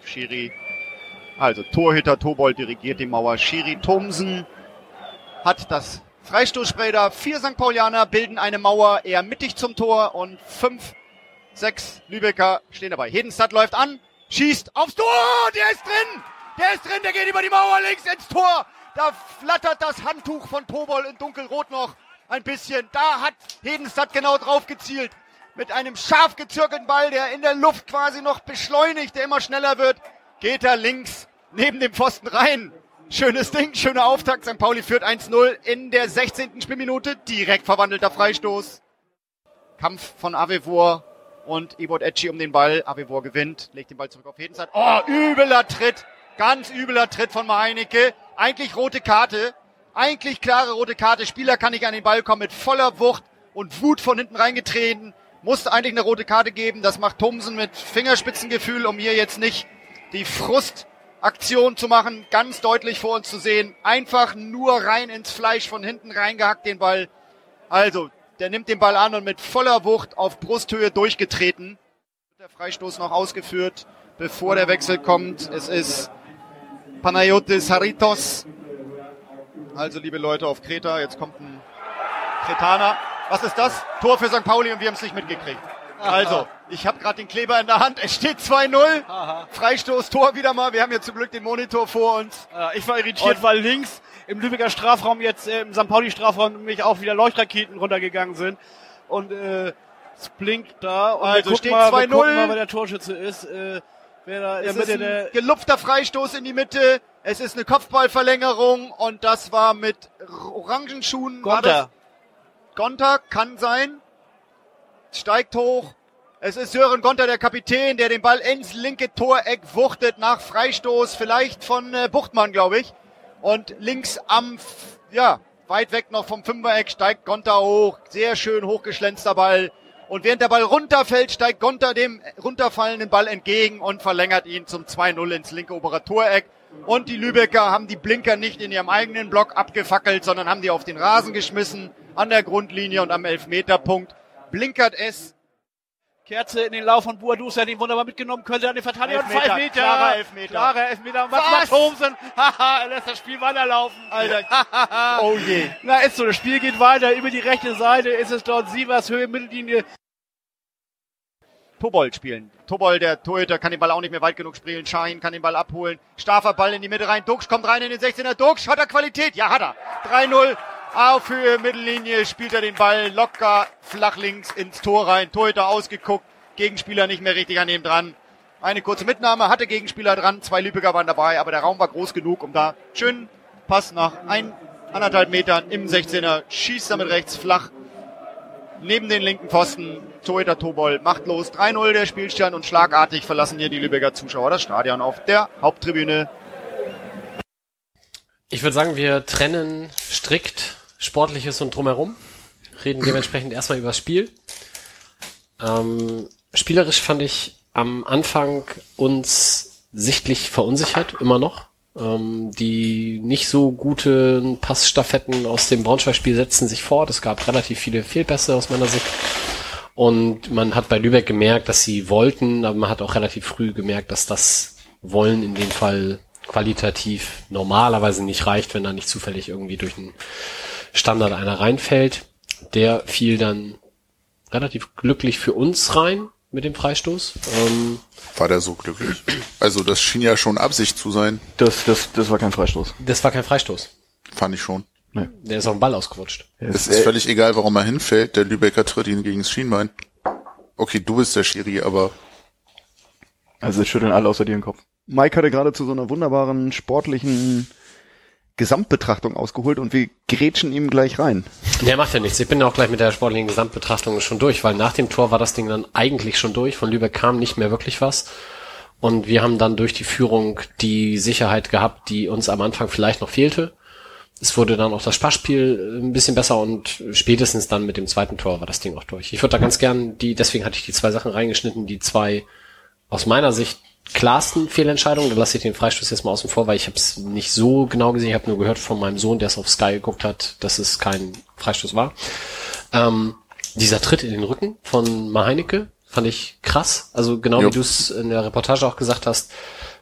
Torhüter Tobol dirigiert die Mauer. Schiri Thomsen hat das Freistoßspray da. 4 St. Paulianer bilden eine Mauer eher mittig zum Tor und 5, 6 Lübecker stehen dabei. Hedenstad läuft an, schießt aufs Tor, der ist drin! Der geht über die Mauer links ins Tor. Da flattert das Handtuch von Tobol in dunkelrot noch ein bisschen. Da hat Hedenstad genau drauf gezielt. Mit einem scharf gezirkelten Ball, der in der Luft quasi noch beschleunigt, der immer schneller wird, geht er links neben dem Pfosten rein. Schönes Ding, schöner Auftakt. St. Pauli führt 1-0 in der 16. Spielminute. Direkt verwandelter Freistoß. Kampf von Avevor und Ebot Ecci um den Ball. Avevor gewinnt, legt den Ball zurück auf Hedenstad. Übler Tritt. Ganz übler Tritt von Meinecke. Eigentlich rote Karte. Eigentlich klare rote Karte. Spieler kann nicht an den Ball kommen mit voller Wucht und Wut von hinten reingetreten. Musste eigentlich eine rote Karte geben. Das macht Thomsen mit Fingerspitzengefühl, um hier jetzt nicht die Frustaktion zu machen. Ganz deutlich vor uns zu sehen. Einfach nur rein ins Fleisch von hinten reingehackt den Ball. Also, der nimmt den Ball an und mit voller Wucht auf Brusthöhe durchgetreten. Der Freistoß noch ausgeführt, bevor der Wechsel kommt. Es ist Panayotis Haritos. Also, liebe Leute auf Kreta, jetzt kommt ein Kretaner. Was ist das? Tor für St. Pauli und wir haben es nicht mitgekriegt. Also, ich habe gerade den Kleber in der Hand. Es steht 2-0. Freistoß, Tor wieder mal. Wir haben jetzt zum Glück den Monitor vor uns. Ich war irritiert, weil links im Lübecker Strafraum jetzt, im St. Pauli Strafraum nämlich auch wieder Leuchtraketen runtergegangen sind. Und es blinkt da. Und also steht 2-0. Wir gucken mal, wer der Torschütze ist. Wer da in der Mitte gelupfter Freistoß in die Mitte. Es ist eine Kopfballverlängerung und das war mit Orangenschuhen. Gonter kann sein. Steigt hoch. Es ist Sören Gonter, der Kapitän, der den Ball ins linke Toreck wuchtet nach Freistoß, vielleicht von Buchtmann, glaube ich. Und links weit weg noch vom Fünfereck steigt Gonter hoch. Sehr schön hochgeschlänzter Ball. Und während der Ball runterfällt, steigt Gonter dem runterfallenden Ball entgegen und verlängert ihn zum 2-0 ins linke obere Toreck. Und die Lübecker haben die Blinker nicht in ihrem eigenen Block abgefackelt, sondern haben die auf den Rasen geschmissen, an der Grundlinie und am Elfmeterpunkt. Blinkert es. Kerze in den Lauf von Boadus, hat ihn wunderbar mitgenommen, könnte an den Verteidiger und Elfmeter. Klarer Elfmeter. Klarer Elfmeter. Und was macht Thomsen? Haha, er lässt das Spiel weiterlaufen. Alter. Oh je. Na, ist so, das Spiel geht weiter. Über die rechte Seite ist es dort Sievers, Höhe, Mittellinie. Tobold spielen. Tobold, der Torhüter, kann den Ball auch nicht mehr weit genug spielen. Schahin kann den Ball abholen. Starfer Ball in die Mitte rein. Duxch kommt rein in den 16er. Duxch, hat er Qualität? Ja, hat er. 3-0. Auf Höhe, Mittellinie spielt er den Ball locker flach links ins Tor rein. Torhüter ausgeguckt. Gegenspieler nicht mehr richtig an ihm dran. Eine kurze Mitnahme, hatte Gegenspieler dran. 2 Lübecker waren dabei, aber der Raum war groß genug, um da schönen Pass nach 1,5 Metern im 16er. Schießt damit rechts flach. Neben den linken Pfosten, Torhüter Tobold macht los. 3-0 der Spielstand und schlagartig verlassen hier die Lübecker Zuschauer das Stadion auf der Haupttribüne. Ich würde sagen, wir trennen strikt Sportliches und Drumherum. Reden dementsprechend erstmal über das Spiel. Spielerisch fand ich am Anfang uns sichtlich verunsichert, immer noch. Die nicht so guten Passstaffetten aus dem Braunschweig-Spiel setzten sich fort. Es gab relativ viele Fehlpässe aus meiner Sicht. Und man hat bei Lübeck gemerkt, dass sie wollten, aber man hat auch relativ früh gemerkt, dass das Wollen in dem Fall qualitativ normalerweise nicht reicht, wenn da nicht zufällig irgendwie durch einen Standard einer reinfällt. Der fiel dann relativ glücklich für uns rein mit dem Freistoß. War der so glücklich? Also das schien ja schon Absicht zu sein. Das war kein Freistoß. Das war kein Freistoß. Fand ich schon. Nee. Der ist auf den Ball ausgerutscht. Es ist völlig egal, warum er hinfällt. Der Lübecker tritt ihn gegen das Schienbein. Okay, du bist der Schiri, aber... Also es schütteln alle außer dir den Kopf. Mike hatte gerade zu so einer wunderbaren sportlichen Gesamtbetrachtung ausgeholt und wir grätschen ihm gleich rein. Der macht ja nichts. Ich bin auch gleich mit der sportlichen Gesamtbetrachtung schon durch, weil nach dem Tor war das Ding dann eigentlich schon durch. Von Lübeck kam nicht mehr wirklich was. Und wir haben dann durch die Führung die Sicherheit gehabt, die uns am Anfang vielleicht noch fehlte. Es wurde dann auch das Passspiel ein bisschen besser und spätestens dann mit dem zweiten Tor war das Ding auch durch. Ich würde da ganz gern deswegen hatte ich die 2 Sachen reingeschnitten, die 2 aus meiner Sicht klarsten Fehlentscheidungen. Da lasse ich den Freistoß jetzt mal außen vor, weil ich habe es nicht so genau gesehen. Ich habe nur gehört von meinem Sohn, der es auf Sky geguckt hat, dass es kein Freistoß war. Dieser Tritt in den Rücken von Maheinecke fand ich krass. Also genau wie du es in der Reportage auch gesagt hast,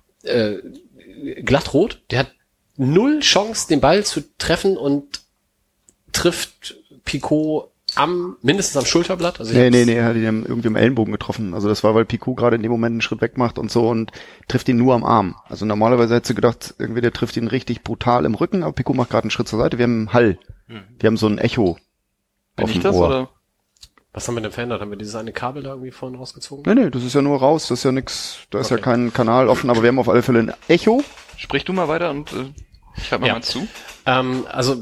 glattrot. Der hat 0 Chance, den Ball zu treffen und trifft Picot mindestens am Schulterblatt. Also Nee, er hat ihn irgendwie am Ellenbogen getroffen. Also das war, weil Picot gerade in dem Moment einen Schritt weg macht und so und trifft ihn nur am Arm. Also normalerweise hättest du gedacht, irgendwie der trifft ihn richtig brutal im Rücken, aber Picot macht gerade einen Schritt zur Seite. Wir haben einen Hall. Wir haben so ein Echo auf dem Ohr. Oder? Was haben wir denn verändert? Haben wir dieses eine Kabel da irgendwie vorhin rausgezogen? Nee, das ist ja nur raus. Das ist ja nix, da ist ja kein Kanal offen, aber wir haben auf alle Fälle ein Echo. Sprich du mal weiter und ich hab mal zu. Also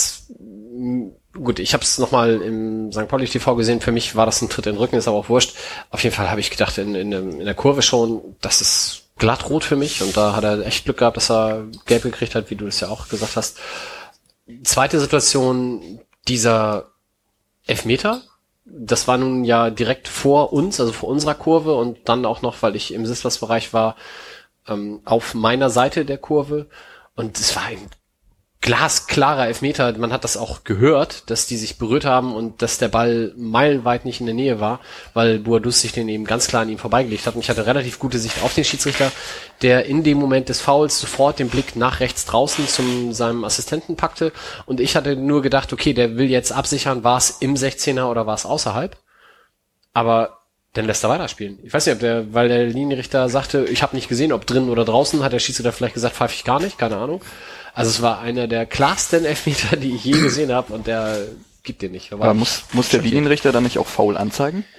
gut, ich habe es nochmal im St. Pauli TV gesehen. Für mich war das ein Tritt in den Rücken, ist aber auch wurscht. Auf jeden Fall habe ich gedacht, in der Kurve schon, das ist glattrot für mich. Und da hat er echt Glück gehabt, dass er gelb gekriegt hat, wie du es ja auch gesagt hast. Zweite Situation, dieser Elfmeter. Das war nun ja direkt vor uns, also vor unserer Kurve. Und dann auch noch, weil ich im Sitzplatzbereich war, auf meiner Seite der Kurve. Und es war ein glasklarer Elfmeter. Man hat das auch gehört, dass die sich berührt haben und dass der Ball meilenweit nicht in der Nähe war, weil Boadus sich den eben ganz klar an ihm vorbeigelegt hat. Und ich hatte relativ gute Sicht auf den Schiedsrichter, der in dem Moment des Fouls sofort den Blick nach rechts draußen zu seinem Assistenten packte. Und ich hatte nur gedacht, okay, der will jetzt absichern, war es im 16er oder war es außerhalb. Aber dann lässt er weiterspielen. Ich weiß nicht, weil der Linienrichter sagte, ich habe nicht gesehen, ob drin oder draußen, hat der Schiedsrichter vielleicht gesagt, pfeife ich gar nicht, keine Ahnung. Also es war einer der klarsten Elfmeter, die ich je gesehen habe und der gibt den nicht. Aber muss der Linienrichter dann nicht auch Foul anzeigen?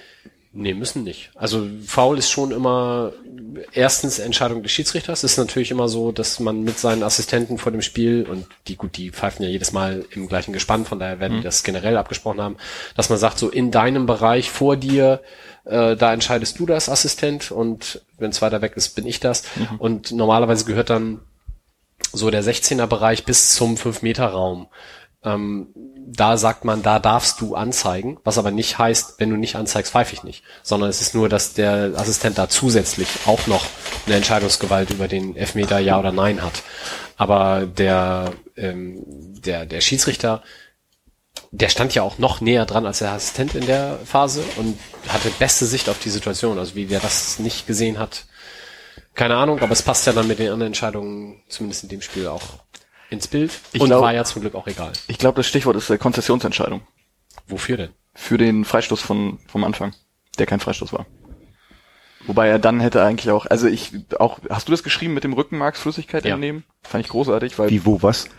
Nee, müssen nicht. Also Foul ist schon immer erstens Entscheidung des Schiedsrichters. Es ist natürlich immer so, dass man mit seinen Assistenten vor dem Spiel, und die pfeifen ja jedes Mal im gleichen Gespann, von daher werden die das generell abgesprochen haben, dass man sagt, so in deinem Bereich vor dir, da entscheidest du das Assistent, und wenn es weiter weg ist, bin ich das. Und normalerweise gehört dann so der 16er-Bereich bis zum 5-Meter-Raum. Da sagt man, da darfst du anzeigen, was aber nicht heißt, wenn du nicht anzeigst, pfeife ich nicht, sondern es ist nur, dass der Assistent da zusätzlich auch noch eine Entscheidungsgewalt über den Elfmeter Ja oder Nein hat. Aber der Schiedsrichter, der stand ja auch noch näher dran als der Assistent in der Phase und hatte beste Sicht auf die Situation. Also wie der das nicht gesehen hat, keine Ahnung, aber es passt ja dann mit den anderen Entscheidungen, zumindest in dem Spiel, auch ins Bild. War ja zum Glück auch egal. Ich glaube, das Stichwort ist Konzessionsentscheidung. Wofür denn? Für den Freistoß vom Anfang, der kein Freistoß war. Wobei er dann hätte eigentlich auch, hast du das geschrieben mit dem Rückenmarksflüssigkeit entnehmen? Fand ich großartig, weil... Wie, wo, was?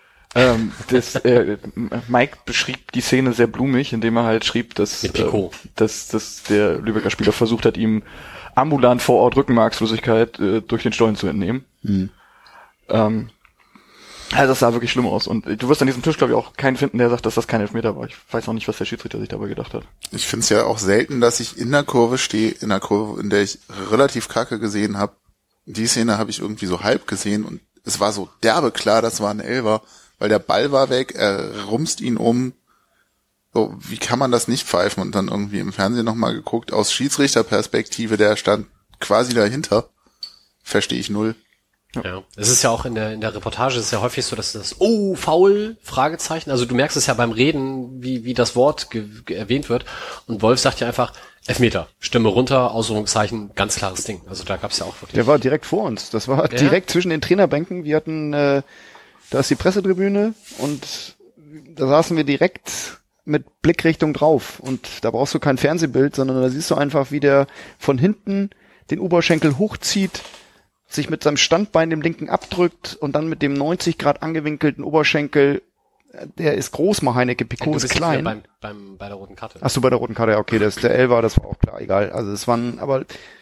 Mike beschrieb die Szene sehr blumig, indem er halt schrieb, dass der Lübecker Spieler versucht hat, ihm ambulant vor Ort Rückenmarksflüssigkeit durch den Stollen zu entnehmen. Also das sah wirklich schlimm aus. Und du wirst an diesem Tisch, glaube ich, auch keinen finden, der sagt, dass das kein Elfmeter war. Ich weiß auch nicht, was der Schiedsrichter sich dabei gedacht hat. Ich finde es ja auch selten, dass ich in der Kurve stehe, in der Kurve, in der ich relativ kacke gesehen habe. Die Szene habe ich irgendwie so halb gesehen und es war so derbe klar, das war ein Elfer, weil der Ball war weg, er rumst ihn um. So, wie kann man das nicht pfeifen? Und dann irgendwie im Fernsehen nochmal geguckt, aus Schiedsrichterperspektive, der stand quasi dahinter. Verstehe ich null. Ja, es ist ja auch in der Reportage, es ist ja häufig so, dass das Foul, Fragezeichen, also du merkst es ja beim Reden, wie das Wort erwähnt wird, und Wolf sagt ja einfach, Elfmeter, Stimme runter, Ausrufungszeichen, ganz klares Ding. Also da gab's ja auch wirklich... Der war direkt vor uns, das war direkt zwischen den Trainerbänken, wir hatten, da ist die Pressetribüne und da saßen wir direkt mit Blickrichtung drauf und da brauchst du kein Fernsehbild, sondern da siehst du einfach, wie der von hinten den Oberschenkel hochzieht, sich mit seinem Standbein dem linken abdrückt und dann mit dem 90 Grad angewinkelten Oberschenkel, der ist groß, mal Heineke, Picot ist klein. Bei der roten Karte. Ach so, bei der roten Karte, ja, okay, der Elfer, das war auch klar, egal. Also es waren, aber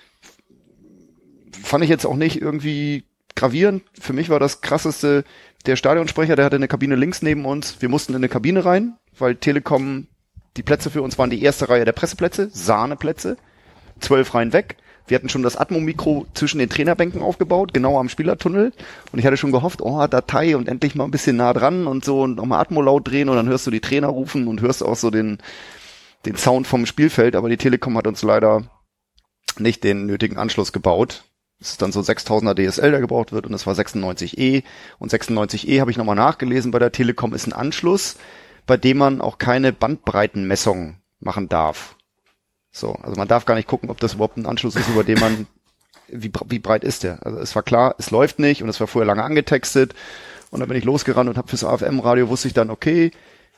fand ich jetzt auch nicht irgendwie gravierend. Für mich war das krasseste, der Stadionsprecher, der hatte eine Kabine links neben uns. Wir mussten in eine Kabine rein, weil Telekom, die Plätze für uns waren die erste Reihe der Presseplätze, Sahneplätze, 12 Reihen weg. Wir hatten schon das Atmo-Mikro zwischen den Trainerbänken aufgebaut, genau am Spielertunnel. Und ich hatte schon gehofft, Datei und endlich mal ein bisschen nah dran und so und nochmal Atmo laut drehen und dann hörst du die Trainer rufen und hörst auch so den Sound vom Spielfeld. Aber die Telekom hat uns leider nicht den nötigen Anschluss gebaut. Es ist dann so 6000er DSL, der gebraucht wird, und das war 96E. Und 96E habe ich nochmal nachgelesen, bei der Telekom ist ein Anschluss, bei dem man auch keine Bandbreitenmessung machen darf. So, also man darf gar nicht gucken, ob das überhaupt ein Anschluss ist, über den man, wie breit ist der? Also es war klar, es läuft nicht und es war vorher lange angetextet und dann bin ich losgerannt und habe fürs AFM-Radio wusste ich dann, okay,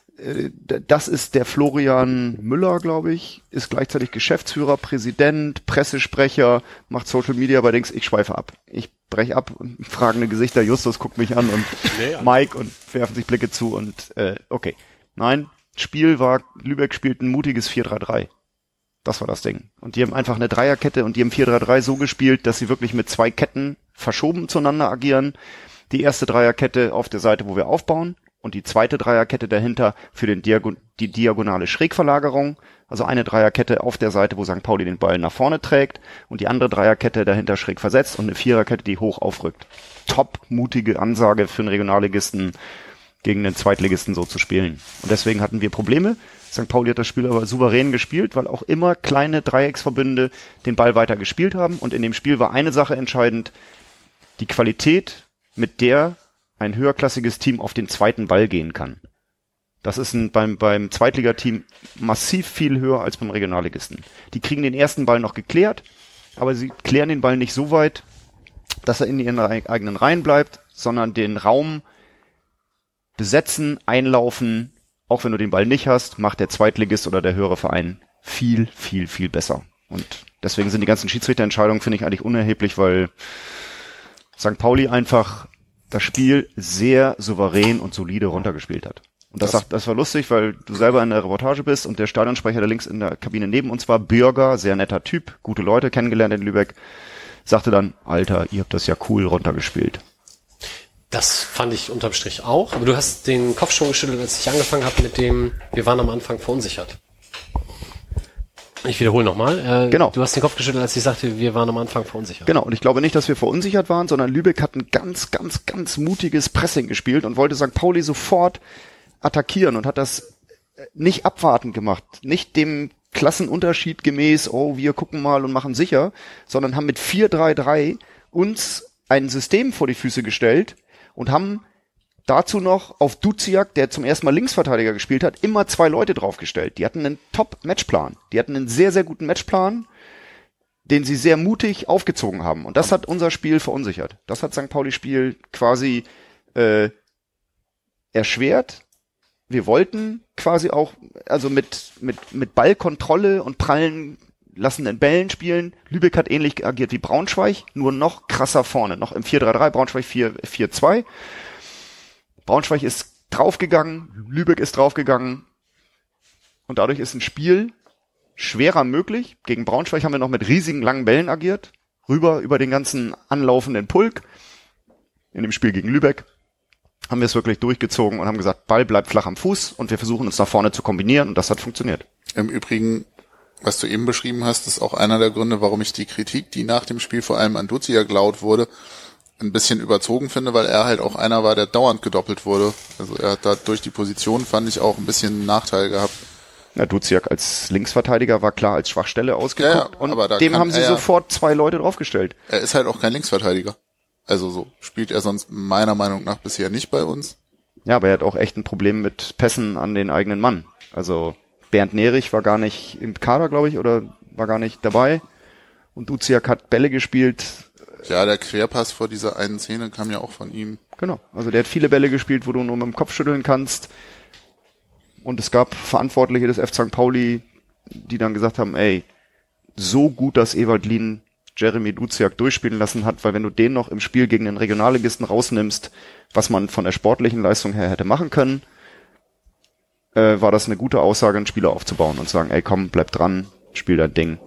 das ist der Florian Müller, glaube ich, ist gleichzeitig Geschäftsführer, Präsident, Pressesprecher, macht Social Media bei Dings, ich schweife ab. Ich breche ab und fragende Gesichter, Justus guckt mich an und Mike und werfen sich Blicke zu und okay. Nein, Spiel war, Lübeck spielt ein mutiges 4-3-3. Das war das Ding. Und die haben einfach eine Dreierkette und die haben 4-3-3 so gespielt, dass sie wirklich mit zwei Ketten verschoben zueinander agieren. Die erste Dreierkette auf der Seite, wo wir aufbauen, und die zweite Dreierkette dahinter für die diagonale Schrägverlagerung. Also eine Dreierkette auf der Seite, wo St. Pauli den Ball nach vorne trägt, und die andere Dreierkette dahinter schräg versetzt und eine Viererkette, die hoch aufrückt. Top mutige Ansage für einen Regionalligisten, gegen den Zweitligisten so zu spielen. Und deswegen hatten wir Probleme. St. Pauli hat das Spiel aber souverän gespielt, weil auch immer kleine Dreiecksverbünde den Ball weiter gespielt haben. Und in dem Spiel war eine Sache entscheidend: die Qualität, mit der ein höherklassiges Team auf den zweiten Ball gehen kann. Das ist beim Zweitligateam massiv viel höher als beim Regionalligisten. Die kriegen den ersten Ball noch geklärt, aber sie klären den Ball nicht so weit, dass er in ihren eigenen Reihen bleibt, sondern den Raum besetzen, einlaufen. Auch wenn du den Ball nicht hast, macht der Zweitligist oder der höhere Verein viel, viel, viel besser. Und deswegen sind die ganzen Schiedsrichterentscheidungen, finde ich, eigentlich unerheblich, weil St. Pauli einfach das Spiel sehr souverän und solide runtergespielt hat. Und das war lustig, weil du selber in der Reportage bist und der Stadionsprecher, der links in der Kabine neben uns war, Bürger, sehr netter Typ, gute Leute kennengelernt in Lübeck, sagte dann, Alter, ihr habt das ja cool runtergespielt. Das fand ich unterm Strich auch. Aber du hast den Kopf schon geschüttelt, als ich angefangen habe mit dem, wir waren am Anfang verunsichert. Ich wiederhole nochmal. Genau. Du hast den Kopf geschüttelt, als ich sagte, wir waren am Anfang verunsichert. Genau, und ich glaube nicht, dass wir verunsichert waren, sondern Lübeck hat ein ganz, ganz, ganz mutiges Pressing gespielt und wollte St. Pauli sofort attackieren und hat das nicht abwartend gemacht. Nicht dem Klassenunterschied gemäß, oh, wir gucken mal und machen sicher, sondern haben mit 4-3-3 uns ein System vor die Füße gestellt und haben dazu noch auf Duziak, der zum ersten Mal Linksverteidiger gespielt hat, immer 2 Leute draufgestellt. Die hatten einen Top-Matchplan. Die hatten einen sehr, sehr guten Matchplan, den sie sehr mutig aufgezogen haben. Und das hat unser Spiel verunsichert. Das hat St. Pauli Spiel quasi erschwert. Wir wollten quasi auch, also mit Ballkontrolle und prallen lassenden Bällen spielen. Lübeck hat ähnlich agiert wie Braunschweig, nur noch krasser vorne. Noch im 4-3-3, Braunschweig 4-4-2. Braunschweig ist draufgegangen, Lübeck ist draufgegangen. Und dadurch ist ein Spiel schwerer möglich. Gegen Braunschweig haben wir noch mit riesigen langen Bällen agiert. Rüber über den ganzen anlaufenden Pulk. In dem Spiel gegen Lübeck haben wir es wirklich durchgezogen und haben gesagt, Ball bleibt flach am Fuß und wir versuchen uns nach vorne zu kombinieren und das hat funktioniert. Im Übrigen, was du eben beschrieben hast, ist auch einer der Gründe, warum ich die Kritik, die nach dem Spiel vor allem an Duziak laut wurde, ein bisschen überzogen finde, weil er halt auch einer war, der dauernd gedoppelt wurde. Also er hat da durch die Position, fand ich, auch ein bisschen einen Nachteil gehabt. Ja, Duziak als Linksverteidiger war klar als Schwachstelle ausgeguckt ja, und aber dem haben sie sofort 2 Leute draufgestellt. Er ist halt auch kein Linksverteidiger. Also so spielt er sonst meiner Meinung nach bisher nicht bei uns. Ja, aber er hat auch echt ein Problem mit Pässen an den eigenen Mann. Also Bernd Nerich war gar nicht im Kader, glaube ich, oder war gar nicht dabei. Und Duziak hat Bälle gespielt. Ja, der Querpass vor dieser einen Szene kam ja auch von ihm. Genau, also der hat viele Bälle gespielt, wo du nur mit dem Kopf schütteln kannst. Und es gab Verantwortliche des F. St. Pauli, die dann gesagt haben, ey, so gut, dass Ewald Lien Jeremy Duziak durchspielen lassen hat, weil wenn du den noch im Spiel gegen den Regionalligisten rausnimmst, was man von der sportlichen Leistung her hätte machen können, war das eine gute Aussage, einen Spieler aufzubauen und zu sagen, ey komm, bleib dran, spiel dein Ding.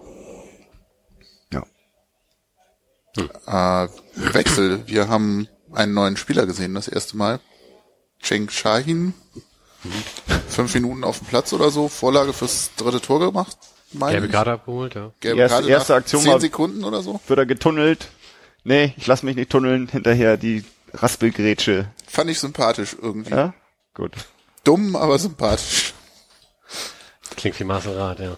Ja. Wechsel. Wir haben einen neuen Spieler gesehen, das erste Mal. Cenk Şahin. 5 Minuten auf dem Platz oder so, Vorlage fürs 3. Tor gemacht. Gelbe Karte abgeholt, ja. Die erste Aktion 10 Sekunden oder so. Wird er getunnelt. Nee, ich lass mich nicht tunneln. Hinterher die Raspelgrätsche. Fand ich sympathisch irgendwie. Ja? Gut. Dumm, aber sympathisch. Klingt wie Maserat, ja.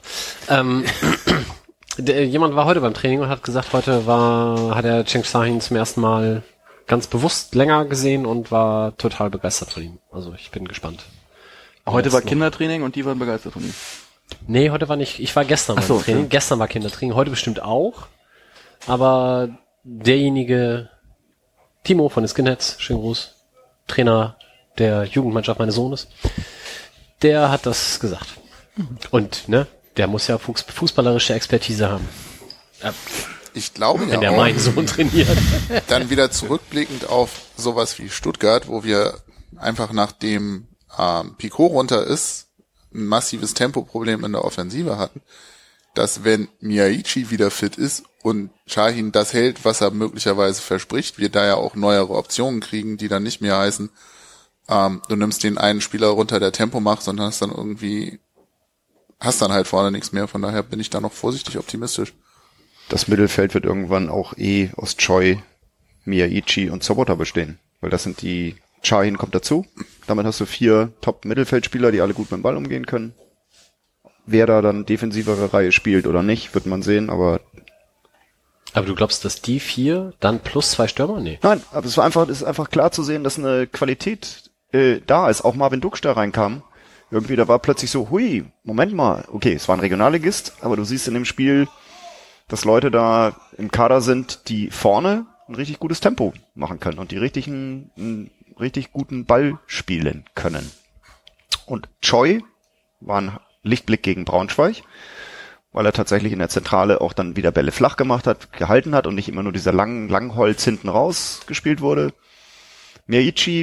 Jemand war heute beim Training und hat gesagt, hat er Cenk Şahin zum ersten Mal ganz bewusst länger gesehen und war total begeistert von ihm. Also ich bin gespannt. Heute war Kindertraining und die waren begeistert von ihm. Nee, heute war nicht. Ich war gestern beim Training. Ja. Gestern war Kindertraining, heute bestimmt auch. Aber derjenige, Timo von den Skinheads, schönen Gruß, Trainer der Jugendmannschaft meines Sohnes, der hat das gesagt. Und, ne, der muss ja fußballerische Expertise haben. Ja. Ich glaube wenn der meinen Sohn trainiert. Dann wieder zurückblickend auf sowas wie Stuttgart, wo wir einfach nachdem Pico runter ist, ein massives Tempoproblem in der Offensive hatten, dass wenn Miyaichi wieder fit ist und Şahin das hält, was er möglicherweise verspricht, wir da ja auch neuere Optionen kriegen, die dann nicht mehr heißen, du nimmst den einen Spieler runter, der Tempo macht, sondern hast dann halt vorne nichts mehr. Von daher bin ich da noch vorsichtig optimistisch. Das Mittelfeld wird irgendwann auch aus Choi, Miyaichi und Sobota bestehen, weil das sind die. Şahin kommt dazu. Damit hast du 4 Top-Mittelfeldspieler, die alle gut mit dem Ball umgehen können. Wer da dann defensivere Reihe spielt oder nicht, wird man sehen, aber du glaubst, dass die 4 dann plus 2 Stürmer? Nee. Nein, aber es ist einfach klar zu sehen, dass eine Qualität da ist. Auch Marvin Duksch da reinkam. Irgendwie, da war plötzlich so, hui, Moment mal, okay, es war ein Regionalligist, aber du siehst in dem Spiel, dass Leute da im Kader sind, die vorne ein richtig gutes Tempo machen können und die richtig guten Ball spielen können. Und Choi war ein Lichtblick gegen Braunschweig, weil er tatsächlich in der Zentrale auch dann wieder Bälle flach gemacht hat, gehalten hat und nicht immer nur dieser Langholz hinten raus gespielt wurde. Miyaichi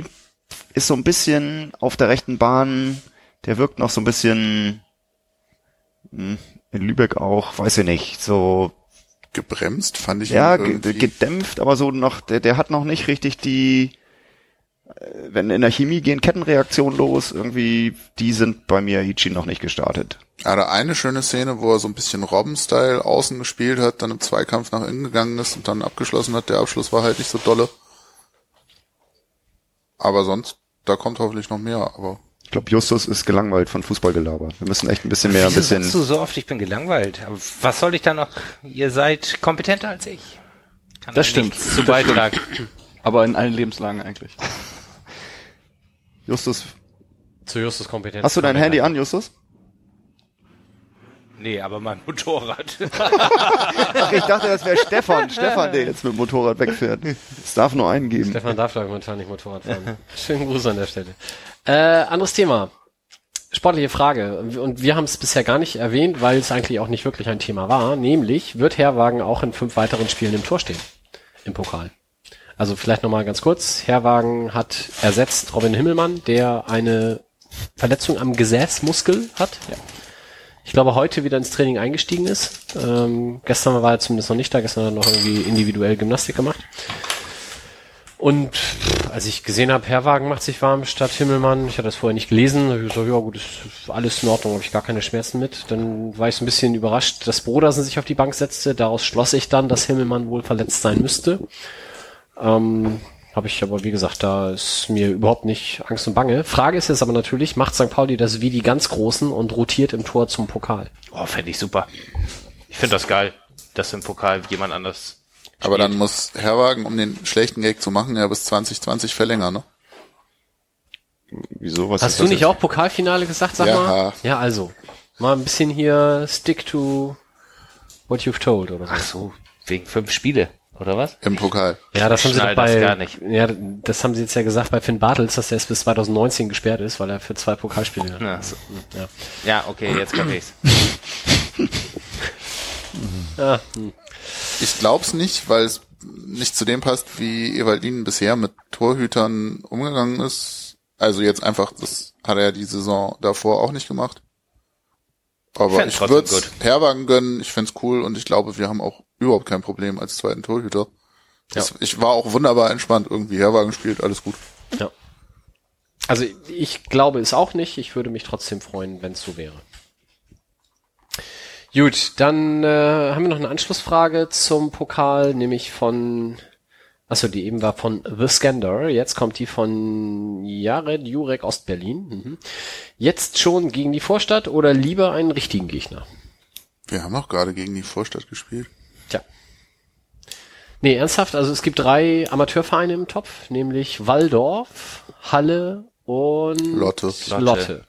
ist so ein bisschen auf der rechten Bahn, der wirkt noch so ein bisschen, in Lübeck auch, weiß ich nicht, so gebremst, fand ich. Ja, gedämpft, aber so noch, der hat noch nicht richtig die, wenn in der Chemie gehen Kettenreaktionen los, irgendwie, die sind bei mir Ichi noch nicht gestartet. Ja, da eine schöne Szene, wo er so ein bisschen Robben-Style außen gespielt hat, dann im Zweikampf nach innen gegangen ist und dann abgeschlossen hat. Der Abschluss war halt nicht so dolle. Aber sonst, da kommt hoffentlich noch mehr, aber. Ich glaube, Justus ist gelangweilt von Fußballgelaber. Wir müssen echt ein bisschen mehr, Wieso sagst du so oft, ich bin gelangweilt? Aber was soll ich da noch? Ihr seid kompetenter als ich. Kann das stimmt. Zu beitragen. Aber in allen Lebenslagen eigentlich. Justus. Zu Justus kompetent. Hast du dein Handy an, Justus? Nee, aber mein Motorrad. Ach, ich dachte, das wäre Stefan. Stefan, der jetzt mit dem Motorrad wegfährt. Es darf nur einen geben. Stefan darf da momentan nicht Motorrad fahren. Schönen Gruß an der Stelle. Anderes Thema. Sportliche Frage. Und wir haben es bisher gar nicht erwähnt, weil es eigentlich auch nicht wirklich ein Thema war. Nämlich, wird Herwagen auch in 5 weiteren Spielen im Tor stehen? Im Pokal. Also vielleicht nochmal ganz kurz. Herwagen hat ersetzt Robin Himmelmann, der eine Verletzung am Gesäßmuskel hat. Ja. Ich glaube, heute wieder ins Training eingestiegen ist. Gestern war er zumindest noch nicht da. Gestern hat er noch irgendwie individuell Gymnastik gemacht. Und als ich gesehen habe, Herwagen macht sich warm statt Himmelmann, ich hatte das vorher nicht gelesen, habe ich gesagt, ja gut, ist alles in Ordnung, habe ich gar keine Schmerzen mit. Dann war ich so ein bisschen überrascht, dass Brodersen sich auf die Bank setzte. Daraus schloss ich dann, dass Himmelmann wohl verletzt sein müsste. Habe ich aber, wie gesagt, da ist mir überhaupt nicht Angst und Bange. Frage ist jetzt aber natürlich, macht St. Pauli das wie die ganz Großen und rotiert im Tor zum Pokal? Oh, fände ich super. Ich finde das geil, dass im Pokal jemand anders spielt. Aber dann muss Herwagen, um den schlechten Gag zu machen, ja bis 2020 verlängern, ne? Wieso? Was hast du nicht auch Pokalfinale gesagt, sag mal? Ja, also. Mal ein bisschen hier stick to what you've told, oder so. Ach so, wegen 5 Spiele. Oder was? Im Pokal. Ja, das haben sie doch bei, gar nicht. Ja, das haben sie jetzt ja gesagt bei Finn Bartels, dass er erst bis 2019 gesperrt ist, weil er für 2 Pokalspiele. Ja, okay, jetzt kann ich's. Ich glaub's nicht, weil es nicht zu dem passt, wie Ewaldin bisher mit Torhütern umgegangen ist. Also jetzt einfach, das hat er ja die Saison davor auch nicht gemacht. Aber ich würde Herwagen gönnen, ich find's cool und ich glaube, wir haben auch überhaupt kein Problem als zweiten Torhüter. Ja. Ich war auch wunderbar entspannt irgendwie. Herwagen spielt, alles gut. Ja. Also ich glaube es auch nicht. Ich würde mich trotzdem freuen, wenn es so wäre. Gut, dann haben wir noch eine Anschlussfrage zum Pokal, nämlich von, die eben war von The Skander. Jetzt kommt die von Jared Jurek Ostberlin. Jetzt schon gegen die Vorstadt oder lieber einen richtigen Gegner? Wir haben auch gerade gegen die Vorstadt gespielt. Tja. Nee, ernsthaft, also es gibt 3 Amateurvereine im Topf, nämlich Walldorf, Halle und Lotte.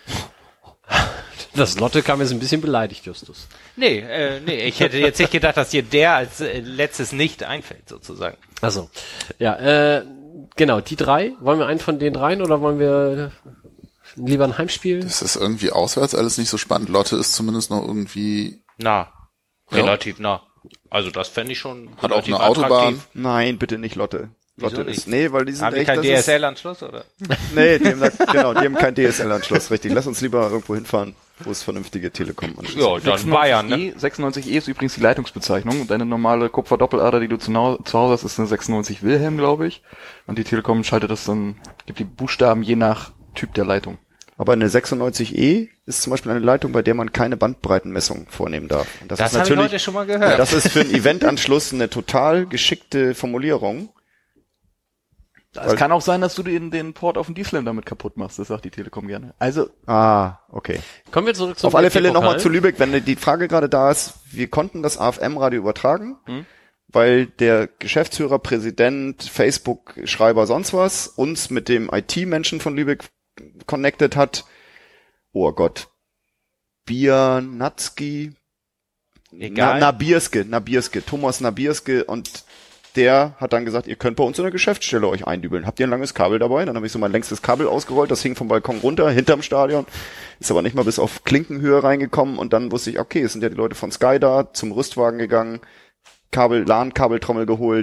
Das Lotte kam jetzt ein bisschen beleidigt, Justus. Nee, ich hätte jetzt nicht gedacht, dass dir der als letztes nicht einfällt, sozusagen. Also, ja, genau, die 3. Wollen wir einen von den 3 oder wollen wir lieber ein Heimspiel? Das ist irgendwie auswärts alles nicht so spannend. Lotte ist zumindest noch irgendwie... Relativ nah. Also das fände ich schon hat auch eine Autobahn. Nein, bitte nicht Lotte. Lotte ist, nee, weil die sind haben echt, kein DSL-Anschluss, oder? Nee, die haben keinen DSL-Anschluss, richtig. Lass uns lieber irgendwo hinfahren, wo es vernünftige Telekom-Anschluss gibt. Ja, dann Bayern, ne? 96E ist übrigens die Leitungsbezeichnung und deine normale Kupfer-Doppelader, die du zu Hause hast, ist eine 96 Wilhelm, glaube ich. Und die Telekom schaltet das dann, gibt die Buchstaben je nach Typ der Leitung. Aber eine 96E ist zum Beispiel eine Leitung, bei der man keine Bandbreitenmessung vornehmen darf. Und das ist natürlich, habe ich heute schon mal gehört. Das ist für einen Eventanschluss eine total geschickte Formulierung. Es kann auch sein, dass du den Port auf dem D-Slam damit kaputt machst, das sagt die Telekom gerne. Also. Okay. Kommen wir zurück zum Auf alle Fälle nochmal zu Lübeck, wenn die Frage gerade da ist, wir konnten das AFM-Radio übertragen, weil der Geschäftsführer, Präsident, Facebook-Schreiber, sonst was, uns mit dem IT-Menschen von Lübeck connected hat. Oh Gott. Biernatski. Egal. Nabierske, Thomas Nabierske, und der hat dann gesagt, ihr könnt bei uns in der Geschäftsstelle euch eindübeln. Habt ihr ein langes Kabel dabei? Dann habe ich so mein längstes Kabel ausgerollt, das hing vom Balkon runter, hinterm Stadion, ist aber nicht mal bis auf Klinkenhöhe reingekommen, und dann wusste ich, okay, es sind ja die Leute von Sky da, zum Rüstwagen gegangen, LAN-Kabeltrommel geholt,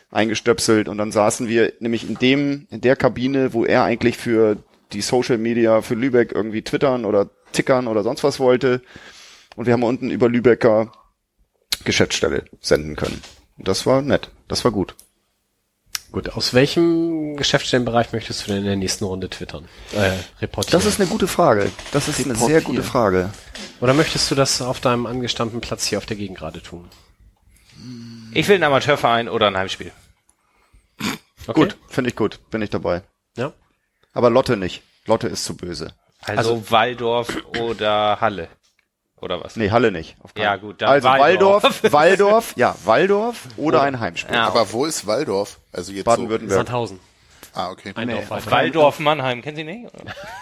eingestöpselt und dann saßen wir nämlich in der Kabine, wo er eigentlich für die Social Media für Lübeck irgendwie twittern oder tickern oder sonst was wollte. Und wir haben unten über Lübecker Geschäftsstelle senden können. Und das war nett. Das war gut. Gut, aus welchem Geschäftsstellenbereich möchtest du denn in der nächsten Runde twittern? Reportieren? Das ist eine gute Frage. Das ist eine sehr gute Frage. Oder möchtest du das auf deinem angestammten Platz hier auf der Gegengrade tun? Ich will einen Amateurverein oder ein Heimspiel. Okay. Gut, finde ich gut. Bin ich dabei. Ja. Aber Lotte nicht. Lotte ist zu böse. Also Waldorf oder Halle. Oder was? Nee, Halle nicht. Auf keinen. Ja gut, dann Also Waldorf oder ein Heimspiel. Ja. Aber wo ist Waldorf? Also jetzt Baden-Württemberg. Sandhausen. So. Ah, okay. Ein Dorf weiter. Waldorf Mannheim, kennen Sie nicht?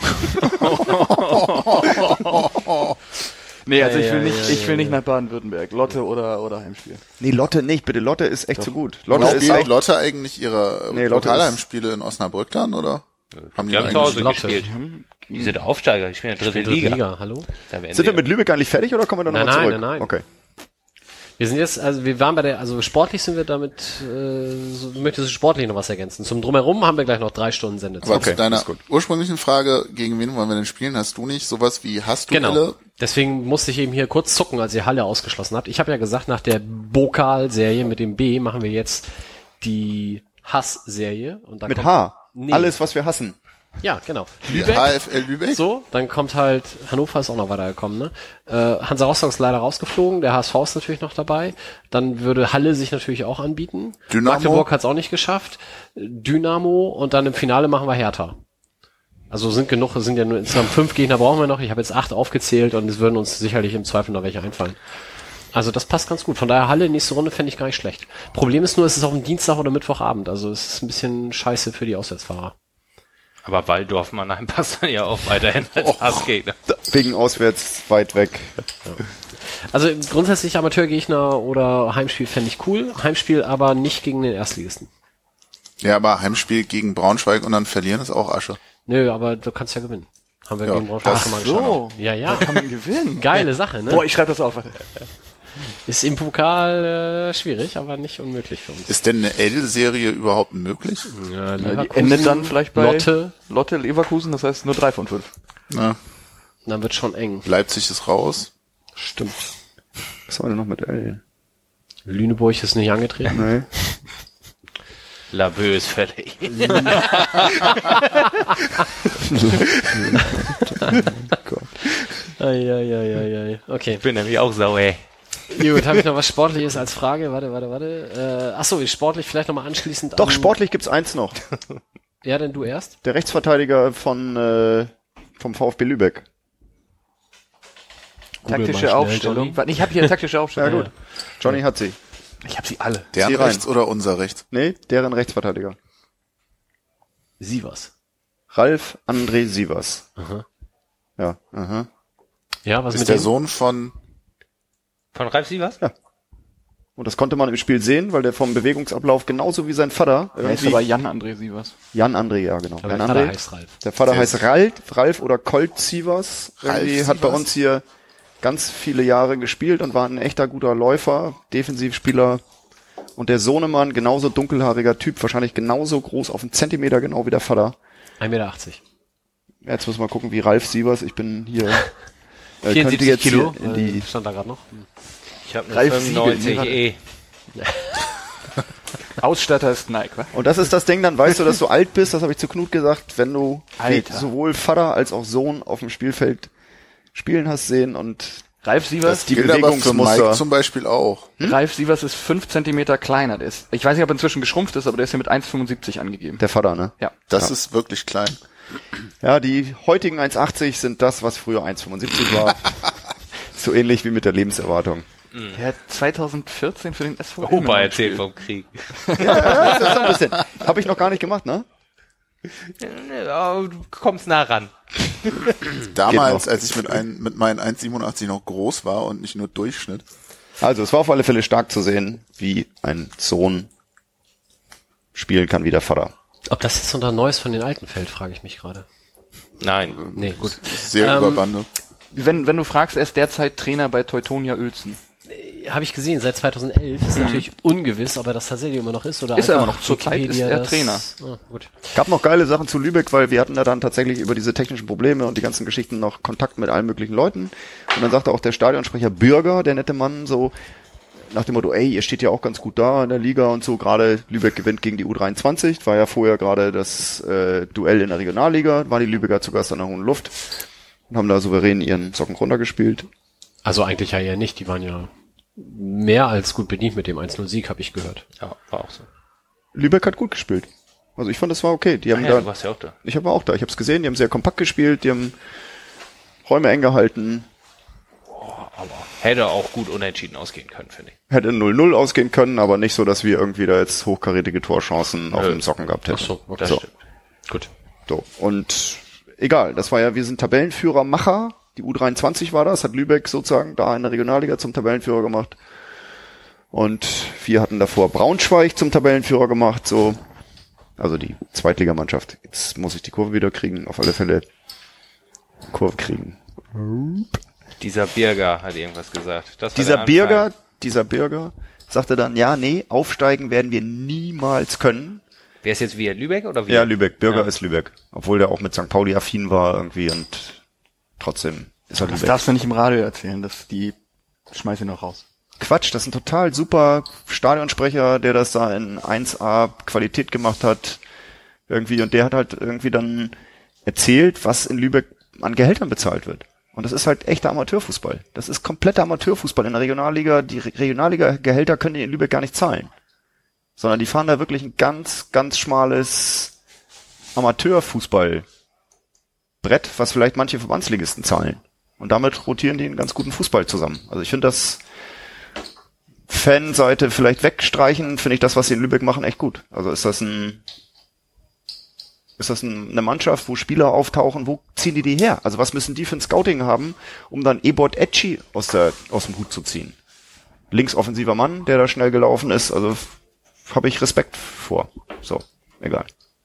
Nee, also ich will nicht nach Baden-Württemberg. Lotte oder Heimspiel. Nee, Lotte nicht, bitte. Lotte ist echt zu gut. Lotte Lotte ist spielt echt, Lotte eigentlich ihre Lotte Lokalheimspiele in Osnabrück dann, oder? Haben Die haben zu Hause Lotte. gespielt. Die sind Aufsteiger, ich bin in der dritten Liga. Hallo? Da werden sind wir sie- mit Lübeck eigentlich fertig oder kommen wir dann nochmal zurück? Nein. Okay. Wir sind jetzt, also wir waren also sportlich sind wir damit, möchtest du sportlich noch was ergänzen? Zum Drumherum haben wir gleich noch 3 Stunden Sendezeit. Aber zu deiner ist gut. ursprünglichen Frage, gegen wen wollen wir denn spielen? Hast du nicht sowas wie Hassduelle? Genau. Deswegen musste ich eben hier kurz zucken, als ihr Halle ausgeschlossen habt. Ich habe ja gesagt, nach der Bokal-Serie mit dem B machen wir jetzt die Hass-Serie. Und dann Mit kommt, H. Nee. Alles, was wir hassen. Ja, genau. HFL Lübeck? So, dann kommt halt, Hannover ist auch noch weitergekommen, ne? Hansa Rostock ist leider rausgeflogen, der HSV ist natürlich noch dabei. Dann würde Halle sich natürlich auch anbieten. Dynamo? Magdeburg hat es auch nicht geschafft. Dynamo und dann im Finale machen wir Hertha. Also sind ja nur insgesamt 5 Gegner brauchen wir noch. Ich habe jetzt 8 aufgezählt und es würden uns sicherlich im Zweifel noch welche einfallen. Also das passt ganz gut. Von daher Halle, nächste Runde fände ich gar nicht schlecht. Problem ist nur, es ist auf dem Dienstag oder Mittwochabend. Also es ist ein bisschen scheiße für die Auswärtsfahrer. Aber Waldorf Mannheim passt dann ja auch weiterhin als Hassgegner. Wegen auswärts weit weg. Also grundsätzlich Amateurgegner oder Heimspiel fände ich cool. Heimspiel aber nicht gegen den Erstligisten. Ja, aber Heimspiel gegen Braunschweig und dann verlieren ist auch Asche. Nö, aber du kannst ja gewinnen. Haben wir Ja, gegen Braunschweig schon mal so. geschafft. Ja. Kann man gewinnen. Geile Sache, ne? Boah, ich schreibe das auf. Warte. Ist im Pokal schwierig, aber nicht unmöglich für uns. Ist denn eine L-Serie überhaupt möglich? Ja, Die endet dann vielleicht bei Lotte. Leverkusen, das heißt nur 3 von 5. Na, Dann wird schon eng. Leipzig ist raus. Stimmt. Was haben wir denn noch mit L? Lüneburg ist nicht angetreten. Nee. Labö ist fertig. Ei. Okay. Ich bin nämlich auch sauer, ey. Gut, habe ich noch was Sportliches als Frage? Warte. Achso, sportlich vielleicht nochmal anschließend Doch, sportlich gibt's eins noch. Ja, denn du erst? Der Rechtsverteidiger vom VfB Lübeck. Taktische Aufstellung. Warte, ich habe hier eine taktische Aufstellung. Ja, gut. Johnny hat sie. Ich habe sie alle. Deren Zieh rein. rechts oder unser rechts? Nee, deren Rechtsverteidiger. Sievers. Ralf André Sievers. Aha. Ja, aha. Ja, was Ist mit der dem? Sohn von... Von Ralf Sievers? Und das konnte man im Spiel sehen, weil der vom Bewegungsablauf genauso wie sein Vater Er ist irgendwie aber Jan-André Sievers. Jan André, ja genau. Aber Jan der Vater André. heißt Ralf. Der Vater Der heißt Ralf oder Colt Sievers. Ralf Irgendwie hat bei Sievers? uns hier ganz viele Jahre gespielt und war ein echter guter Läufer, Defensivspieler. Und der Sohnemann, genauso dunkelhaariger Typ, wahrscheinlich genauso groß, auf einen Zentimeter genau wie der Vater. 1,80 Meter. Ja, jetzt müssen wir gucken, wie Ralf Sievers, ich bin hier... 74 könnte jetzt Kilo, hier in die... stand da gerade noch. Ich habe eine Ralf 95 Siegel, Ausstatter ist Nike, wa? Und das ist das Ding, dann weißt du, dass du alt bist, das habe ich zu Knut gesagt, wenn du Alter. sowohl Vater als auch Sohn auf dem Spielfeld spielen hast sehen und Ralf Sievers, die gilt aber für Mike Bewegungsmuster. zum Beispiel auch. Ralf Sievers ist 5 Zentimeter kleiner. Der ist, ich weiß nicht, ob er inzwischen geschrumpft ist, aber der ist hier mit 1,75 angegeben. Der Vater, ne? Ja. Das ist wirklich klein. Ja, die heutigen 1,80 sind das, was früher 1,75 war. So ähnlich wie mit der Lebenserwartung. Der hat 2014 für den SV Opa erzählt vom Krieg. Ja, das ist so ein bisschen. Habe ich noch gar nicht gemacht, ne? Ja, du kommst nah ran. Damals, als ich mit meinen 1,87 noch groß war und nicht nur Durchschnitt. Also, es war auf alle Fälle stark zu sehen, wie ein Sohn spielen kann wie der Vater. Ob das jetzt unter Neues von den Alten fällt, frage ich mich gerade. Nein. Nee, gut. Sehr über Bande. Wenn du fragst, er ist derzeit Trainer bei Teutonia Uelzen. habe ich gesehen, seit 2011. Ist natürlich ungewiss, ob er das tatsächlich immer noch ist. Oder Ist er einfach immer noch. Zurzeit ist Wikipedia er das- Trainer. Ah, gut. Gab noch geile Sachen zu Lübeck, weil wir hatten da dann tatsächlich über diese technischen Probleme und die ganzen Geschichten noch Kontakt mit allen möglichen Leuten. Und dann sagte auch der Stadionsprecher Bürger, der nette Mann, so nach dem Motto, ey, ihr steht ja auch ganz gut da in der Liga und so. Gerade Lübeck gewinnt gegen die U23. War ja vorher gerade das Duell in der Regionalliga. War die Lübecker zu Gast an der Hohen Luft und haben da souverän ihren Socken runtergespielt. Also eigentlich ja eher nicht. Die waren ja mehr als gut bedient mit dem 1-0-Sieg, habe ich gehört. Ja, war auch so. Lübeck hat gut gespielt. Also ich fand, das war okay. Die haben Ja, da, du warst ja auch da. ich war auch da. Ich habe es gesehen. Die haben sehr kompakt gespielt. Die haben Räume eng gehalten. Aber hätte auch gut unentschieden ausgehen können, finde ich. Hätte 0-0 ausgehen können, aber nicht so, dass wir irgendwie da jetzt hochkarätige Torchancen auf dem Socken gehabt hätten. Ach so, okay. Das So. stimmt. Gut. So. Und egal, das war ja, wir sind Tabellenführer Macher. Die U23 war das, hat Lübeck sozusagen da in der Regionalliga zum Tabellenführer gemacht. Und wir hatten davor Braunschweig zum Tabellenführer gemacht, so. Also die Zweitligamannschaft. Jetzt muss ich die Kurve wieder kriegen, auf alle Fälle. Kurve kriegen. Dieser Birger hat irgendwas gesagt. Das war Dieser der Anfang. Birger sagte dann, ja, nee, aufsteigen werden wir niemals können. Wer ist jetzt wir? Lübeck oder wir? Ja, Lübeck. Birger Ja. ist Lübeck. Obwohl der auch mit St. Pauli affin war irgendwie und trotzdem ist er Das Lübeck. darfst du nicht im Radio erzählen, die schmeiß ich noch raus. Quatsch, das ist ein total super Stadionsprecher, der das da in 1A Qualität gemacht hat. Irgendwie, und der hat halt irgendwie dann erzählt, was in Lübeck an Gehältern bezahlt wird. Und das ist halt echter Amateurfußball. Das ist kompletter Amateurfußball in der Regionalliga. Die Regionalliga-Gehälter können die in Lübeck gar nicht zahlen. Sondern die fahren da wirklich ein ganz, ganz schmales Amateurfußballbrett, was vielleicht manche Verbandsligisten zahlen. Und damit rotieren die einen ganz guten Fußball zusammen. Also ich finde das Fanseite vielleicht wegstreichen, finde ich das, was sie in Lübeck machen, echt gut. Also ist das eine Mannschaft, wo Spieler auftauchen, wo ziehen die her? Also was müssen die für ein Scouting haben, um dann Ebot Ecci aus dem Hut zu ziehen? Linksoffensiver Mann, der da schnell gelaufen ist, also habe ich Respekt vor. So, egal.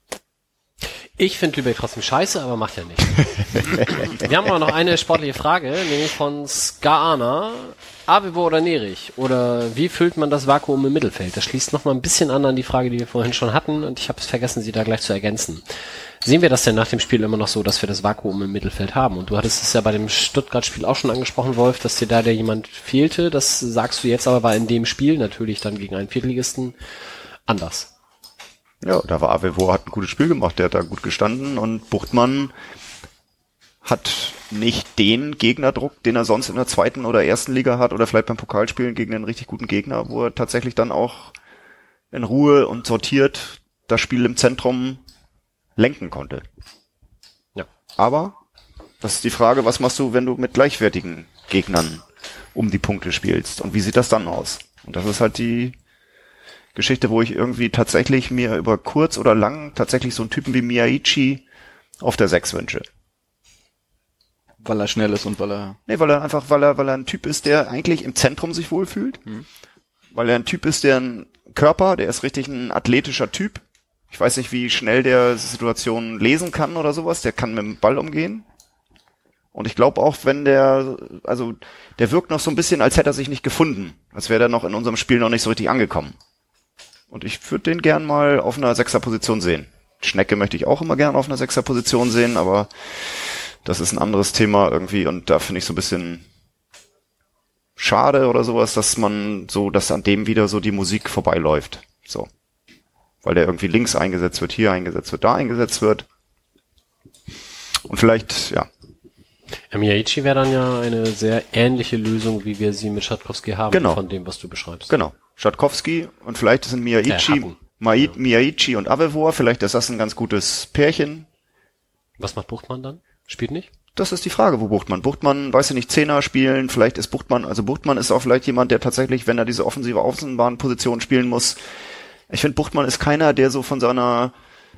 Ich finde Lübeck trotzdem scheiße, aber macht ja nichts. Wir haben aber noch eine sportliche Frage, nämlich von Skaana. Avevo oder Nerich? Oder wie füllt man das Vakuum im Mittelfeld? Das schließt noch mal ein bisschen an die Frage, die wir vorhin schon hatten, und ich habe es vergessen, sie da gleich zu ergänzen. Sehen wir das denn nach dem Spiel immer noch so, dass wir das Vakuum im Mittelfeld haben? Und du hattest es ja bei dem Stuttgart-Spiel auch schon angesprochen, Wolf, dass dir da jemand fehlte. Das sagst du jetzt aber, war in dem Spiel natürlich dann gegen einen Viertligisten anders. Ja, da war Avevo, hat ein gutes Spiel gemacht, der hat da gut gestanden und Buchtmann hat nicht den Gegnerdruck, den er sonst in der zweiten oder ersten Liga hat oder vielleicht beim Pokalspielen gegen einen richtig guten Gegner, wo er tatsächlich dann auch in Ruhe und sortiert das Spiel im Zentrum lenken konnte. Ja. Aber das ist die Frage, was machst du, wenn du mit gleichwertigen Gegnern um die Punkte spielst und wie sieht das dann aus? Und das ist halt die Geschichte, wo ich irgendwie tatsächlich mir über kurz oder lang tatsächlich so einen Typen wie Miyaichi auf der 6 wünsche. Weil er schnell ist und weil er weil er ein Typ ist, der eigentlich im Zentrum sich wohlfühlt. Weil er ein Typ ist, der der ist richtig ein athletischer Typ. Ich weiß nicht, wie schnell der Situationen lesen kann oder sowas. Der kann mit dem Ball umgehen. Und ich glaube auch, der wirkt noch so ein bisschen, als hätte er sich nicht gefunden. Als wäre der noch in unserem Spiel noch nicht so richtig angekommen. Und ich würde den gern mal auf einer 6er-Position sehen. Schnecke möchte ich auch immer gern auf einer 6er-Position sehen, aber das ist ein anderes Thema irgendwie und da finde ich so ein bisschen schade oder sowas, dass an dem wieder so die Musik vorbeiläuft. So. Weil der irgendwie links eingesetzt wird, hier eingesetzt wird, da eingesetzt wird. Und vielleicht, ja. Miyaichi wäre dann ja eine sehr ähnliche Lösung, wie wir sie mit Schatkowski haben, Genau. von dem, was du beschreibst. Genau. Schatkowski und vielleicht sind Miyaichi und Avevor, vielleicht ist das ein ganz gutes Pärchen. Was macht Buchtmann dann? Spielt nicht? Das ist die Frage, wo Buchtmann, weiß ich nicht, Zehner spielen, vielleicht ist Buchtmann ist auch vielleicht jemand, der tatsächlich, wenn er diese offensive Außenbahnposition spielen muss, ich finde, Buchtmann ist keiner, der so von seiner,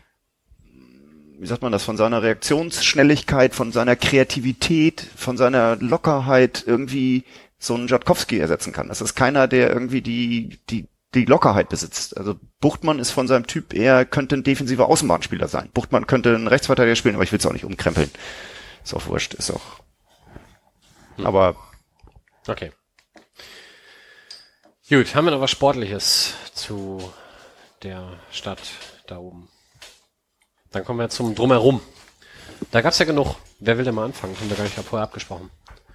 von seiner Reaktionsschnelligkeit, von seiner Kreativität, von seiner Lockerheit irgendwie so einen Schatkowski ersetzen kann. Das ist keiner, der irgendwie die Lockerheit besitzt. Also Buchtmann ist von seinem Typ könnte ein defensiver Außenbahnspieler sein. Buchtmann könnte einen Rechtsverteidiger spielen, aber ich will es auch nicht umkrempeln. Ist auch wurscht, ist auch. Aber okay. Gut, haben wir noch was Sportliches zu der Stadt da oben? Dann kommen wir zum Drumherum. Da gab's ja genug. Wer will denn mal anfangen? Haben wir gar nicht vorher abgesprochen.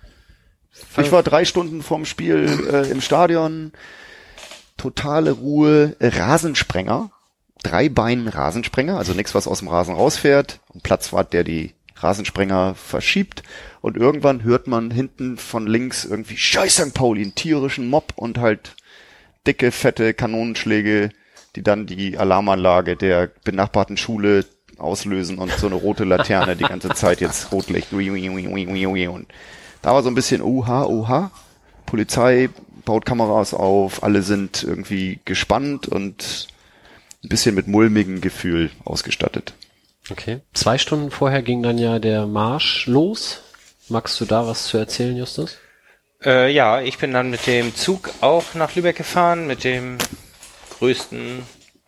Ich war 3 Stunden vorm Spiel im Stadion. Totale Ruhe. Rasensprenger. 3 Beinen Rasensprenger. Also nichts, was aus dem Rasen rausfährt. Ein Platzwart, der die Rasensprenger verschiebt. Und irgendwann hört man hinten von links irgendwie Scheiß St. Pauli, einen tierischen Mob und halt dicke, fette Kanonenschläge, die dann die Alarmanlage der benachbarten Schule auslösen und so eine rote Laterne die ganze Zeit jetzt Rotlicht. Und da war so ein bisschen oha. Polizei baut Kameras auf, alle sind irgendwie gespannt und ein bisschen mit mulmigem Gefühl ausgestattet. Okay. 2 Stunden vorher ging dann ja der Marsch los. Magst du da was zu erzählen, Justus? Ja, ich bin dann mit dem Zug auch nach Lübeck gefahren, mit dem größten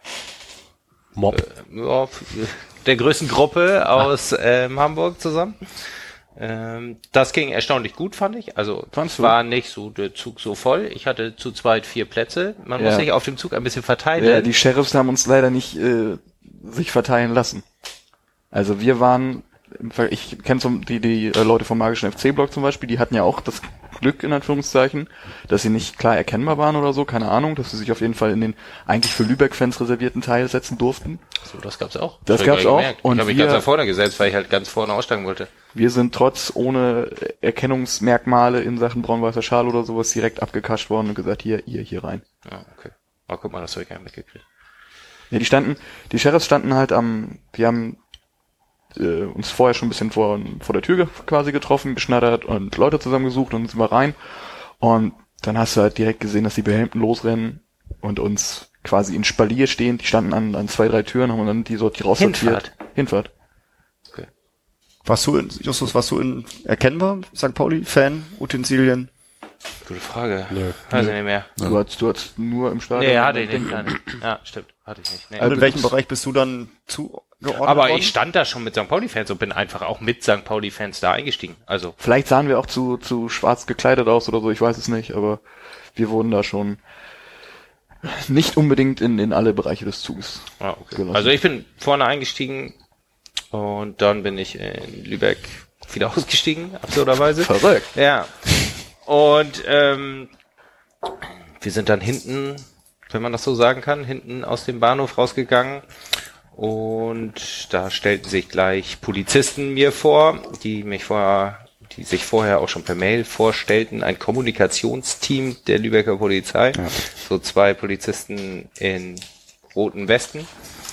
Mob. Der größten Gruppe aus Hamburg zusammen. Das ging erstaunlich gut, fand ich. Also war nicht so der Zug so voll. Ich hatte zu zweit 4 Plätze. Man muss sich auf dem Zug ein bisschen verteilen. Ja, die Sheriffs haben uns leider nicht sich verteilen lassen. Also wir waren, ich kenne die Leute vom Magischen FC-Block zum Beispiel, die hatten ja auch das Glück, in Anführungszeichen, dass sie nicht klar erkennbar waren oder so, keine Ahnung, dass sie sich auf jeden Fall in den eigentlich für Lübeck-Fans reservierten Teil setzen durften. So, das gab's auch. Das gab's auch. Und ich habe mich ganz nach vorne gesetzt, weil ich halt ganz vorne aussteigen wollte. Wir sind trotz ohne Erkennungsmerkmale in Sachen braun-weißer Schal oder sowas direkt abgekascht worden und gesagt, hier rein. Ja, okay. Aber guck mal, das habe ich gar nicht mitgekriegt. Ja, die Sheriffs standen halt wir haben uns vorher schon ein bisschen vor der Tür quasi getroffen, geschnattert und Leute zusammengesucht und sind wir rein. Und dann hast du halt direkt gesehen, dass die Behelmten losrennen und uns quasi in Spalier stehen. Die standen an 2, 3 Türen, haben dann die raussortiert. Hinfahrt. Okay. Warst du erkennbar? St. Pauli-Fan? Utensilien? Gute Frage. Nö. Weiß ich nicht mehr. Du hattest nur im Stadion. Nee, hatte ich nicht. Ja, stimmt. Hatte ich nicht. Nee. Also in welchem Bereich bist du dann zugeordnet Aber worden? ich stand da schon mit St. Pauli-Fans und bin einfach auch mit St. Pauli-Fans da eingestiegen. Also vielleicht sahen wir auch zu schwarz gekleidet aus oder so, ich weiß es nicht, aber wir wurden da schon nicht unbedingt in alle Bereiche des Zuges gelassen. Also ich bin vorne eingestiegen und dann bin ich in Lübeck wieder ausgestiegen, absurderweise. Verrückt. Ja. Und wir sind dann hinten, wenn man das so sagen kann, hinten aus dem Bahnhof rausgegangen und da stellten sich gleich Polizisten mir vor, die sich vorher auch schon per Mail vorstellten, ein Kommunikationsteam der Lübecker Polizei, so 2 Polizisten in roten Westen.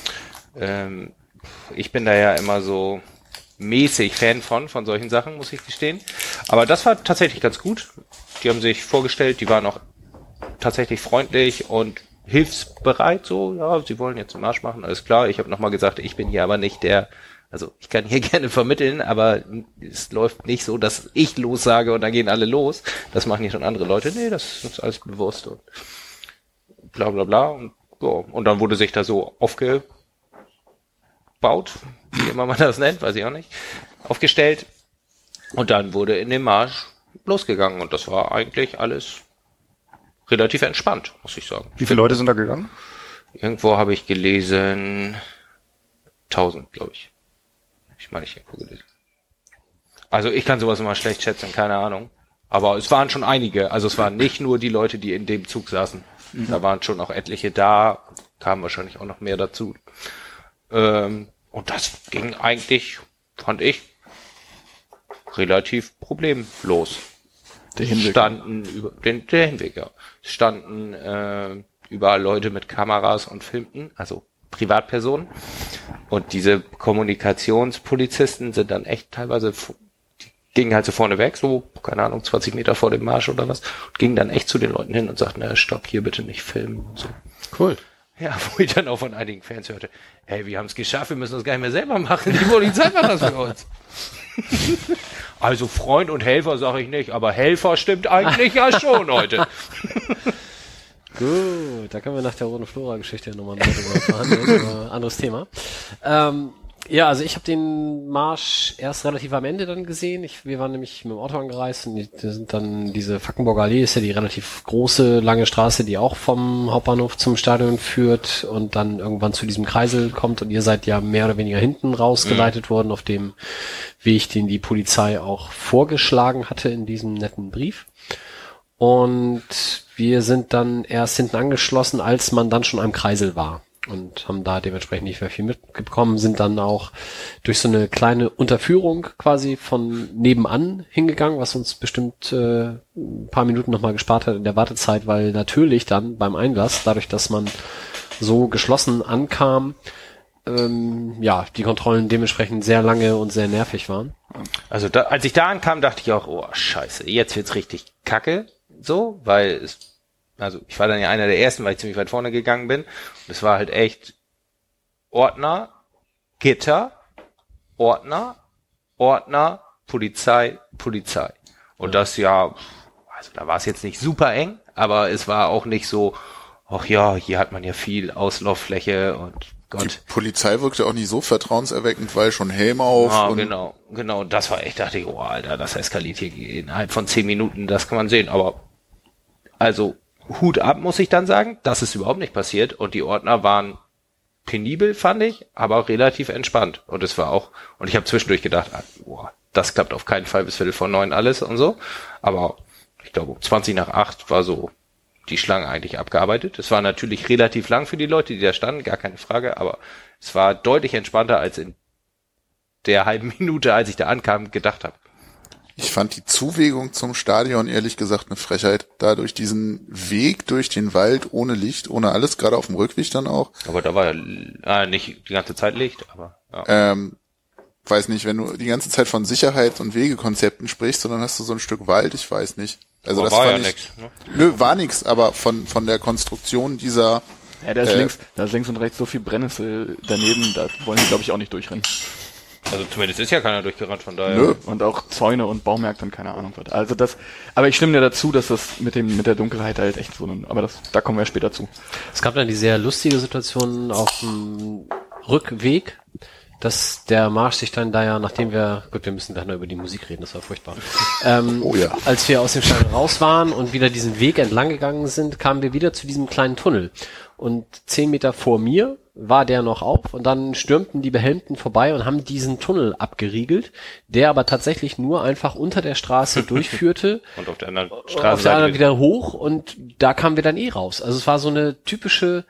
Ich bin da ja immer so mäßig Fan von solchen Sachen, muss ich gestehen. Aber das war tatsächlich ganz gut. Die haben sich vorgestellt, die waren auch tatsächlich freundlich und hilfsbereit, so, ja, sie wollen jetzt einen Marsch machen, alles klar. Ich habe nochmal gesagt, ich bin hier aber nicht also ich kann hier gerne vermitteln, aber es läuft nicht so, dass ich lossage und dann gehen alle los. Das machen hier schon andere Leute. Nee, das ist alles bewusst und bla bla bla. Und, so. Und dann wurde sich da so aufgebaut, wie immer man das nennt, weiß ich auch nicht, aufgestellt. Und dann wurde in dem Marsch losgegangen und das war eigentlich alles relativ entspannt, muss ich sagen. Wie viele Leute sind da gegangen? Irgendwo habe ich gelesen 1000, glaube ich. Ich meine, ich habe gelesen. Also ich kann sowas immer schlecht schätzen, keine Ahnung. Aber es waren schon einige. Also es waren nicht nur die Leute, die in dem Zug saßen. Da waren schon auch etliche da, kamen wahrscheinlich auch noch mehr dazu. Und das ging eigentlich, fand ich, relativ problemlos. Der Hinweg. Der Hinweg, ja. Standen überall Leute mit Kameras und filmten, also Privatpersonen. Und diese Kommunikationspolizisten sind dann echt teilweise, die gingen halt so vorne weg, so, keine Ahnung, 20 Meter vor dem Marsch oder was, und gingen dann echt zu den Leuten hin und sagten, stopp, hier bitte nicht filmen und so. Cool. Ja, wo ich dann auch von einigen Fans hörte, hey, wir haben es geschafft, wir müssen das gar nicht mehr selber machen, die Polizei macht das für uns. Also Freund und Helfer sage ich nicht, aber Helfer stimmt eigentlich ja schon heute. Gut, da können wir nach der Roten Flora-Geschichte nochmal drüber verhandeln, anderes Thema. Ja, also ich habe den Marsch erst relativ am Ende dann gesehen. Wir waren nämlich mit dem Auto angereist und wir sind dann diese Fackenburger Allee, ist ja die relativ große, lange Straße, die auch vom Hauptbahnhof zum Stadion führt und dann irgendwann zu diesem Kreisel kommt und ihr seid ja mehr oder weniger hinten rausgeleitet worden auf dem Weg, den die Polizei auch vorgeschlagen hatte in diesem netten Brief. Und wir sind dann erst hinten angeschlossen, als man dann schon am Kreisel war. Und haben da dementsprechend nicht mehr viel mitbekommen, sind dann auch durch so eine kleine Unterführung quasi von nebenan hingegangen, was uns bestimmt ein paar Minuten nochmal gespart hat in der Wartezeit, weil natürlich dann beim Einlass, dadurch, dass man so geschlossen ankam, die Kontrollen dementsprechend sehr lange und sehr nervig waren. Also als ich da ankam, dachte ich auch, oh scheiße, jetzt wird's richtig kacke, so, weil ich war dann ja einer der ersten, weil ich ziemlich weit vorne gegangen bin. Und es war halt echt Ordner, Gitter, Ordner, Polizei. Und das ja, also da war es jetzt nicht super eng, aber es war auch nicht so, ach ja, hier hat man ja viel Auslauffläche und Gott. Die Polizei wirkte auch nicht so vertrauenserweckend, weil schon Helm auf. Ja, und genau. Das war echt, dachte ich, oh Alter, das eskaliert hier innerhalb von 10 Minuten, das kann man sehen. Aber, also, Hut ab, muss ich dann sagen. Das ist überhaupt nicht passiert. Und die Ordner waren penibel, fand ich, aber auch relativ entspannt. Und es war auch, und ich habe zwischendurch gedacht, das klappt auf keinen Fall bis 7:45 alles und so. Aber ich glaube, 7:20 war so die Schlange eigentlich abgearbeitet. Es war natürlich relativ lang für die Leute, die da standen, gar keine Frage, aber es war deutlich entspannter, als in der halben Minute, als ich da ankam, gedacht habe. Ich fand die Zuwegung zum Stadion ehrlich gesagt eine Frechheit. Da durch diesen Weg durch den Wald ohne Licht, ohne alles, gerade auf dem Rückweg dann auch. Aber da war ja nicht die ganze Zeit Licht, aber ja. Weiß nicht, wenn du die ganze Zeit von Sicherheit und Wegekonzepten sprichst, und dann hast du so ein Stück Wald, ich weiß nicht. Also aber das war fand ja ich, nix, ne? Nö, war nix, aber von der Konstruktion dieser. Ja, da ist links und rechts so viel Brennnessel daneben, da wollen die, glaube ich, auch nicht durchrennen. Also zumindest ist ja keiner durchgerannt, von daher. Nö. Und auch Zäune und Baumärkte und keine Ahnung was. Also aber ich stimme dir dazu, dass das mit der Dunkelheit halt echt so aber da kommen wir später zu. Es gab dann die sehr lustige Situation auf dem Rückweg, dass der Marsch sich dann da ja, nachdem wir müssen gleich noch über die Musik reden, das war furchtbar. Oh ja. Als wir aus dem Stadion raus waren und wieder diesen Weg entlang gegangen sind, kamen wir wieder zu diesem kleinen Tunnel. Und 10 Meter vor mir war der noch auf und dann stürmten die Behelmten vorbei und haben diesen Tunnel abgeriegelt, der aber tatsächlich nur einfach unter der Straße durchführte. Und auf der anderen Straße auf der anderen wieder hoch und da kamen wir dann raus. Also es war so eine typische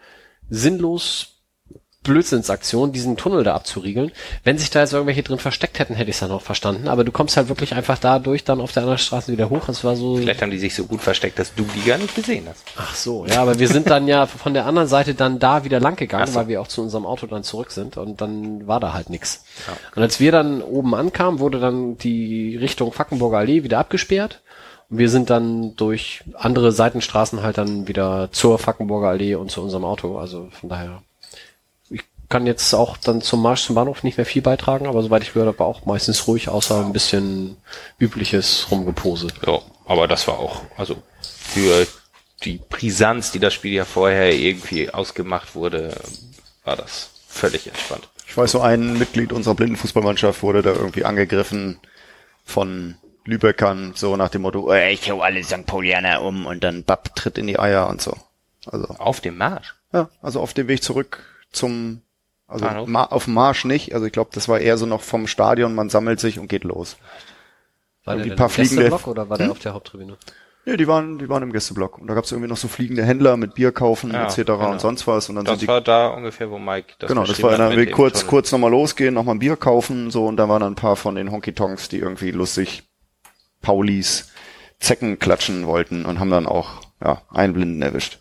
sinnlos Blödsinnsaktion, diesen Tunnel da abzuriegeln. Wenn sich da jetzt irgendwelche drin versteckt hätten, hätte ich es dann auch verstanden. Aber du kommst halt wirklich einfach dadurch dann auf der anderen Straße wieder hoch. Es war so. Vielleicht haben die sich so gut versteckt, dass du die gar nicht gesehen hast. Ach so, ja, aber wir sind dann ja von der anderen Seite dann da wieder lang gegangen, weil wir auch zu unserem Auto dann zurück sind und dann war da halt nichts. Ja. Und als wir dann oben ankamen, wurde dann die Richtung Fackenburger Allee wieder abgesperrt. Und wir sind dann durch andere Seitenstraßen halt dann wieder zur Fackenburger Allee und zu unserem Auto. Also von daher. Kann jetzt auch dann zum Marsch zum Bahnhof nicht mehr viel beitragen, aber soweit ich gehört habe, war auch meistens ruhig, außer ein bisschen übliches Rumgepose. Ja, aber das war auch, also für die Brisanz, die das Spiel ja vorher irgendwie ausgemacht wurde, war das völlig entspannt. Ich weiß, so ein Mitglied unserer Blindenfußballmannschaft wurde da irgendwie angegriffen von Lübeckern, so nach dem Motto, ich hau alle St. Paulianer um und dann tritt in die Eier und so. Also auf dem Marsch? Ja, also auf dem Weg zurück zum auf dem Marsch nicht, also ich glaube, das war eher so noch vom Stadion, man sammelt sich und geht los. War der im Gästeblock oder war der auf der Haupttribüne? Nee, die waren im Gästeblock. Und da gab es irgendwie noch so fliegende Händler mit Bier kaufen etc. Genau. Und sonst was. Und dann das war da ungefähr, wo Mike das genau, das war dann kurz nochmal losgehen, nochmal ein Bier kaufen, so, und da waren dann ein paar von den Honky-Tonks, die irgendwie lustig Paulis Zecken klatschen wollten und haben dann auch einen Blinden erwischt.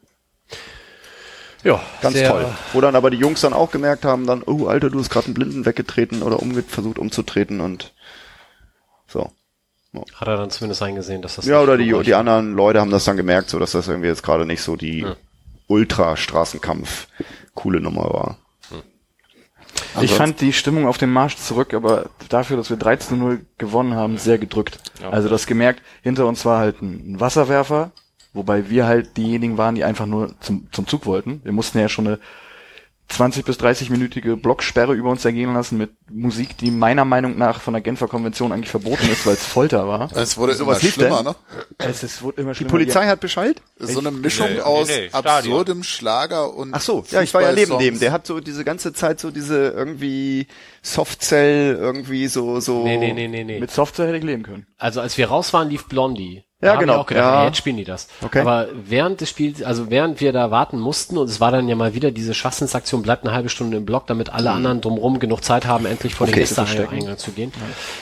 Ja, ganz toll. Wo dann aber die Jungs dann auch gemerkt haben, dann, oh Alter, du hast gerade einen Blinden weggetreten oder versucht umzutreten und so. Ja. Hat er dann zumindest eingesehen, dass das ja, oder die anderen Leute haben das dann gemerkt, so dass das irgendwie jetzt gerade nicht so die Ultra-Straßenkampf coole Nummer war. Ich fand die Stimmung auf dem Marsch zurück, aber dafür, dass wir 13:0 gewonnen haben, sehr gedrückt. Ja. Also das gemerkt, hinter uns war halt ein Wasserwerfer, wobei wir halt diejenigen waren, die einfach nur zum Zug wollten. Wir mussten ja schon eine 20 bis 30-minütige Blocksperre über uns ergehen lassen mit Musik, die meiner Meinung nach von der Genfer Konvention eigentlich verboten ist, weil es Folter war. Es wurde immer schlimmer, ne? Wurde immer Die schlimmer. Polizei hat Bescheid? So eine Mischung aus absurdem Schlager und Ach so, ja, ich war ja neben Fußballsongs. dem. Der hat so diese ganze Zeit so diese irgendwie Softcell, irgendwie so. Nee. Mit Software hätte ich leben können. Also als wir raus waren, lief Blondie. Ja, Da haben genau. wir auch gedacht, Ja. jetzt spielen die das. Okay. Aber während des Spiels, also während wir da warten mussten, und es war dann ja mal wieder diese Schwachsinnsaktion, bleibt eine halbe Stunde im Block, damit alle anderen drumherum genug Zeit haben, endlich vor den Gästeeingang zu gehen,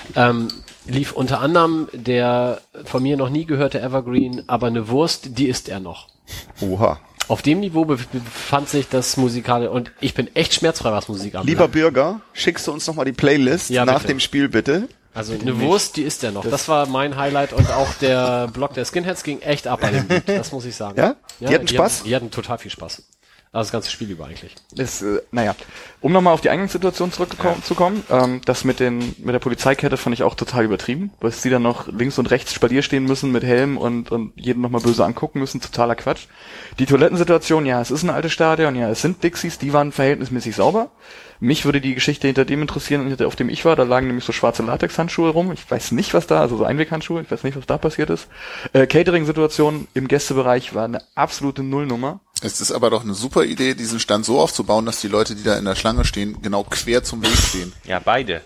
lief unter anderem der von mir noch nie gehörte Evergreen, aber eine Wurst, die isst er noch. Oha. Auf dem Niveau befand sich das Musikalische, und ich bin echt schmerzfrei, was Musik anbelangt. Lieber Bürger, schickst du uns nochmal die Playlist Ja, nach bitte. dem Spiel bitte? Also eine Wurst, die isst er noch. Das war mein Highlight, und auch der Block der Skinheads ging echt ab an dem Beat. Das muss ich sagen. Ja? Die hatten Spaß? Die hatten total viel Spaß. Also das ganze Spiel über eigentlich. Naja, um nochmal auf die Eingangssituation zurückzukommen, das mit der Polizeikette fand ich auch total übertrieben, weil sie dann noch links und rechts Spalier stehen müssen mit Helm und jeden nochmal böse angucken müssen, totaler Quatsch. Die Toilettensituation, ja, es ist ein altes Stadion, ja, es sind Dixies, die waren verhältnismäßig sauber. Mich würde die Geschichte hinter dem interessieren, auf dem ich war, da lagen nämlich so schwarze Latexhandschuhe rum, ich weiß nicht, was da, also so Einweghandschuhe, ich weiß nicht, was da passiert ist. Catering-Situation im Gästebereich war eine absolute Nullnummer. Es ist aber doch eine super Idee, diesen Stand so aufzubauen, dass die Leute, die da in der Schlange stehen, genau quer zum Weg stehen. Ja, beide.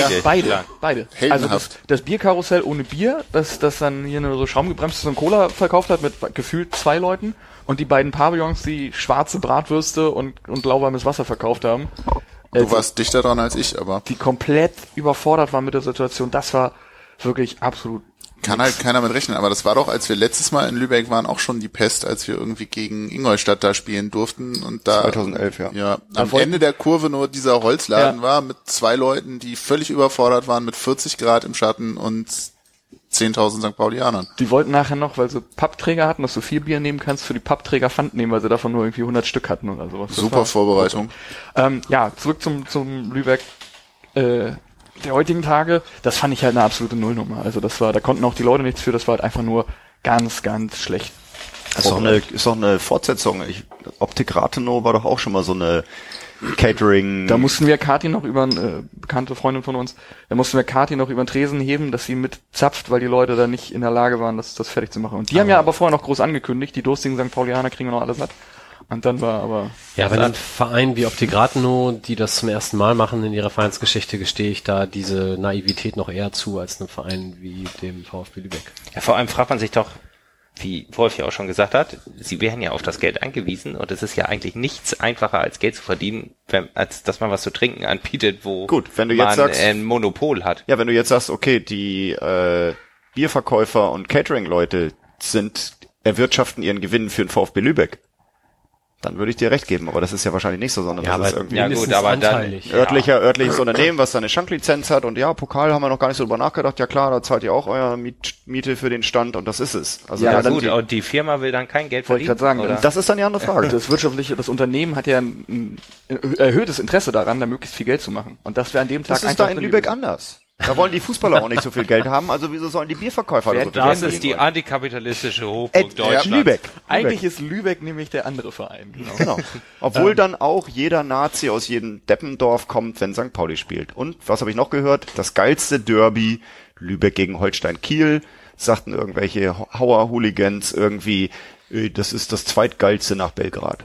Beide. Heldenhaft. Also das Bierkarussell ohne Bier, das dann hier nur so schaumgebremstes und Cola verkauft hat mit gefühlt 2 Leuten, und die beiden Pavillons, die schwarze Bratwürste und lauwarmes Wasser verkauft haben. Du warst dichter dran als ich, aber Die komplett überfordert waren mit der Situation. Das war wirklich absolut. kann halt keiner mit rechnen. Aber das war doch, als wir letztes Mal in Lübeck waren, auch schon die Pest, als wir irgendwie gegen Ingolstadt da spielen durften und da 2011, ja. Ja, am Ende der Kurve nur dieser Holzladen war mit 2 Leuten, die völlig überfordert waren mit 40 Grad im Schatten und 10.000 St. Paulianern. Die wollten nachher noch, weil sie Pappträger hatten, dass du 4 Bier nehmen kannst, für die Pappträger Pfand nehmen, weil sie davon nur irgendwie 100 Stück hatten oder sowas. Super Vorbereitung. Ja, zurück zum Lübeck der heutigen Tage. Das fand ich halt eine absolute Nullnummer. Also da konnten auch die Leute nichts für, das war halt einfach nur ganz, ganz schlecht. Das ist doch eine Fortsetzung. Optik Rathenow war doch auch schon mal so eine Catering. Da mussten wir Kathi noch über bekannte Freundin von uns, da mussten wir Kathi noch über den Tresen heben, dass sie mitzapft, weil die Leute da nicht in der Lage waren, das fertig zu machen. Und die haben ja aber vorher noch groß angekündigt, die durstigen St. Paulianer kriegen noch alles satt. Und dann war aber... Ja, wenn ein Verein wie Optik Rathenow, die das zum ersten Mal machen in ihrer Vereinsgeschichte, gestehe ich da diese Naivität noch eher zu als einem Verein wie dem VfB Lübeck. Ja, vor allem fragt man sich doch, wie Wolf ja auch schon gesagt hat, sie werden ja auf das Geld angewiesen, und es ist ja eigentlich nichts einfacher als Geld zu verdienen, als dass man was zu trinken anbietet, wo wenn du man jetzt sagst, ein Monopol hat. Ja, wenn du jetzt sagst, okay, die Bierverkäufer und Catering-Leute erwirtschaften ihren Gewinn für den VfB Lübeck, dann würde ich dir recht geben, aber das ist ja wahrscheinlich nicht so, sondern Ja, das ist aber irgendwie Ja gut, aber dann anteilig. örtliches Unternehmen, was da eine Schanklizenz hat, und ja, Pokal haben wir noch gar nicht so drüber nachgedacht, ja klar, da zahlt ihr auch euer Miete für den Stand, und das ist es. Also ja dann gut, und die Firma will dann kein Geld Wollte ich verdienen. gerade sagen, oder? das ist dann ja eine Frage. Das Unternehmen hat ja ein erhöhtes Interesse daran, da möglichst viel Geld zu machen. Und das wäre an dem Tag Das ist da in Lübeck anders. Da wollen die Fußballer auch nicht so viel Geld haben, also wieso sollen die Bierverkäufer da so viel Das Geld ist die verdienen? antikapitalistische Hochburg Ja, Deutschlands. Lübeck. Eigentlich ist Lübeck nämlich der andere Verein. Genau. Obwohl dann auch jeder Nazi aus jedem Deppendorf kommt, wenn St. Pauli spielt. Und, was habe ich noch gehört? Das geilste Derby, Lübeck gegen Holstein Kiel, sagten irgendwelche Hauer-Hooligans irgendwie, das ist das zweitgeilste nach Belgrad.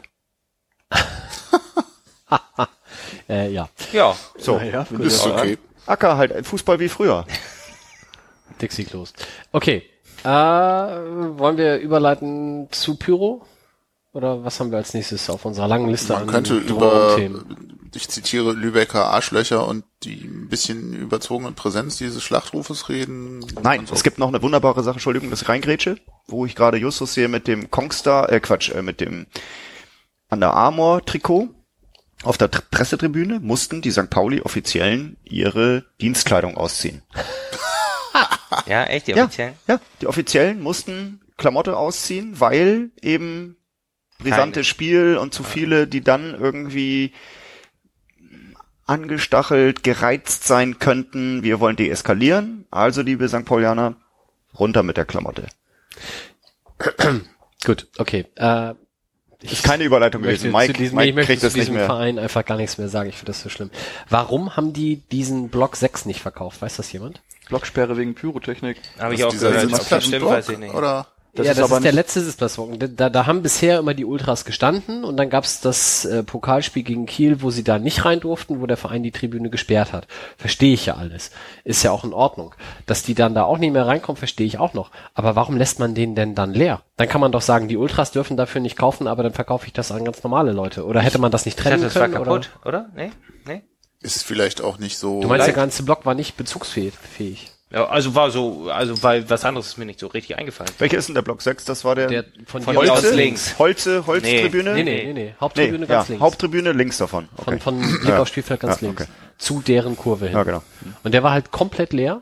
Ja. Ja, So, Ist okay. Acker halt, Fußball wie früher. Dixie-Klos. Okay. Wollen wir überleiten zu Pyro? Oder was haben wir als nächstes auf unserer langen Liste Man an könnte Drogenthemen? ich zitiere Lübecker Arschlöcher und die ein bisschen überzogene Präsenz dieses Schlachtrufes reden. Nein, Und so. es gibt noch eine wunderbare Sache, Entschuldigung, das Reingrätsche, wo ich gerade Justus sehe mit dem Kongstar, mit dem Under Armour Trikot. Auf der Pressetribüne mussten die St. Pauli-Offiziellen ihre Dienstkleidung ausziehen. ja, echt, die offiziellen? Ja, die Offiziellen mussten Klamotte ausziehen, weil eben brisantes Spiel und zu viele, die dann irgendwie angestachelt, gereizt sein könnten. Wir wollen deeskalieren. Also, liebe St. Paulianer, runter mit der Klamotte. Gut, okay. Ist keine Überleitung gewesen. Mike kriegt das zu nicht diesem mehr. Verein einfach gar nichts mehr sagen. Ich finde das so schlimm. Warum haben die diesen Block 6 nicht verkauft? Weiß das jemand? Blocksperre wegen Pyrotechnik. Habe ich auch gehört. Ob das stimmt, weiß ich nicht. Oder? Das ist der letzte Sitzplatzblock. Da haben bisher immer die Ultras gestanden und dann gab's das Pokalspiel gegen Kiel, wo sie da nicht rein durften, wo der Verein die Tribüne gesperrt hat. Verstehe ich ja alles. Ist ja auch in Ordnung. Dass die dann da auch nicht mehr reinkommen, verstehe ich auch noch. Aber warum lässt man den denn dann leer? Dann kann man doch sagen, die Ultras dürfen dafür nicht kaufen, aber dann verkaufe ich das an ganz normale Leute. Oder hätte man das nicht trennen können? Das war kaputt, oder? Nee? Ist es vielleicht auch nicht so... Du meinst, der ganze Block war nicht bezugsfähig? Ja, weil was anderes ist mir nicht so richtig eingefallen. Welcher ist denn der Block 6? Das war der von hier aus links. Holztribüne? Nee. Haupttribüne ganz links. Haupttribüne links davon. Okay. Von Blick aufs Spielfeld ganz links. Okay. Zu deren Kurve hin. Ja, genau. Und der war halt komplett leer.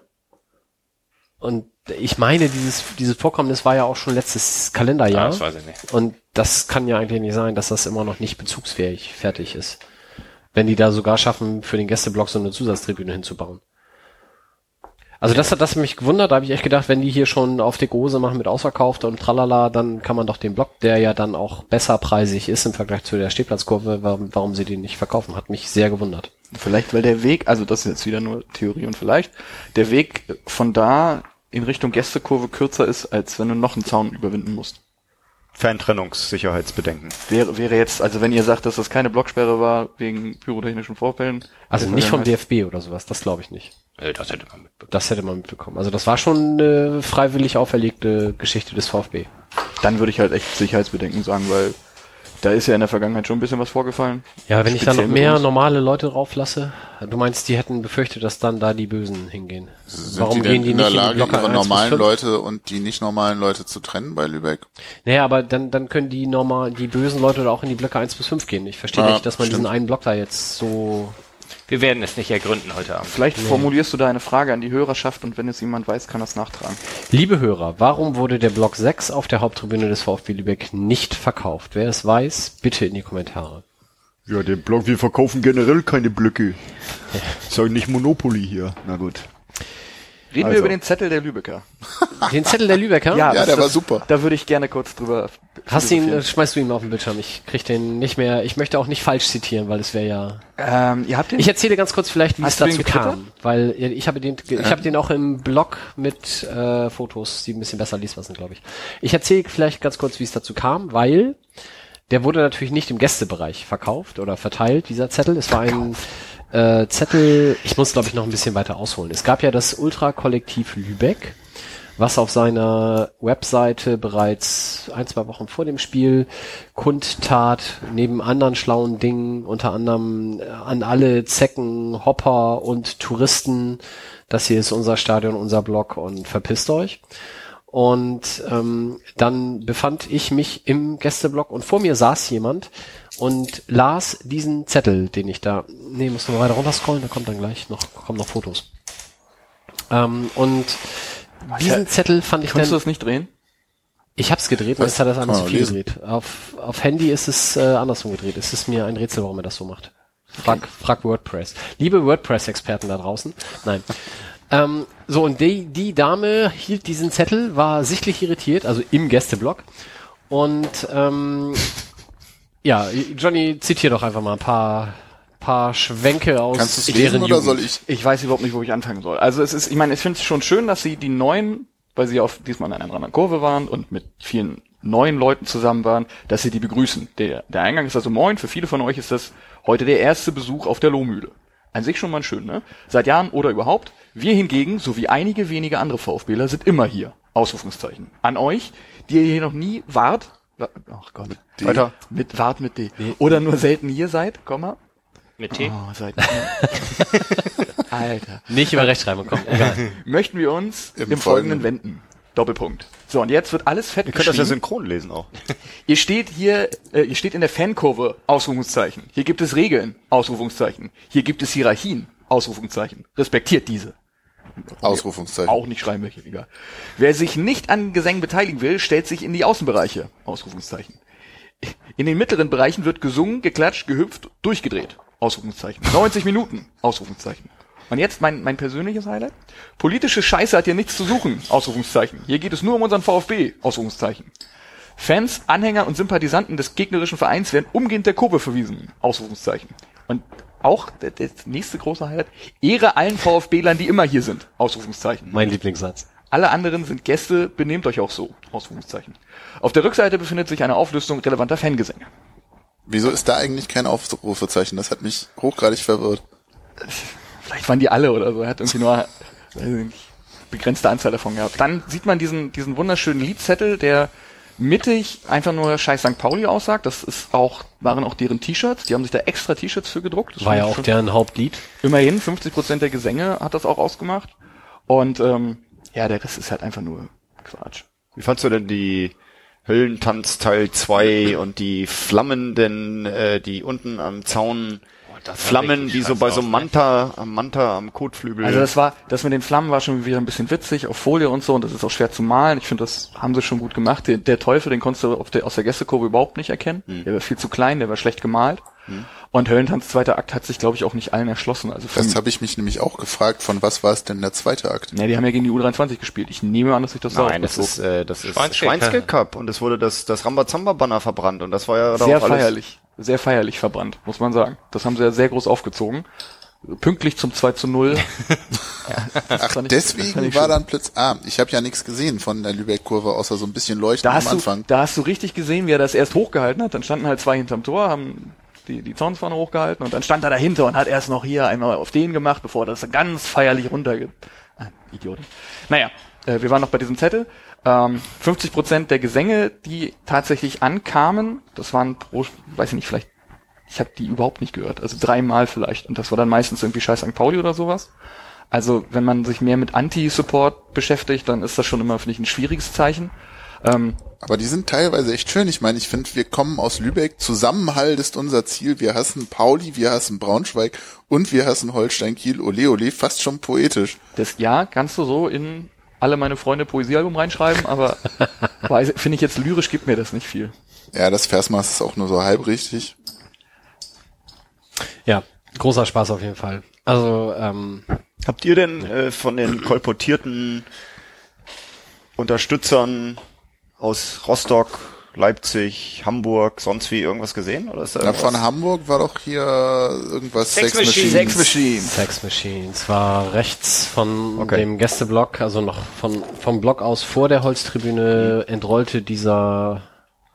Und ich meine, dieses Vorkommnis war ja auch schon letztes Kalenderjahr. Das weiß ich nicht. Und das kann ja eigentlich nicht sein, dass das immer noch nicht bezugsfähig fertig ist. Wenn die da sogar schaffen, für den Gästeblock so eine Zusatztribüne hinzubauen. Also das hat mich gewundert, da habe ich echt gedacht, wenn die hier schon auf dicke Hose machen mit ausverkauft und tralala, dann kann man doch den Block, der ja dann auch besser preisig ist im Vergleich zu der Stehplatzkurve, warum sie den nicht verkaufen, hat mich sehr gewundert. Vielleicht, weil der Weg, also das ist jetzt wieder nur Theorie und vielleicht, der Weg von da in Richtung Gästekurve kürzer ist, als wenn du noch einen Zaun überwinden musst. Ferntrennungssicherheitsbedenken. Wäre jetzt, also wenn ihr sagt, dass das keine Blocksperre war wegen pyrotechnischen Vorfällen. Also nicht vom DFB oder sowas, das glaube ich nicht. Das hätte man mitbekommen. Also das war schon eine freiwillig auferlegte Geschichte des VfB. Dann würde ich halt echt Sicherheitsbedenken sagen, weil da ist ja in der Vergangenheit schon ein bisschen was vorgefallen. Ja, wenn ich da noch mehr normale Leute drauflasse, du meinst, die hätten befürchtet, dass dann da die Bösen hingehen. Warum gehen die in der Lage, ihre normalen Leute und die nicht normalen Leute zu trennen bei Lübeck? Naja, aber dann können die bösen Leute auch in die Blöcke 1 bis 5 gehen. Ich verstehe nicht, dass man diesen einen Block da jetzt so... Wir werden es nicht ergründen heute Abend. Vielleicht formulierst du da eine Frage an die Hörerschaft und wenn es jemand weiß, kann das nachtragen. Liebe Hörer, warum wurde der Block 6 auf der Haupttribüne des VfB Lübeck nicht verkauft? Wer es weiß, bitte in die Kommentare. Ja, den Block, wir verkaufen generell keine Blöcke. Ist ja nicht Monopoly hier. Na gut. Reden wir über den Zettel der Lübecker. Den Zettel der Lübecker? Ja, der war super. Da würde ich gerne kurz drüber... Schmeißt du ihn mal auf den Bildschirm. Ich krieg den nicht mehr, ich möchte auch nicht falsch zitieren, weil es wäre ja... ihr habt den? Ich erzähle ganz kurz vielleicht, wie es dazu kam. Weil ich habe den auch im Blog mit Fotos, die ein bisschen besser liest lassen, glaube ich. Ich erzähle vielleicht ganz kurz, wie es dazu kam, weil der wurde natürlich nicht im Gästebereich verkauft oder verteilt, dieser Zettel. Es war ein Zettel, ich muss glaube ich noch ein bisschen weiter ausholen. Es gab ja das Ultra-Kollektiv Lübeck, was auf seiner Webseite bereits 1-2 Wochen vor dem Spiel kundtat, neben anderen schlauen Dingen, unter anderem an alle Zecken, Hopper und Touristen, das hier ist unser Stadion, unser Block und verpisst euch. Und dann befand ich mich im Gästeblock und vor mir saß jemand und las diesen Zettel, den ich da... Nee, muss noch weiter runter scrollen, da kommen noch Fotos. Und diesen Zettel fand ich Kannst du das nicht drehen? Ich hab's gedreht, und jetzt hat er es einmal zu viel gedreht. Auf Handy ist es andersrum gedreht. Es ist mir ein Rätsel, warum er das so macht. Frag WordPress. Liebe WordPress-Experten da draußen. Nein. So, und die Dame hielt diesen Zettel, war sichtlich irritiert, also im Gästeblock. Und ja, Johnny, zitier doch einfach mal ein paar Schwenke aus. Kannst du es lesen oder soll ich? Ich weiß überhaupt nicht, wo ich anfangen soll. Also ich finde es schon schön, dass sie die neuen, weil sie diesmal in einer anderen Kurve waren und mit vielen neuen Leuten zusammen waren, dass sie die begrüßen. Der Eingang ist also moin, für viele von euch ist das heute der erste Besuch auf der Lohmühle. An sich schon mal schön, ne? Seit Jahren oder überhaupt. Wir hingegen, sowie einige wenige andere VfBler, sind immer hier. Ausrufungszeichen. An euch, die ihr hier noch nie wart. Ach Gott. Weiter. Mit D. Nee. Oder nur selten hier seid, Komma. Mit T. Oh, seid Alter. Nicht über Rechtschreibung kommen. Egal. Möchten wir uns im Folgenden wenden. Doppelpunkt. So, und jetzt wird alles fett geschrieben. Ihr könnt das ja synchron lesen auch. Ihr steht in der Fankurve, Ausrufungszeichen. Hier gibt es Regeln, Ausrufungszeichen. Hier gibt es Hierarchien, Ausrufungszeichen. Respektiert diese. Ausrufungszeichen. Auch nicht schreien welche, egal. Wer sich nicht an Gesängen beteiligen will, stellt sich in die Außenbereiche, Ausrufungszeichen. In den mittleren Bereichen wird gesungen, geklatscht, gehüpft, durchgedreht, Ausrufungszeichen. 90 Minuten, Ausrufungszeichen. Und jetzt mein persönliches Highlight. Politische Scheiße hat hier nichts zu suchen, Ausrufungszeichen. Hier geht es nur um unseren VfB, Ausrufungszeichen. Fans, Anhänger und Sympathisanten des gegnerischen Vereins werden umgehend der Kurve verwiesen. Ausrufungszeichen. Und auch das nächste große Highlight, Ehre allen VfB-Lern, die immer hier sind. Ausrufungszeichen. Mein Lieblingssatz. Alle anderen sind Gäste, benehmt euch auch so. Ausrufungszeichen. Auf der Rückseite befindet sich eine Auflistung relevanter Fangesänge. Wieso ist da eigentlich kein Aufrufezeichen? Das hat mich hochgradig verwirrt. Vielleicht waren die alle oder so. Er hat irgendwie nur, weiß ich nicht, begrenzte Anzahl davon gehabt. Dann sieht man diesen wunderschönen Liedzettel, der mittig einfach nur Scheiß St. Pauli aussagt. Das waren auch deren T-Shirts. Die haben sich da extra T-Shirts für gedruckt. Das war ja auch deren Hauptlied. Immerhin, 50% der Gesänge hat das auch ausgemacht. Und der Rest ist halt einfach nur Quatsch. Wie fandst du denn die Höllentanz Teil 2 und die Flammen, die unten am Zaun Flammen, die so bei so einem Manta am Kotflügel. Also das mit den Flammen war schon wieder ein bisschen witzig, auf Folie und so, und das ist auch schwer zu malen. Ich finde, das haben sie schon gut gemacht. Der Teufel, den konntest du aus der Gästekurve überhaupt nicht erkennen. Der war viel zu klein, der war schlecht gemalt. Und Höllentanz zweiter Akt hat sich, glaube ich, auch nicht allen erschlossen. Also das habe ich mich nämlich auch gefragt, von was war es denn der zweite Akt? Ja, die haben ja gegen die U23 gespielt. Ich nehme an, dass ich das Nein, das ist Schweinske Cup, und es wurde das Rambazamba-Banner verbrannt, und das war ja sehr feierlich. Sehr feierlich verbrannt, muss man sagen. Das haben sie ja sehr groß aufgezogen. Pünktlich zum 2:0. Ach, deswegen war dann plötzlich... ich habe ja nichts gesehen von der Lübeck-Kurve, außer so ein bisschen Leuchten am Anfang. Da hast du richtig gesehen, wie er das erst hochgehalten hat. Dann standen halt zwei hinterm Tor, haben die Zornsfahne hochgehalten, und dann stand er dahinter und hat erst noch hier einmal auf den gemacht, bevor das ganz feierlich Idioten. Naja, wir waren noch bei diesem Zettel. 50% der Gesänge, die tatsächlich ankamen, das waren weiß ich nicht, vielleicht, ich habe die überhaupt nicht gehört, also 3-mal vielleicht, und das war dann meistens irgendwie Scheiß St. Pauli oder sowas. Also wenn man sich mehr mit Anti-Support beschäftigt, dann ist das schon immer, finde ich, ein schwieriges Zeichen. Aber die sind teilweise echt schön. Ich meine, ich finde, wir kommen aus Lübeck, Zusammenhalt ist unser Ziel, wir hassen Pauli, wir hassen Braunschweig und wir hassen Holstein Kiel, ole ole, fast schon poetisch. Das kannst du so in alle meine Freunde Poesiealbum reinschreiben, aber finde ich jetzt lyrisch gibt mir das nicht viel. Ja, das Versmaß ist auch nur so halb richtig. Ja, großer Spaß auf jeden Fall. Also, habt ihr denn von den kolportierten Unterstützern aus Rostock, Leipzig, Hamburg, sonst wie irgendwas gesehen? Oder ist da von Hamburg war doch hier irgendwas Sex Machines war rechts von dem Gästeblock, also noch vom Block aus vor der Holztribüne entrollte dieser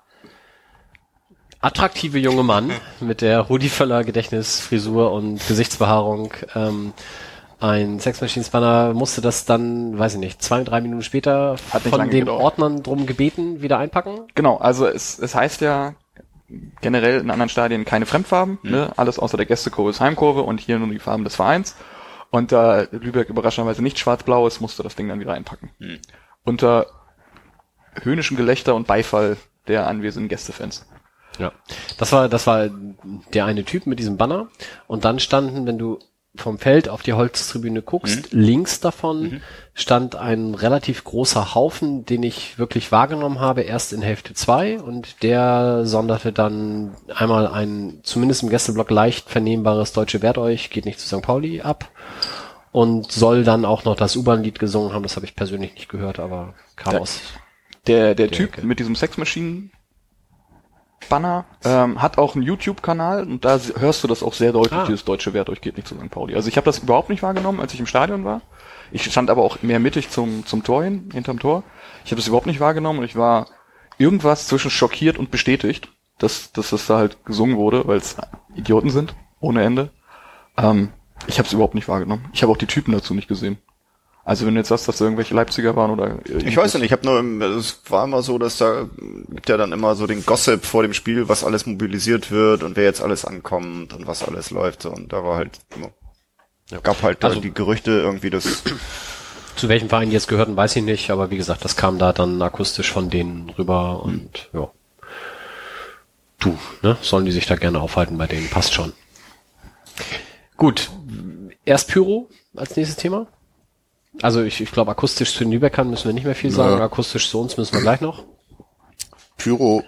attraktive junge Mann mit der Rudi Völler Gedächtnisfrisur und Gesichtsbehaarung ein Sex Machines Banner, musste das dann, weiß ich nicht, 2-3 Minuten später von den Ordnern drum gebeten, wieder einpacken? Genau, also es heißt ja generell in anderen Stadien keine Fremdfarben, ne? Alles außer der Gästekurve ist Heimkurve und hier nur die Farben des Vereins. Und da Lübeck überraschenderweise nicht schwarz-blau ist, musste das Ding dann wieder einpacken. Unter höhnischem Gelächter und Beifall der anwesenden Gästefans. Ja, das war der eine Typ mit diesem Banner, und dann standen, wenn du vom Feld auf die Holztribüne guckst, links davon stand ein relativ großer Haufen, den ich wirklich wahrgenommen habe, erst in Hälfte 2, und der sonderte dann einmal ein, zumindest im Gästeblock leicht vernehmbares Deutsche wehrt euch, geht nicht zu St. Pauli ab, und soll dann auch noch das U-Bahn-Lied gesungen haben, das habe ich persönlich nicht gehört, aber kam aus der Typ mit diesem Sex Machine Banner hat auch einen YouTube-Kanal, und da hörst du das auch sehr deutlich, dieses Deutsche wehrt euch, geht nicht zu St. Pauli. Also ich habe das überhaupt nicht wahrgenommen, als ich im Stadion war. Ich stand aber auch mehr mittig zum Tor hinterm Tor. Ich habe das überhaupt nicht wahrgenommen, und ich war irgendwas zwischen schockiert und bestätigt, dass das da halt gesungen wurde, weil es Idioten sind, ohne Ende. Ich habe es überhaupt nicht wahrgenommen. Ich habe auch die Typen dazu nicht gesehen. Also wenn du jetzt sagst, dass da irgendwelche Leipziger waren oder... Ich weiß nicht, es war immer so, dass gibt ja dann immer so den Gossip vor dem Spiel, was alles mobilisiert wird und wer jetzt alles ankommt und was alles läuft. So. Und da war halt, gab halt also die Gerüchte irgendwie, dass... Zu welchen Vereinen die jetzt gehörten, weiß ich nicht, aber wie gesagt, das kam da dann akustisch von denen rüber, und ja. Sollen die sich da gerne aufhalten bei denen, passt schon. Gut, erst Pyro als nächstes Thema. Also ich glaube, akustisch zu den Lübeckern müssen wir nicht mehr viel sagen. Akustisch zu uns müssen wir gleich noch. Pyro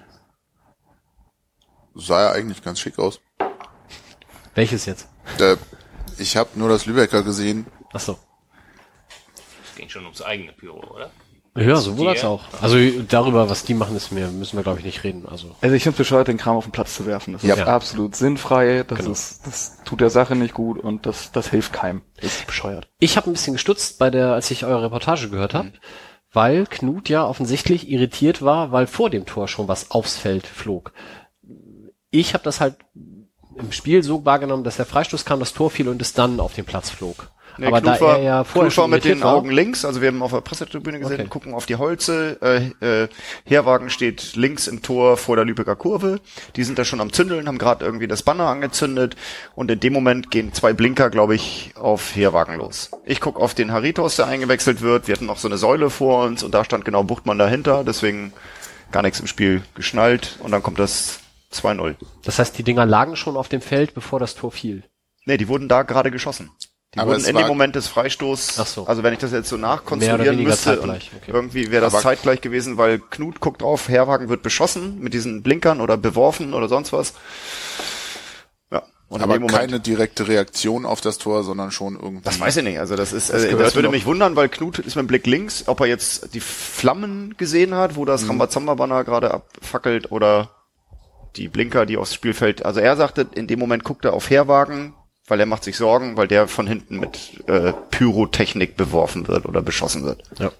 sah ja eigentlich ganz schick aus. Welches jetzt? Ich habe nur das Lübecker gesehen. Ach so. Es ging schon ums eigene Pyro, oder? Ja, sowohl als auch. Also darüber, was die machen, müssen wir, glaube ich, nicht reden. Also ich finde es bescheuert, den Kram auf den Platz zu werfen. Das ist absolut sinnfrei, das tut der Sache nicht gut und das hilft keinem. Das ist bescheuert. Ich habe ein bisschen gestutzt als ich eure Reportage gehört habe, weil Knut ja offensichtlich irritiert war, weil vor dem Tor schon was aufs Feld flog. Ich habe das halt im Spiel so wahrgenommen, dass der Freistoß kam, das Tor fiel und es dann auf den Platz flog. Nee, aber Knut da er ja vorher schon mit den war, Augen links, also wir haben auf der Pressetribüne gesehen, gucken auf die Holze, Heerwagen steht links im Tor vor der Lübecker Kurve, die sind da schon am Zündeln, haben gerade irgendwie das Banner angezündet und in dem Moment gehen 2 Blinker, glaube ich, auf Heerwagen los. Ich gucke auf den Haritos, der eingewechselt wird, wir hatten noch so eine Säule vor uns und da stand genau Buchtmann dahinter, deswegen gar nichts im Spiel geschnallt und dann kommt das 2-0. Das heißt, die Dinger lagen schon auf dem Feld, bevor das Tor fiel? Nee, die wurden da gerade geschossen. Die wurden in dem Moment des Freistoßs, also wenn ich das jetzt so nachkonstruieren müsste, irgendwie wäre das zeitgleich gewesen, weil Knut guckt drauf, Heerwagen wird beschossen mit diesen Blinkern oder beworfen oder sonst was. Ja. Und aber keine direkte Reaktion auf das Tor, sondern schon irgendwie. Das weiß ich nicht. Also das würde mich wundern, weil Knut ist mit dem Blick links, ob er jetzt die Flammen gesehen hat, wo das Rambazamba-Banner gerade abfackelt oder die Blinker, die aufs Spielfeld. Also er sagte, in dem Moment guckt er auf Heerwagen, weil er macht sich Sorgen, weil der von hinten mit Pyrotechnik beworfen wird oder beschossen wird. Ja.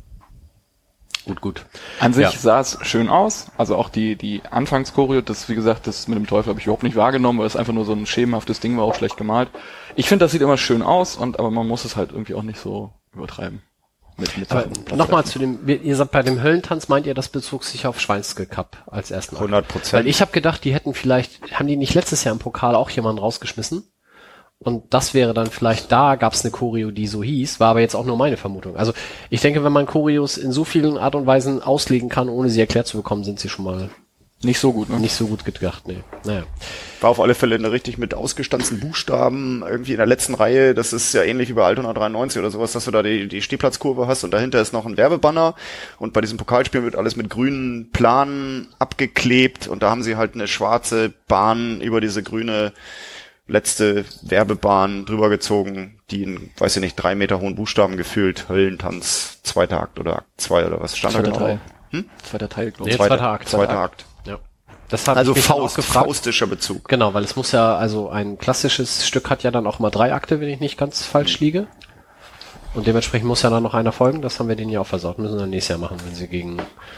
Gut. An sich sah es schön aus. Also auch die Anfangschoreo, das wie gesagt, das mit dem Teufel habe ich überhaupt nicht wahrgenommen, weil es einfach nur so ein schemenhaftes Ding war, auch schlecht gemalt. Ich finde, das sieht immer schön aus, aber man muss es halt irgendwie auch nicht so übertreiben. Aber nochmal zu dem, ihr sagt bei dem Höllentanz, meint ihr, das bezog sich auf Schweinske Cup als ersten Akt? 100%. Weil ich habe gedacht, haben die nicht letztes Jahr im Pokal auch jemanden rausgeschmissen? Und das wäre dann vielleicht, da gab es eine Choreo, die so hieß, war aber jetzt auch nur meine Vermutung. Also ich denke, wenn man Choreos in so vielen Art und Weisen auslegen kann, ohne sie erklärt zu bekommen, sind sie schon mal nicht so gut, ne? Nicht so gut gedacht, nee. Naja. War auf alle Fälle eine richtig mit ausgestanzten Buchstaben irgendwie in der letzten Reihe. Das ist ja ähnlich wie bei Altona 93 oder sowas, dass du da die Stehplatzkurve hast und dahinter ist noch ein Werbebanner und bei diesem Pokalspiel wird alles mit grünen Planen abgeklebt und da haben sie halt eine schwarze Bahn über diese grüne letzte Werbebahn drüber gezogen, die in, weiß ich nicht, 3 Meter hohen Buchstaben gefüllt, Höllentanz, 2. Akt oder Akt 2 oder was stand da genau? Zweiter Teil, glaube ich. Zweiter Akt. Zweiter Akt. Ja. Das hat also faustischer Bezug. Genau, weil es muss ja, also ein klassisches Stück hat ja dann auch mal 3 Akte, wenn ich nicht ganz falsch liege. Und dementsprechend muss ja dann noch einer folgen. Das haben wir denen ja auch versaut. Müssen wir nächstes Jahr machen, wenn sie gegen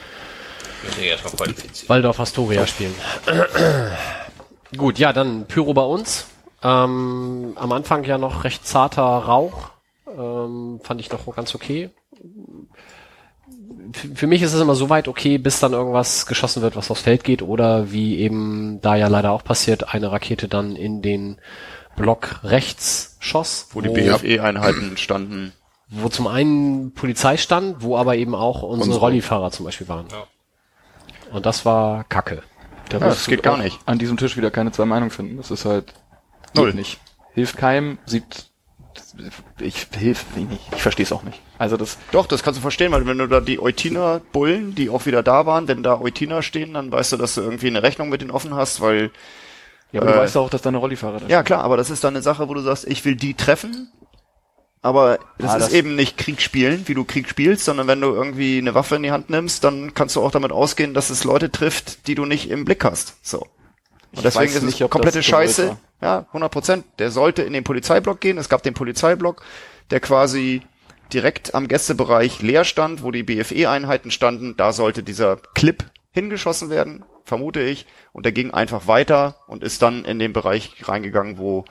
Waldorf Astoria spielen. Gut, ja, dann Pyro bei uns. Am Anfang ja noch recht zarter Rauch. Fand ich noch ganz okay. Für mich ist es immer so weit okay, bis dann irgendwas geschossen wird, was aufs Feld geht, oder wie eben da ja leider auch passiert, eine Rakete dann in den Block rechts schoss. Wo die BFE-Einheiten standen. Wo zum einen Polizei stand, wo aber eben auch unsere Rollifahrer zum Beispiel waren. Ja. Und das war Kacke. Das geht gar nicht. An diesem Tisch wieder keine 2 Meinungen finden. Das ist halt null nicht. Hilft keinem, ich verstehe es auch nicht. Also das. Doch, das kannst du verstehen, weil wenn du da die Eutiner Bullen, die auch wieder da waren, wenn da Eutiner stehen, dann weißt du, dass du irgendwie eine Rechnung mit denen offen hast, weil. Ja, aber du weißt auch, dass da eine Rollifahrer da ist. Ja, klar, aber das ist dann eine Sache, wo du sagst, ich will die treffen, aber das ist eben nicht Krieg spielen, wie du Krieg spielst, sondern wenn du irgendwie eine Waffe in die Hand nimmst, dann kannst du auch damit ausgehen, dass es Leute trifft, die du nicht im Blick hast. So. Und deswegen ist es komplette Scheiße. Ja, 100%. Der sollte in den Polizeiblock gehen. Es gab den Polizeiblock, der quasi direkt am Gästebereich leer stand, wo die BFE-Einheiten standen. Da sollte dieser Clip hingeschossen werden, vermute ich. Und der ging einfach weiter und ist dann in den Bereich reingegangen, wo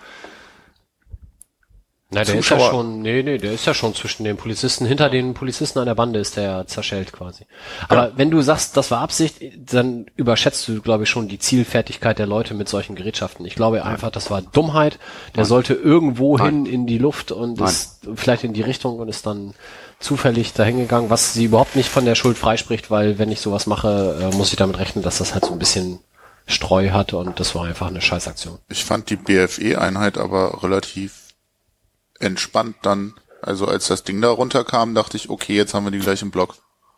na, der Zuschauer ist ja schon, der ist ja schon zwischen den Polizisten, hinter den Polizisten an der Bande ist der zerschellt quasi. Aber ja, wenn du sagst, das war Absicht, dann überschätzt du, glaube ich, schon die Zielfertigkeit der Leute mit solchen Gerätschaften. Ich glaube einfach, das war Dummheit. Der sollte irgendwo hin in die Luft und ist vielleicht in die Richtung und ist dann zufällig dahin gegangen, was sie überhaupt nicht von der Schuld freispricht, weil wenn ich sowas mache, muss ich damit rechnen, dass das halt so ein bisschen Streu hat und das war einfach eine Scheißaktion. Ich fand die BFE-Einheit aber relativ entspannt dann, also als das Ding da runterkam, dachte ich, okay, jetzt haben wir die gleich im Block.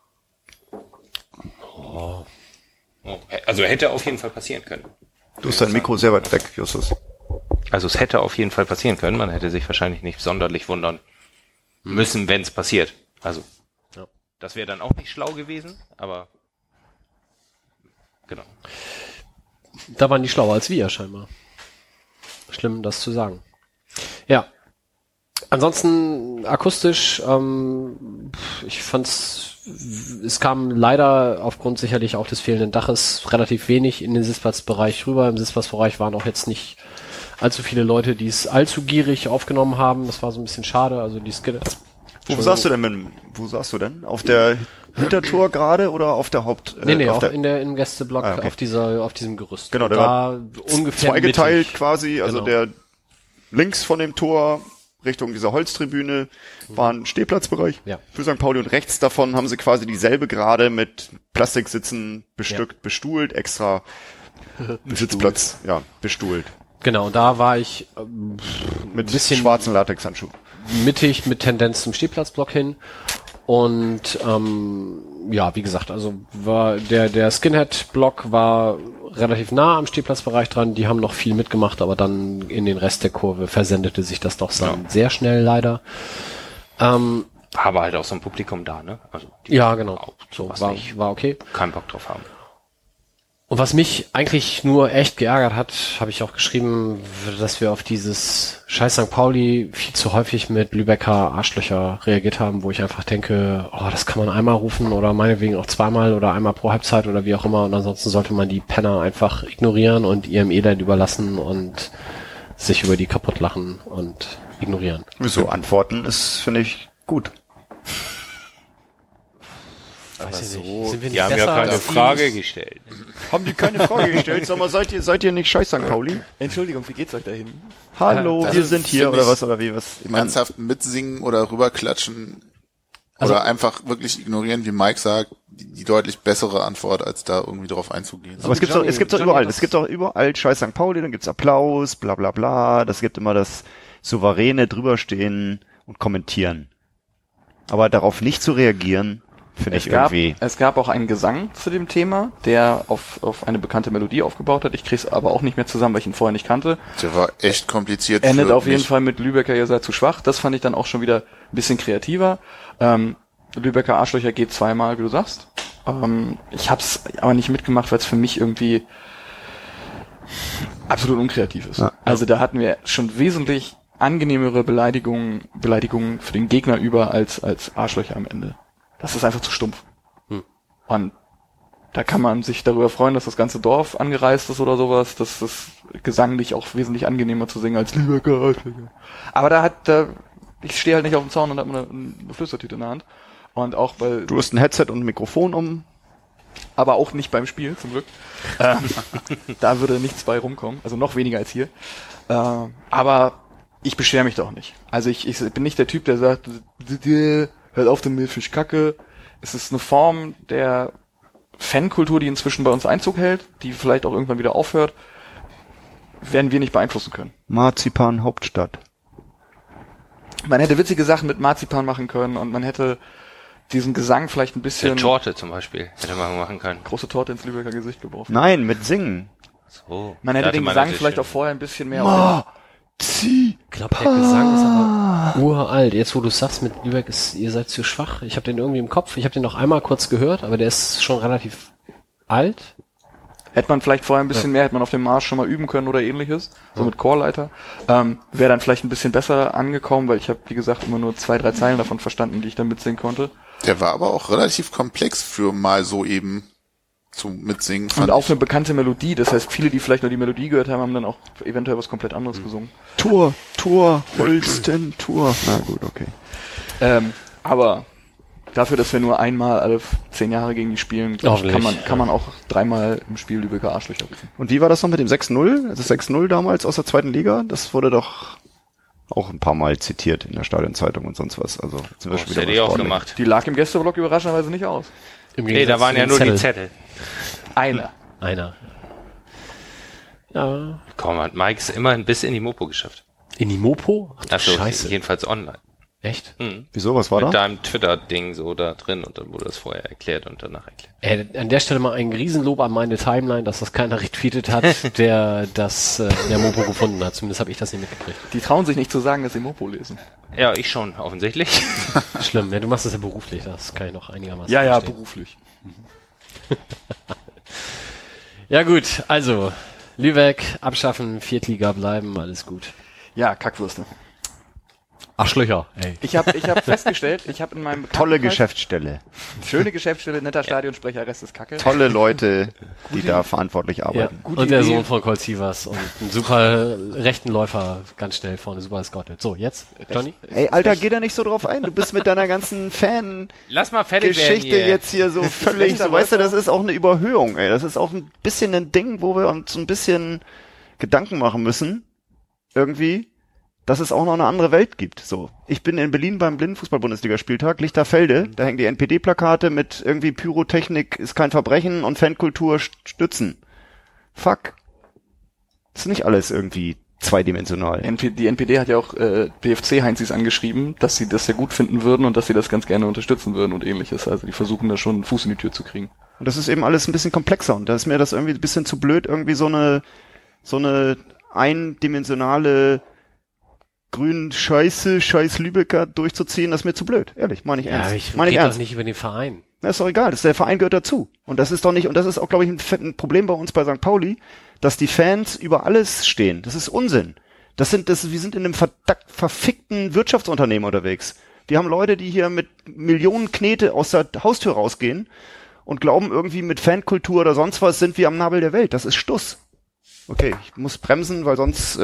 Oh. Also hätte auf jeden Fall passieren können. Du hast dein Mikro sehr weit weg, Justus. Also es hätte auf jeden Fall passieren können, man hätte sich wahrscheinlich nicht sonderlich wundern müssen, wenn es passiert. Also Das wäre dann auch nicht schlau gewesen, aber genau. Da waren die schlauer als wir scheinbar. Schlimm, das zu sagen. Ja. Ansonsten akustisch, ich fand's, es kam leider aufgrund sicherlich auch des fehlenden Daches relativ wenig in den Sitzplatzbereich rüber. Im Sitzplatzbereich waren auch jetzt nicht allzu viele Leute, die es allzu gierig aufgenommen haben. Das war so ein bisschen schade. Also die Wo saßt du denn? Auf der Hintertour gerade oder auf der Haupt? Nee, auch im Gästeblock, okay. auf diesem Gerüst. Genau, der war ungefähr zweigeteilt mittig. quasi, also Genau. der links von dem Tor Richtung dieser Holztribüne war ein Stehplatzbereich für St. Pauli und rechts davon haben sie quasi dieselbe Gerade mit Plastiksitzen bestückt, bestuhlt, extra Sitzplatz, bestuhlt. Genau, da war ich mit bisschen schwarzen Latexhandschuhen. Mittig mit Tendenz zum Stehplatzblock hin und wie gesagt, also war der Skinhead-Block war relativ nah am Stehplatzbereich dran, die haben noch viel mitgemacht, aber dann in den Rest der Kurve versendete sich das doch sehr schnell leider. Aber halt auch so ein Publikum da, ne? Also genau. Auch So war okay. Keinen Bock drauf haben. Und was mich eigentlich nur echt geärgert hat, habe ich auch geschrieben, dass wir auf dieses Scheiß St. Pauli viel zu häufig mit Lübecker Arschlöcher reagiert haben, wo ich einfach denke, das kann man einmal rufen oder meinetwegen auch zweimal oder einmal pro Halbzeit oder wie auch immer und ansonsten sollte man die Penner einfach ignorieren und ihrem Elend überlassen und sich über die kaputt lachen und ignorieren. So antworten ist, finde ich, gut. Aber so, die haben ja keine Frage gestellt. Haben die keine Frage gestellt? Sag mal, seid ihr nicht scheiß St. Pauli? Entschuldigung, wie geht's euch da hinten? Hallo, wir sind hier oder was oder wie was? Ernsthaft mitsingen oder rüberklatschen oder einfach wirklich ignorieren, wie Mike sagt, die deutlich bessere Antwort, als da irgendwie drauf einzugehen. Aber es gibt's doch überall. Es gibt doch überall scheiß St. Pauli, dann gibt's Applaus, bla bla bla. Das gibt immer das souveräne drüberstehen und kommentieren. Aber darauf nicht zu reagieren, finde ich irgendwie. Es gab auch einen Gesang zu dem Thema, der auf eine bekannte Melodie aufgebaut hat. Ich krieg's aber auch nicht mehr zusammen, weil ich ihn vorher nicht kannte. Der war echt kompliziert. Endet auf jeden Fall mit Lübecker, ihr seid zu schwach. Das fand ich dann auch schon wieder ein bisschen kreativer. Lübecker Arschlöcher geht zweimal, wie du sagst. Ich hab's aber nicht mitgemacht, weil es für mich irgendwie absolut unkreativ ist. Ja. Also da hatten wir schon wesentlich angenehmere Beleidigungen für den Gegner über als Arschlöcher am Ende. Das ist einfach zu stumpf. Und da kann man sich darüber freuen, dass das ganze Dorf angereist ist oder sowas. Das ist gesanglich auch wesentlich angenehmer zu singen als Lübecker Arschlöcher. Aber ich stehe halt nicht auf dem Zaun und habe eine Flüstertüte in der Hand. Und auch bei... Du hast ein Headset und ein Mikrofon um. Aber auch nicht beim Spiel, zum Glück. Da würde nichts bei rumkommen. Also noch weniger als hier. Aber ich beschwere mich doch nicht. Also ich bin nicht der Typ, der sagt, hört auf den Milchfisch Kacke. Es ist eine Form der Fankultur, die inzwischen bei uns Einzug hält, die vielleicht auch irgendwann wieder aufhört. Werden wir nicht beeinflussen können. Marzipan Hauptstadt. Man hätte witzige Sachen mit Marzipan machen können und man hätte diesen Gesang vielleicht ein bisschen... Eine Torte zum Beispiel hätte man machen können. Große Torte ins Lübecker Gesicht geworfen. Nein, mit Singen. So. Man hätte den Gesang vielleicht auch vorher ein bisschen mehr... Ich glaube, der Gesang ist aber uralt. Jetzt, wo du sagst, mit Lübeck ihr seid zu schwach. Ich habe den irgendwie im Kopf. Ich habe den noch einmal kurz gehört, aber der ist schon relativ alt. Hätte man vielleicht vorher ein bisschen mehr, hätte man auf dem Marsch schon mal üben können oder ähnliches. So mit Chorleiter. Wäre dann vielleicht ein bisschen besser angekommen, weil ich habe, wie gesagt, immer nur 2, 3 Zeilen davon verstanden, die ich dann mitsingen konnte. Der war aber auch relativ komplex für mal so eben zum Mitsingen. Und auch eine bekannte Melodie. Das heißt, viele, die vielleicht nur die Melodie gehört haben, haben dann auch eventuell was komplett anderes gesungen. Tor, Holsten, Tor. Na gut, okay. Aber dafür, dass wir nur einmal alle 10 Jahre gegen die spielen, kann man auch 3-mal im Spiel Lübecker Arschlöcher rufen. Und wie war das noch mit dem 6-0? Das 6-0 damals aus der 2. Liga? Das wurde doch auch ein paar Mal zitiert in der Stadionzeitung und sonst was. Also sind wir schon wieder das auch gemacht. Die lag im Gästeblock überraschenderweise nicht aus. Nee, da waren ja nur die Zettel. Einer. Ja. Komm, hat Mike es immerhin bis in die Mopo geschafft. In die Mopo? Ach so, jedenfalls online. Echt? Wieso, was war Mit da? deinem Twitter-Ding so da drin und dann wurde das vorher erklärt und danach erklärt. An der Stelle mal ein Riesenlob an meine Timeline, dass das keiner retweetet hat, der das in der Mopo gefunden hat. Zumindest habe ich das nicht mitgekriegt. Die trauen sich nicht zu sagen, dass sie Mopo lesen. Ja, ich schon, offensichtlich. Schlimm, ja, du machst das ja beruflich, das kann ich noch einigermaßen Ja, verstehen. beruflich. Ja gut, also Lübeck abschaffen, Viertliga bleiben, alles gut. Ja, Kackwürste. Arschlöcher, ey. Ich hab festgestellt, ich habe in meinem Tolle Bekanntenkreis- Geschäftsstelle. Schöne Geschäftsstelle, netter Stadionsprecher, Rest ist Kacke. Tolle Leute, die da verantwortlich Ja. arbeiten. Gute Und der Idee. Sohn von Colt Sievers und ein super rechten Läufer, ganz schnell vorne, super escorted. So, jetzt, Johnny? Ey, Alter, geh da nicht so drauf ein. Du bist mit deiner ganzen Lass mal fertig werden Geschichte hier. jetzt hier so völlig, so, weißt du, das ist auch eine Überhöhung, ey. Das ist auch ein bisschen ein Ding, wo wir uns so ein bisschen Gedanken machen müssen. Irgendwie. Dass es auch noch eine andere Welt gibt. So, ich bin in Berlin beim Blindenfußball-Bundesligaspieltag, Lichterfelde, da hängen die NPD-Plakate mit irgendwie Pyrotechnik ist kein Verbrechen und Fankultur stützen. Fuck. Das ist nicht alles irgendwie zweidimensional. Die NPD hat ja auch BFC-Heinzis angeschrieben, dass sie das ja gut finden würden und dass sie das ganz gerne unterstützen würden und ähnliches. Also die versuchen da schon einen Fuß in die Tür zu kriegen. Und das ist eben alles ein bisschen komplexer und da ist mir das irgendwie ein bisschen zu blöd, irgendwie so eine eindimensionale scheiß Lübecker durchzuziehen, das ist mir zu blöd. Ehrlich, meine ich ernst. Ja, ich meine ich rede doch ernst. nicht über den Verein. Na, ist doch egal, der Verein gehört dazu. Und das ist doch nicht, und das ist auch, glaube ich, ein Problem bei uns bei St. Pauli, dass die Fans über alles stehen. Das ist Unsinn. Wir sind in einem verfickten Wirtschaftsunternehmen unterwegs. Wir haben Leute, die hier mit Millionen Knete aus der Haustür rausgehen und glauben irgendwie mit Fankultur oder sonst was sind wir am Nabel der Welt. Das ist Stuss. Okay, ich muss bremsen, weil sonst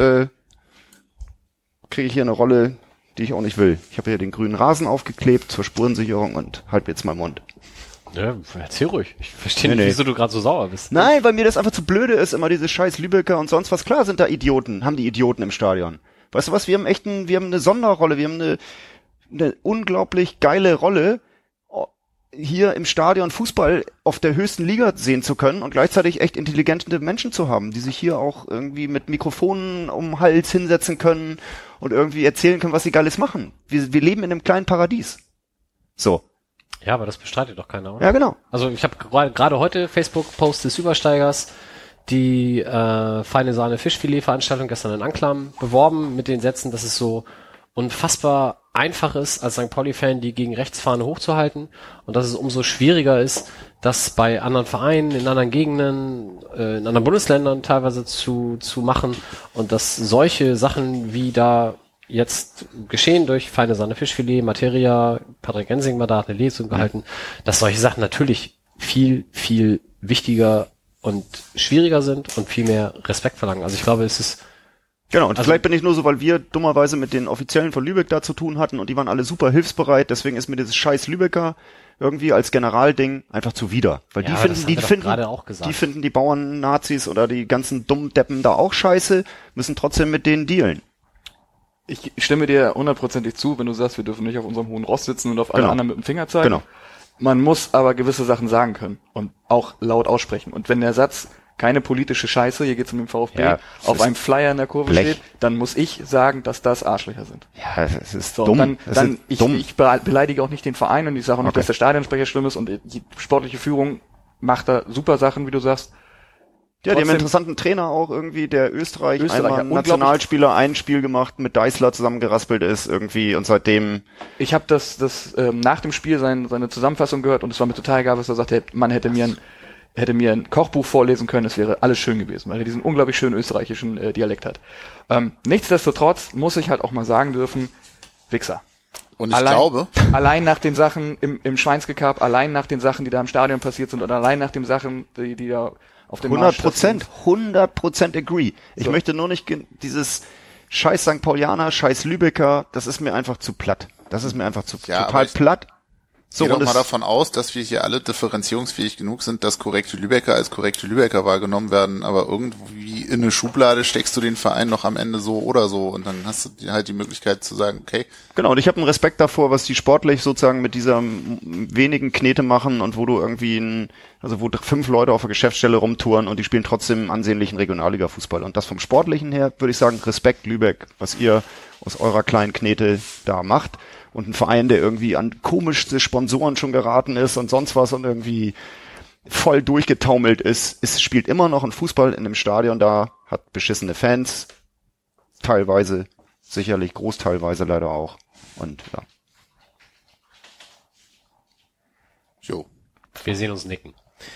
kriege ich hier eine Rolle, die ich auch nicht will. Ich habe hier den grünen Rasen aufgeklebt zur Spurensicherung und halt jetzt meinen Mund. Ja, erzähl ruhig. Ich verstehe Nee, nicht, nee. wieso du gerade so sauer bist. Nein, weil mir das einfach zu blöde ist, immer diese scheiß Lübecker und sonst was. Klar sind da Idioten, haben die Idioten im Stadion. Weißt du was, wir haben eine Sonderrolle, wir haben eine unglaublich geile Rolle, hier im Stadion Fußball auf der höchsten Liga sehen zu können und gleichzeitig echt intelligente Menschen zu haben, die sich hier auch irgendwie mit Mikrofonen um den Hals hinsetzen können und irgendwie erzählen können, was sie Geiles machen. Wir leben in einem kleinen Paradies. So. Ja, aber das bestreitet doch keiner, oder? Ja, genau. Also ich habe gerade heute Facebook-Post des Übersteigers die feine Sahne Fischfilet-Veranstaltung gestern in Anklam beworben mit den Sätzen, dass es so unfassbar einfach ist, als St. Pauli-Fan die gegen Rechtsfahne hochzuhalten und dass es umso schwieriger ist, das bei anderen Vereinen, in anderen Gegenden, in anderen Bundesländern teilweise zu machen und dass solche Sachen wie da jetzt geschehen durch feine Sahne Fischfilet, Materia, Patrick Ensing war da, hat eine Lesung gehalten, dass solche Sachen natürlich viel, viel wichtiger und schwieriger sind und viel mehr Respekt verlangen. Also ich glaube, es ist Genau, und Also- vielleicht bin ich nur so, weil wir dummerweise mit den Offiziellen von Lübeck da zu tun hatten und die waren alle super hilfsbereit, deswegen ist mir dieses scheiß Lübecker irgendwie als Generalding einfach zuwider. Weil Ja, die aber finden, das haben die wir doch finden, gerade auch gesagt. die finden die Bauern-Nazis oder die ganzen dummen Deppen da auch scheiße, müssen trotzdem mit denen dealen. Ich stimme dir hundertprozentig zu, wenn du sagst, wir dürfen nicht auf unserem hohen Ross sitzen und auf alle Genau. anderen mit dem Finger zeigen. Genau. Man muss aber gewisse Sachen sagen können und auch laut aussprechen. Und wenn der Satz keine politische Scheiße, hier geht's um den VfB, Ja, auf das einem Flyer in der Kurve Blech. steht, dann muss ich sagen, dass das Arschlöcher sind. Ja, es ist So, dumm. und Es dann ist dumm. ich beleidige auch nicht den Verein und ich sage auch nicht, Okay. dass der Stadionsprecher schlimm ist und die sportliche Führung macht da super Sachen, wie du sagst. Ja, die haben einen Trotzdem- interessanten Trainer auch irgendwie, der Österreicher, Österreicher, einmal Nationalspieler, ein Spiel gemacht, mit Deißler zusammengeraspelt ist irgendwie und seitdem, Ich habe das nach dem Spiel seine Zusammenfassung gehört und es war mir total egal, was er sagte. Man hätte mir ein Kochbuch vorlesen können, es wäre alles schön gewesen, weil er diesen unglaublich schönen österreichischen Dialekt hat. Nichtsdestotrotz muss ich halt auch mal sagen dürfen, Wichser. Und ich glaube, Allein nach den Sachen im Schweinske Cup, allein nach den Sachen, die da im Stadion passiert sind und allein nach den Sachen, die da auf dem Marsch stattfinden. 100% agree. Ich So. möchte nur nicht dieses scheiß St. Paulianer, scheiß Lübecker, das ist mir einfach zu platt. Das ist mir einfach Ja, total aber ich- platt. So, Geh doch und mal es, davon aus, dass wir hier alle differenzierungsfähig genug sind, dass korrekte Lübecker als korrekte Lübecker wahrgenommen werden, aber irgendwie in eine Schublade steckst du den Verein noch am Ende so oder so und dann hast du halt die Möglichkeit zu sagen, okay. Genau, und ich habe einen Respekt davor, was die sportlich sozusagen mit dieser wenigen Knete machen und wo du irgendwie wo 5 Leute auf der Geschäftsstelle rumtouren und die spielen trotzdem ansehnlichen Regionalliga-Fußball. Und das vom Sportlichen her würde ich sagen, Respekt Lübeck, was ihr aus eurer kleinen Knete da macht. Und ein Verein, der irgendwie an komischste Sponsoren schon geraten ist und sonst was und irgendwie voll durchgetaumelt ist, es spielt immer noch ein Fußball in einem Stadion da, hat beschissene Fans, teilweise, sicherlich großteilweise leider auch. Und ja. Jo. Wir sehen uns nicken.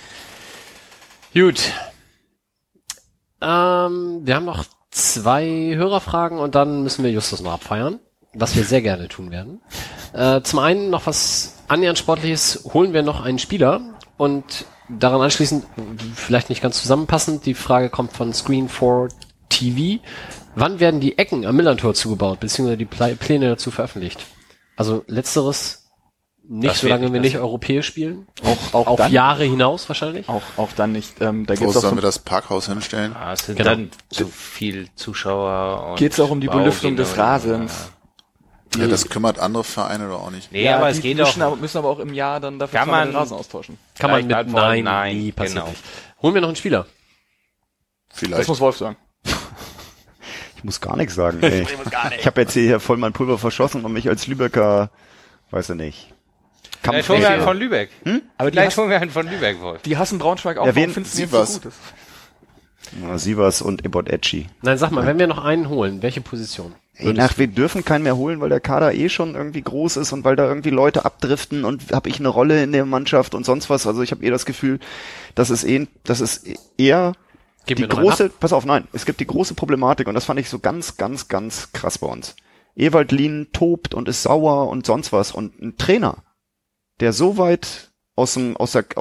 Gut. Wir haben noch 2 Hörerfragen und dann müssen wir Justus noch abfeiern, was wir sehr gerne tun werden. Zum einen noch was annähernd Sportliches, holen wir noch einen Spieler und daran anschließend, vielleicht nicht ganz zusammenpassend, die Frage kommt von Screen4TV. Wann werden die Ecken am Millern-Tor zugebaut, beziehungsweise die Pläne dazu veröffentlicht? Also letzteres nicht, solange wir nicht europäisch spielen. Auch auf Jahre hinaus wahrscheinlich. Auch dann nicht. Da Wo sollen wir das Parkhaus hinstellen? Es sind dann zu viel Zuschauer. Geht es auch um die Belüftung des Rasens? Ja, das kümmert andere Vereine doch auch nicht. Nee, aber es geht auch. Müssen aber auch im Jahr dann dafür kann man den Rasen austauschen. Kann man mit Nein, nie passiert nicht. Holen wir noch einen Spieler. Vielleicht. Das muss Wolf sagen. Ich muss gar nichts sagen, ey. Ich habe jetzt hier voll mein Pulver verschossen und mich als Lübecker, weiß ich nicht. Vielleicht holen wir einen von Lübeck. Aber vielleicht holen wir einen von Lübeck, Wolf. Die hassen Braunschweig auch. Warum findest du nicht so gut ist? Ja, Sievers und Ebot Ecci. Nein, sag mal, wenn wir noch einen holen, welche Position? Wir dürfen keinen mehr holen, weil der Kader schon irgendwie groß ist und weil da irgendwie Leute abdriften und habe ich eine Rolle in der Mannschaft und sonst was. Also ich habe das Gefühl, das ist eher die große, pass auf, nein, es gibt die große Problematik und das fand ich so ganz, ganz, ganz krass bei uns. Ewald Lien tobt und ist sauer und sonst was und ein Trainer, der so weit aus dem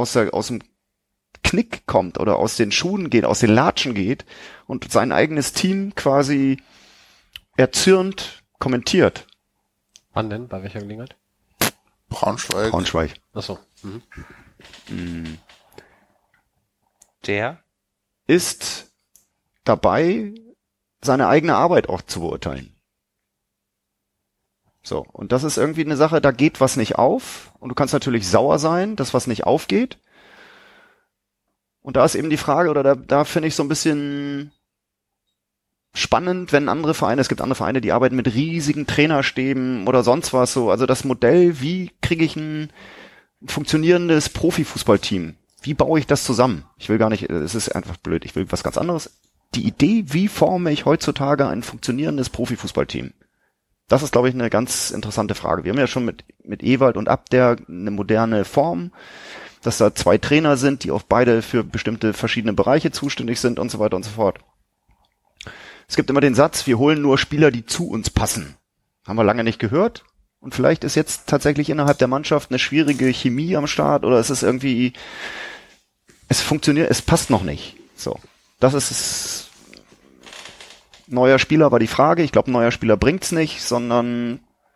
Knick kommt oder aus den Schuhen geht, aus den Latschen geht und sein eigenes Team quasi erzürnt kommentiert. Wann denn? Bei welcher Gelegenheit? Braunschweig. Achso. Der ist dabei, seine eigene Arbeit auch zu beurteilen. So, und das ist irgendwie eine Sache, da geht was nicht auf und du kannst natürlich sauer sein, dass was nicht aufgeht. Und da ist eben die Frage, oder da finde ich so ein bisschen spannend, wenn es gibt andere Vereine, die arbeiten mit riesigen Trainerstäben oder sonst was so. Also das Modell, wie kriege ich ein funktionierendes Profifußballteam? Wie baue ich das zusammen? Ich will gar nicht, es ist einfach blöd, ich will was ganz anderes. Die Idee, wie forme ich heutzutage ein funktionierendes Profifußballteam? Das ist, glaube ich, eine ganz interessante Frage. Wir haben ja schon mit Ewald und Abder eine moderne Form, dass da 2 Trainer sind, die auch beide für bestimmte verschiedene Bereiche zuständig sind und so weiter und so fort. Es gibt immer den Satz, wir holen nur Spieler, die zu uns passen. Haben wir lange nicht gehört. Und vielleicht ist jetzt tatsächlich innerhalb der Mannschaft eine schwierige Chemie am Start oder es ist irgendwie, es funktioniert, es passt noch nicht. So. Das ist es. Neuer Spieler war die Frage. Ich glaube, ein neuer Spieler bringt's nicht, sondern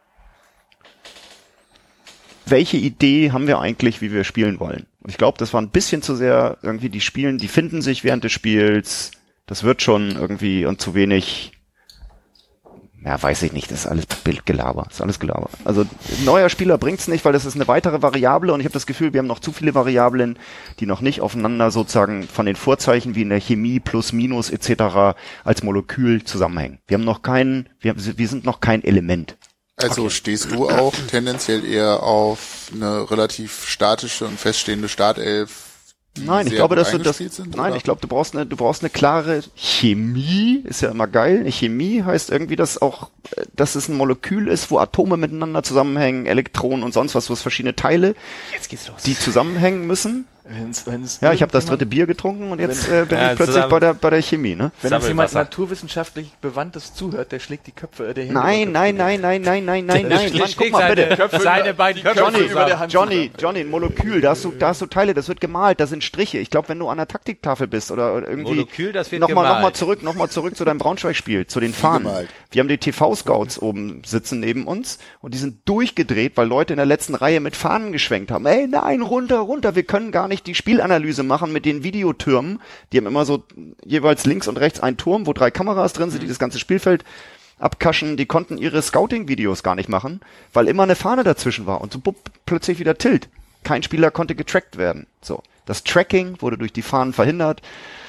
welche Idee haben wir eigentlich, wie wir spielen wollen? Und ich glaube, das war ein bisschen zu sehr irgendwie die finden sich während des Spiels. Das wird schon irgendwie und zu wenig, ja, weiß ich nicht, das ist alles Bildgelaber, ist alles Gelaber. Also ein neuer Spieler bringt's nicht, weil das ist eine weitere Variable und ich habe das Gefühl, wir haben noch zu viele Variablen, die noch nicht aufeinander sozusagen von den Vorzeichen wie in der Chemie plus minus etc. als Molekül zusammenhängen. Wir sind noch kein Element. Also stehst du auch tendenziell eher auf eine relativ statische und feststehende Startelf? Nein, ich glaube, ich glaube, du brauchst eine klare Chemie, ist ja immer geil. Eine Chemie heißt irgendwie, dass es ein Molekül ist, wo Atome miteinander zusammenhängen, Elektronen und sonst was, wo es verschiedene Teile, die zusammenhängen müssen. Ja, ich habe das 3. Bier getrunken und jetzt bin ich plötzlich bei der Chemie, ne? Wenn uns jemand naturwissenschaftlich Bewandtes zuhört, der schlägt die Köpfe der Hände. Nein. Mann, guck mal bitte. Seine beiden Köpfe über der Hand. Johnny, ein Molekül, da hast du Teile, das wird gemalt, da sind Striche. Ich glaube, wenn du an der Taktiktafel bist oder irgendwie Molekül, das wird nochmal zurück zu deinem Braunschweig-Spiel, zu den Fahnen. Wir haben die TV-Scouts oben sitzen neben uns und die sind durchgedreht, weil Leute in der letzten Reihe mit Fahnen geschwenkt haben. Ey, nein, runter, wir können gar nicht nicht die Spielanalyse machen mit den Videotürmen. Die haben immer so jeweils links und rechts einen Turm, wo 3 Kameras drin sind, die das ganze Spielfeld abkaschen. Die konnten ihre Scouting-Videos gar nicht machen, weil immer eine Fahne dazwischen war und so plötzlich wieder Tilt. Kein Spieler konnte getrackt werden. So, das Tracking wurde durch die Fahnen verhindert.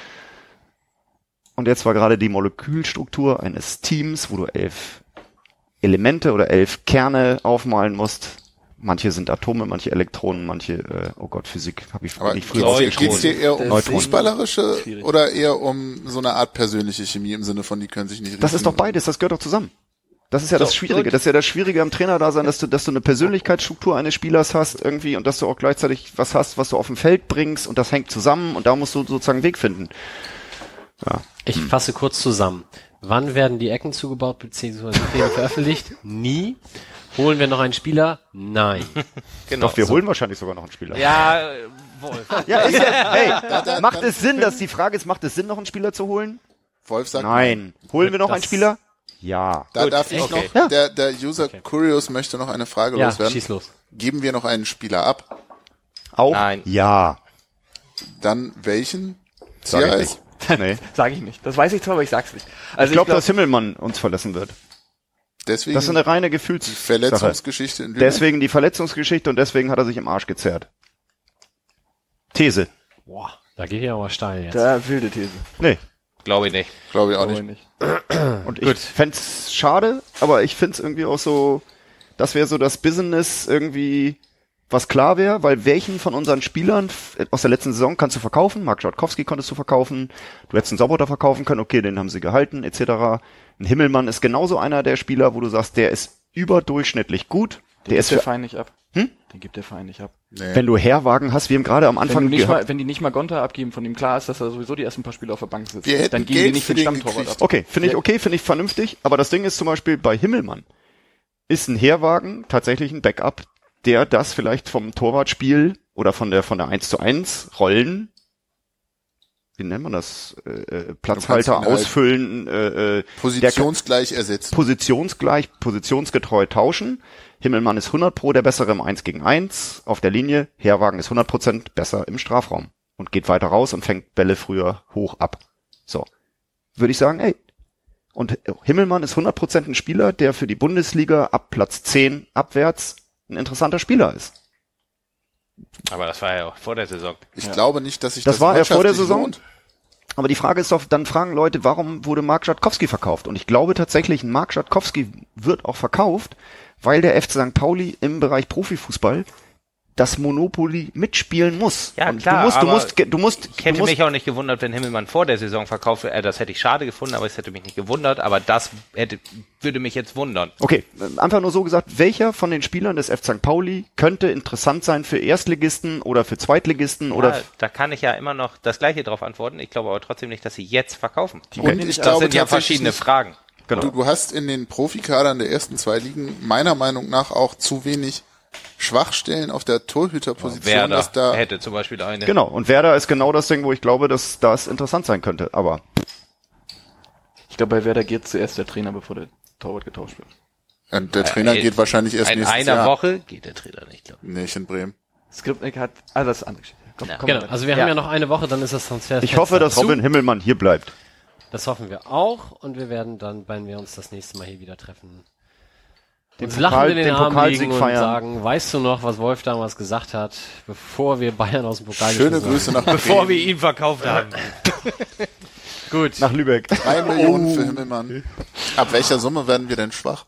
Und jetzt war gerade die Molekülstruktur eines Teams, wo du 11 Elemente oder 11 Kerne aufmalen musst. Manche sind Atome, manche Elektronen, manche, Physik habe ich Aber nicht früher geht's dir eher um Neutronen. fußballerische oder eher um so eine Art persönliche Chemie im Sinne von, die können sich nicht Das ist doch beides, das gehört doch zusammen. Das ist ja das Schwierige. Das ist ja das Schwierige am Trainerdasein, dass du eine Persönlichkeitsstruktur eines Spielers hast irgendwie und dass du auch gleichzeitig was hast, was du auf dem Feld bringst und das hängt zusammen und da musst du sozusagen einen Weg finden. Ja. Ich fasse kurz zusammen. Wann werden die Ecken zugebaut bzw. Pläne veröffentlicht? Nie. Holen wir noch einen Spieler? Nein. Genau. Doch, wir holen wahrscheinlich sogar noch einen Spieler. Ja, Wolf. Ja, ist ja, hey, macht es Sinn, dass die Frage ist, macht es Sinn, noch einen Spieler zu holen? Wolf sagt nein. Holen wir noch einen Spieler? Ja. Da darf ich noch, der User Curious möchte noch eine Frage loswerden. Schieß los. Geben wir noch einen Spieler ab? Auch? Nein. Ja. Dann welchen? Sag ich Ziereis? Nee. Sag ich nicht. Das weiß ich zwar, aber ich sag's nicht. Also ich glaube, dass Himmelmann uns verlassen wird. Deswegen Das ist eine reine die Gefühlssache. Verletzungsgeschichte in Lübeck. Deswegen die Verletzungsgeschichte und deswegen hat er sich im Arsch gezerrt. These. Boah, da geht ja aber steil jetzt. Da wilde These. Nee. Glaube ich nicht. Glaube ich auch Glaube nicht. Und ich fänd's schade, aber ich find's irgendwie auch so, das wäre so das Business irgendwie, was klar wäre, weil welchen von unseren Spielern aus der letzten Saison kannst du verkaufen? Mark Żarkowski konntest du verkaufen, du hättest einen Sobotta verkaufen können, okay, den haben sie gehalten, etc. Ein Himmelmann ist genauso einer der Spieler, wo du sagst, der ist überdurchschnittlich gut. Der ist der Verein nicht ab. Hm? Den gibt der Verein nicht ab. Nee. Wenn du Herwagen hast, wir haben gerade am Anfang Wenn die nicht mal Gonta abgeben, von dem klar ist, dass er sowieso die ersten paar Spiele auf der Bank sitzt, Wir hätten dann geben die Geld nicht für den den Stammtorwart ab. Okay, finde ich vernünftig, aber das Ding ist zum Beispiel bei Himmelmann, ist ein Herwagen tatsächlich ein Backup, der das vielleicht vom Torwartspiel oder von der 1:1 Rollen, wie nennt man das, Platzhalter ihn halt ausfüllen, Positionsgleich ersetzen. positionsgetreu tauschen. Himmelmann ist 100% der bessere im 1 gegen 1 auf der Linie, Herwagen ist 100% besser im Strafraum und geht weiter raus und fängt Bälle früher hoch ab. So. Würde ich sagen, ey. Und Himmelmann ist 100% ein Spieler, der für die Bundesliga ab Platz 10 abwärts ein interessanter Spieler ist. Aber das war ja auch vor der Saison. Ich glaube nicht, dass sich Das war er vor der wirtschaftlich Saison. lohnt. Aber die Frage ist doch, dann fragen Leute, warum wurde Mark Żarkowski verkauft? Und ich glaube tatsächlich, Mark Żarkowski wird auch verkauft, weil der FC St. Pauli im Bereich Profifußball das Monopoly mitspielen muss. Ja, und klar, du musst Ich hätte mich auch nicht gewundert, wenn Himmelmann vor der Saison verkauft wäre. Das hätte ich schade gefunden, aber es hätte mich nicht gewundert. Aber das würde mich jetzt wundern. Okay, einfach nur so gesagt, welcher von den Spielern des FC St. Pauli könnte interessant sein für Erstligisten oder für Zweitligisten oder... Da kann ich ja immer noch das Gleiche drauf antworten. Ich glaube aber trotzdem nicht, dass sie jetzt verkaufen. Und ich Das glaube sind ja tatsächlich verschiedene nicht. Fragen. Genau. Du hast in den Profikadern der ersten 2 Ligen meiner Meinung nach auch zu wenig Schwachstellen auf der Torhüterposition, Werder dass da hätte zum Beispiel eine. Genau, und Werder ist genau das Ding, wo ich glaube, dass das interessant sein könnte, aber... Ich glaube, bei Werder geht zuerst der Trainer, bevor der Torwart getauscht wird. und der Trainer geht wahrscheinlich erst In nächstes einer Jahr. Woche geht der Trainer nicht, glaube ich. Nicht in Bremen. Skripnik hat, das ist andere Geschichte. Komm, Ja. komm Genau, weiter. also wir haben ja noch eine Woche, dann ist das Transfer. Ich hoffe, dass Robin Himmelmann hier bleibt. Das hoffen wir auch und wir werden dann, wenn wir uns das nächste Mal hier wieder treffen, Den uns lachend in den Arm Pokalsieg liegen und feiern. sagen, weißt du noch, was Wolf damals gesagt hat, bevor wir Bayern aus dem Pokal Schöne geschmissen Grüße nach Bevor Bremen. wir ihn verkauft haben. Gut. Nach Lübeck. 3 Millionen für Himmelmann. Ab welcher Summe werden wir denn schwach?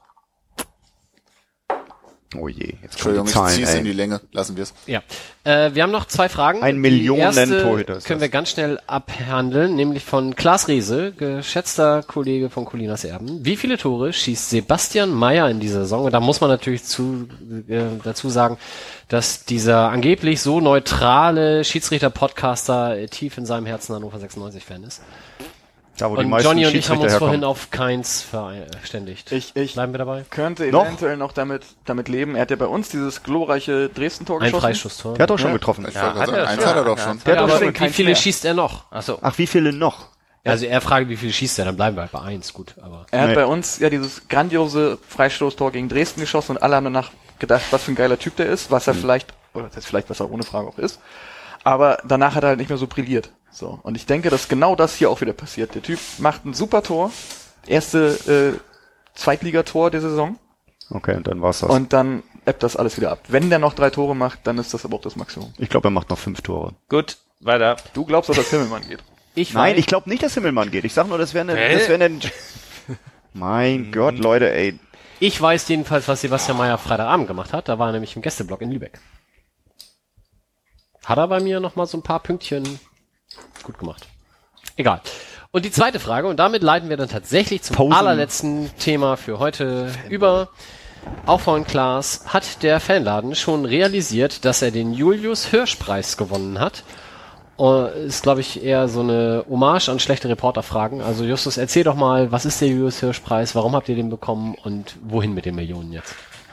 Oh je, jetzt kommen Entschuldigung, die ich Zahlen, zieh's in ey. die Länge. Lassen wir's. Ja. Wir haben noch 2 Fragen. Ein Die Millionen-Torhüter erste ist können das. wir ganz schnell abhandeln, nämlich von Klaas Riese, geschätzter Kollege von Colinas Erben. Wie viele Tore schießt Sebastian Mayer in dieser Saison? Und da muss man natürlich dazu sagen, dass dieser angeblich so neutrale Schiedsrichter-Podcaster tief in seinem Herzen Hannover 96-Fan ist. Da, wo die Und meisten Johnny und ich haben uns Schiedsrichter vorhin herkommen. auf Keins verständigt. Ich Bleiben wir dabei? könnte Noch? eventuell noch damit leben. Er hat ja bei uns dieses glorreiche Dresden-Tor Ein geschossen. Freischusstor. Der hat doch schon getroffen. Ich wollte gerade hat er sagen, eins schon. hat er doch Ja, schon. Der hat aber doch schon wie keins viele mehr. schießt er noch? Achso. Ach, wie viele noch? Also er fragt, wie viele schießt er, dann bleiben wir halt bei 1, gut, aber. Er hat Nee. bei uns ja dieses grandiose Freistoßtor gegen Dresden geschossen und alle haben danach gedacht, was für ein geiler Typ der ist, was er vielleicht, oder das ist vielleicht, was er ohne Frage auch ist. aber danach hat er halt nicht mehr so brilliert. So. Und ich denke, dass genau das hier auch wieder passiert. Der Typ macht ein super Tor, erste Zweitligator der Saison. Okay, und dann war's das. Und dann ebbt das alles wieder ab. Wenn der noch 3 Tore macht, dann ist das aber auch das Maximum. Ich glaube, er macht noch 5 Tore. Gut, weiter. Du glaubst, dass das Himmelmann geht? Nein, ich glaube nicht, dass Himmelmann geht. Ich sag nur, das wäre eine... Mein Gott, Leute, ey. Ich weiß jedenfalls, was Sebastian Meyer Freitagabend gemacht hat. Da war er nämlich im Gästeblock in Lübeck. Hat er bei mir noch mal so ein paar Pünktchen gut gemacht. Egal. Und die zweite Frage, und damit leiten wir dann tatsächlich zum allerletzten Thema für heute über. Auch von Klaas hat der Fanladen schon realisiert, dass er den Julius-Hirsch-Preis gewonnen hat. Ist, glaube ich, eher so eine Hommage an schlechte Reporterfragen. Also Justus, erzähl doch mal, was ist der Julius-Hirsch-Preis, warum habt ihr den bekommen und wohin mit den Millionen jetzt?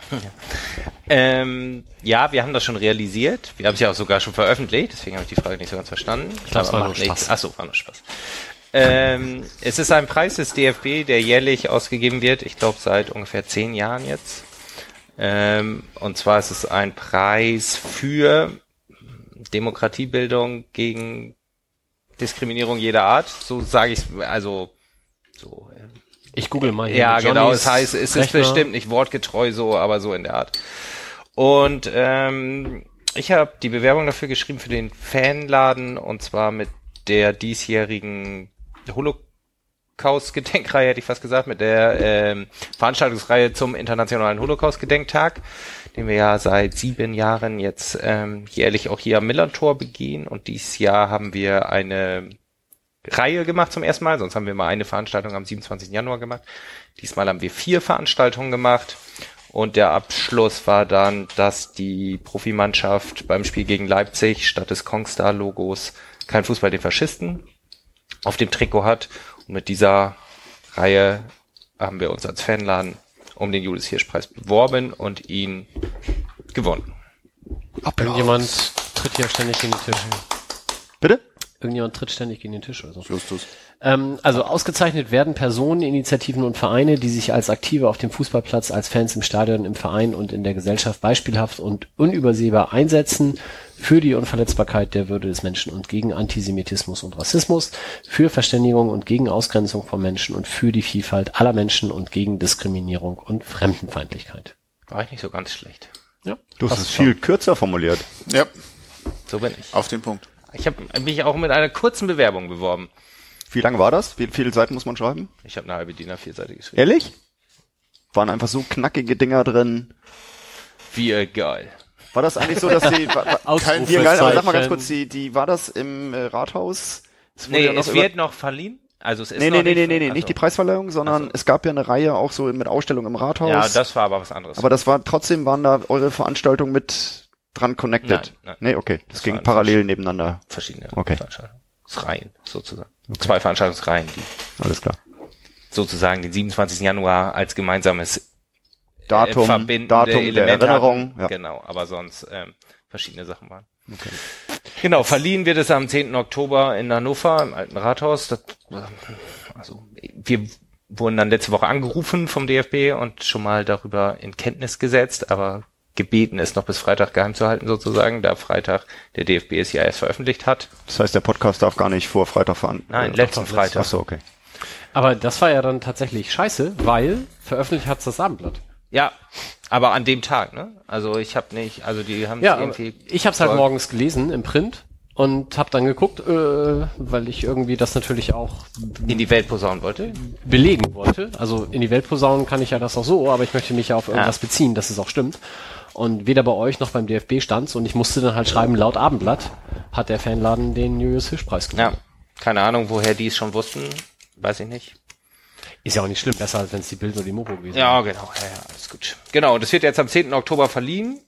Ja, wir haben das schon realisiert. Wir haben es ja auch sogar schon veröffentlicht, deswegen habe ich die Frage nicht so ganz verstanden. Ich glaube, es war nur Spaß. Achso, war nur Spaß. Es ist ein Preis des DFB, der jährlich ausgegeben wird, ich glaube seit ungefähr 10 Jahren jetzt. Und zwar ist es ein Preis für Demokratiebildung gegen Diskriminierung jeder Art, so sage ich also so. Ich google mal hier. Ja, genau, es heißt, es ist bestimmt nicht wortgetreu so, aber so in der Art. Und ich habe die Bewerbung dafür geschrieben für den Fanladen und zwar mit der diesjährigen Holocaust-Gedenkreihe, hätte ich fast gesagt, mit der Veranstaltungsreihe zum Internationalen Holocaust-Gedenktag, den wir ja seit 7 Jahren jetzt jährlich auch hier am Millantor begehen. Und dieses Jahr haben wir eine Reihe gemacht zum ersten Mal, sonst haben wir mal eine Veranstaltung am 27. Januar gemacht. Diesmal haben wir 4 Veranstaltungen gemacht. Und der Abschluss war dann, dass die Profimannschaft beim Spiel gegen Leipzig statt des Kongstar-Logos kein Fußball den Faschisten auf dem Trikot hat. Und mit dieser Reihe haben wir uns als Fanladen um den Julius-Hirsch-Preis beworben und ihn gewonnen. Irgendjemand tritt hier ständig gegen den Tisch. Bitte? Irgendjemand tritt ständig gegen den Tisch oder so. Justus. Also ausgezeichnet werden Personen, Initiativen und Vereine, die sich als Aktive auf dem Fußballplatz, als Fans im Stadion, im Verein und in der Gesellschaft beispielhaft und unübersehbar einsetzen für die Unverletzbarkeit der Würde des Menschen und gegen Antisemitismus und Rassismus, für Verständigung und gegen Ausgrenzung von Menschen und für die Vielfalt aller Menschen und gegen Diskriminierung und Fremdenfeindlichkeit. War ich nicht so ganz schlecht. Ja, Du hast es viel kürzer formuliert. Ja, So bin ich. auf den Punkt. Ich habe mich auch mit einer kurzen Bewerbung beworben. Wie lang war das? Wie viele Seiten muss man schreiben? Ich habe eine halbe DIN A4-Seite geschrieben. Ehrlich? Waren einfach so knackige Dinger drin. Wie geil. War das eigentlich so, dass die... Ausrufezeichen. Wie geil, aber sag mal ganz kurz, die war das im Rathaus? Nee, es wird noch verliehen. Also es ist Nee, noch nicht also, die Preisverleihung, sondern es gab ja eine Reihe auch so mit Ausstellung im Rathaus. Ja, das war aber was anderes. Aber das war trotzdem, waren da eure Veranstaltungen mit dran connected? Nein. Nee, okay. Das ging waren parallel nebeneinander. verschiedene Okay. Veranstaltungsreihen sozusagen. 2 Veranstaltungsreihen, die Alles klar. sozusagen den 27. Januar als gemeinsames Datum verbindende der Element Erinnerung. hatten. Ja. Genau, aber sonst verschiedene Sachen waren. Okay. Genau, verliehen wird es am 10. Oktober in Hannover im Alten Rathaus. Also wir wurden dann letzte Woche angerufen vom DFB und schon mal darüber in Kenntnis gesetzt, aber gebeten, es noch bis Freitag geheim zu halten sozusagen, da Freitag der DFB es ja erst veröffentlicht hat. Das heißt, der Podcast darf gar nicht vor Freitag Nein, letzten Freitag. Achso, okay. Aber das war ja dann tatsächlich scheiße, weil veröffentlicht hat's das Abendblatt. Ja, aber an dem Tag, ne? Also ich habe nicht, also die haben Ja, irgendwie... ich habe es halt morgens gelesen im Print und habe dann geguckt, weil ich irgendwie das natürlich auch in die Welt posaunen wollte. belegen wollte. Also in die Welt posaunen kann ich ja das auch so, aber ich möchte mich ja auf irgendwas beziehen, dass es auch stimmt. Und weder bei euch noch beim DFB stand's und ich musste dann halt schreiben, laut Abendblatt hat der Fanladen den Julius-Hirsch-Preis gewonnen. Ja, keine Ahnung, woher die es schon wussten, weiß ich nicht. Ist ja auch nicht schlimm, besser als wenn es die Bild oder die Mopo gewesen Ja, genau, ja, alles gut. Genau, das wird jetzt am 10. Oktober verliehen.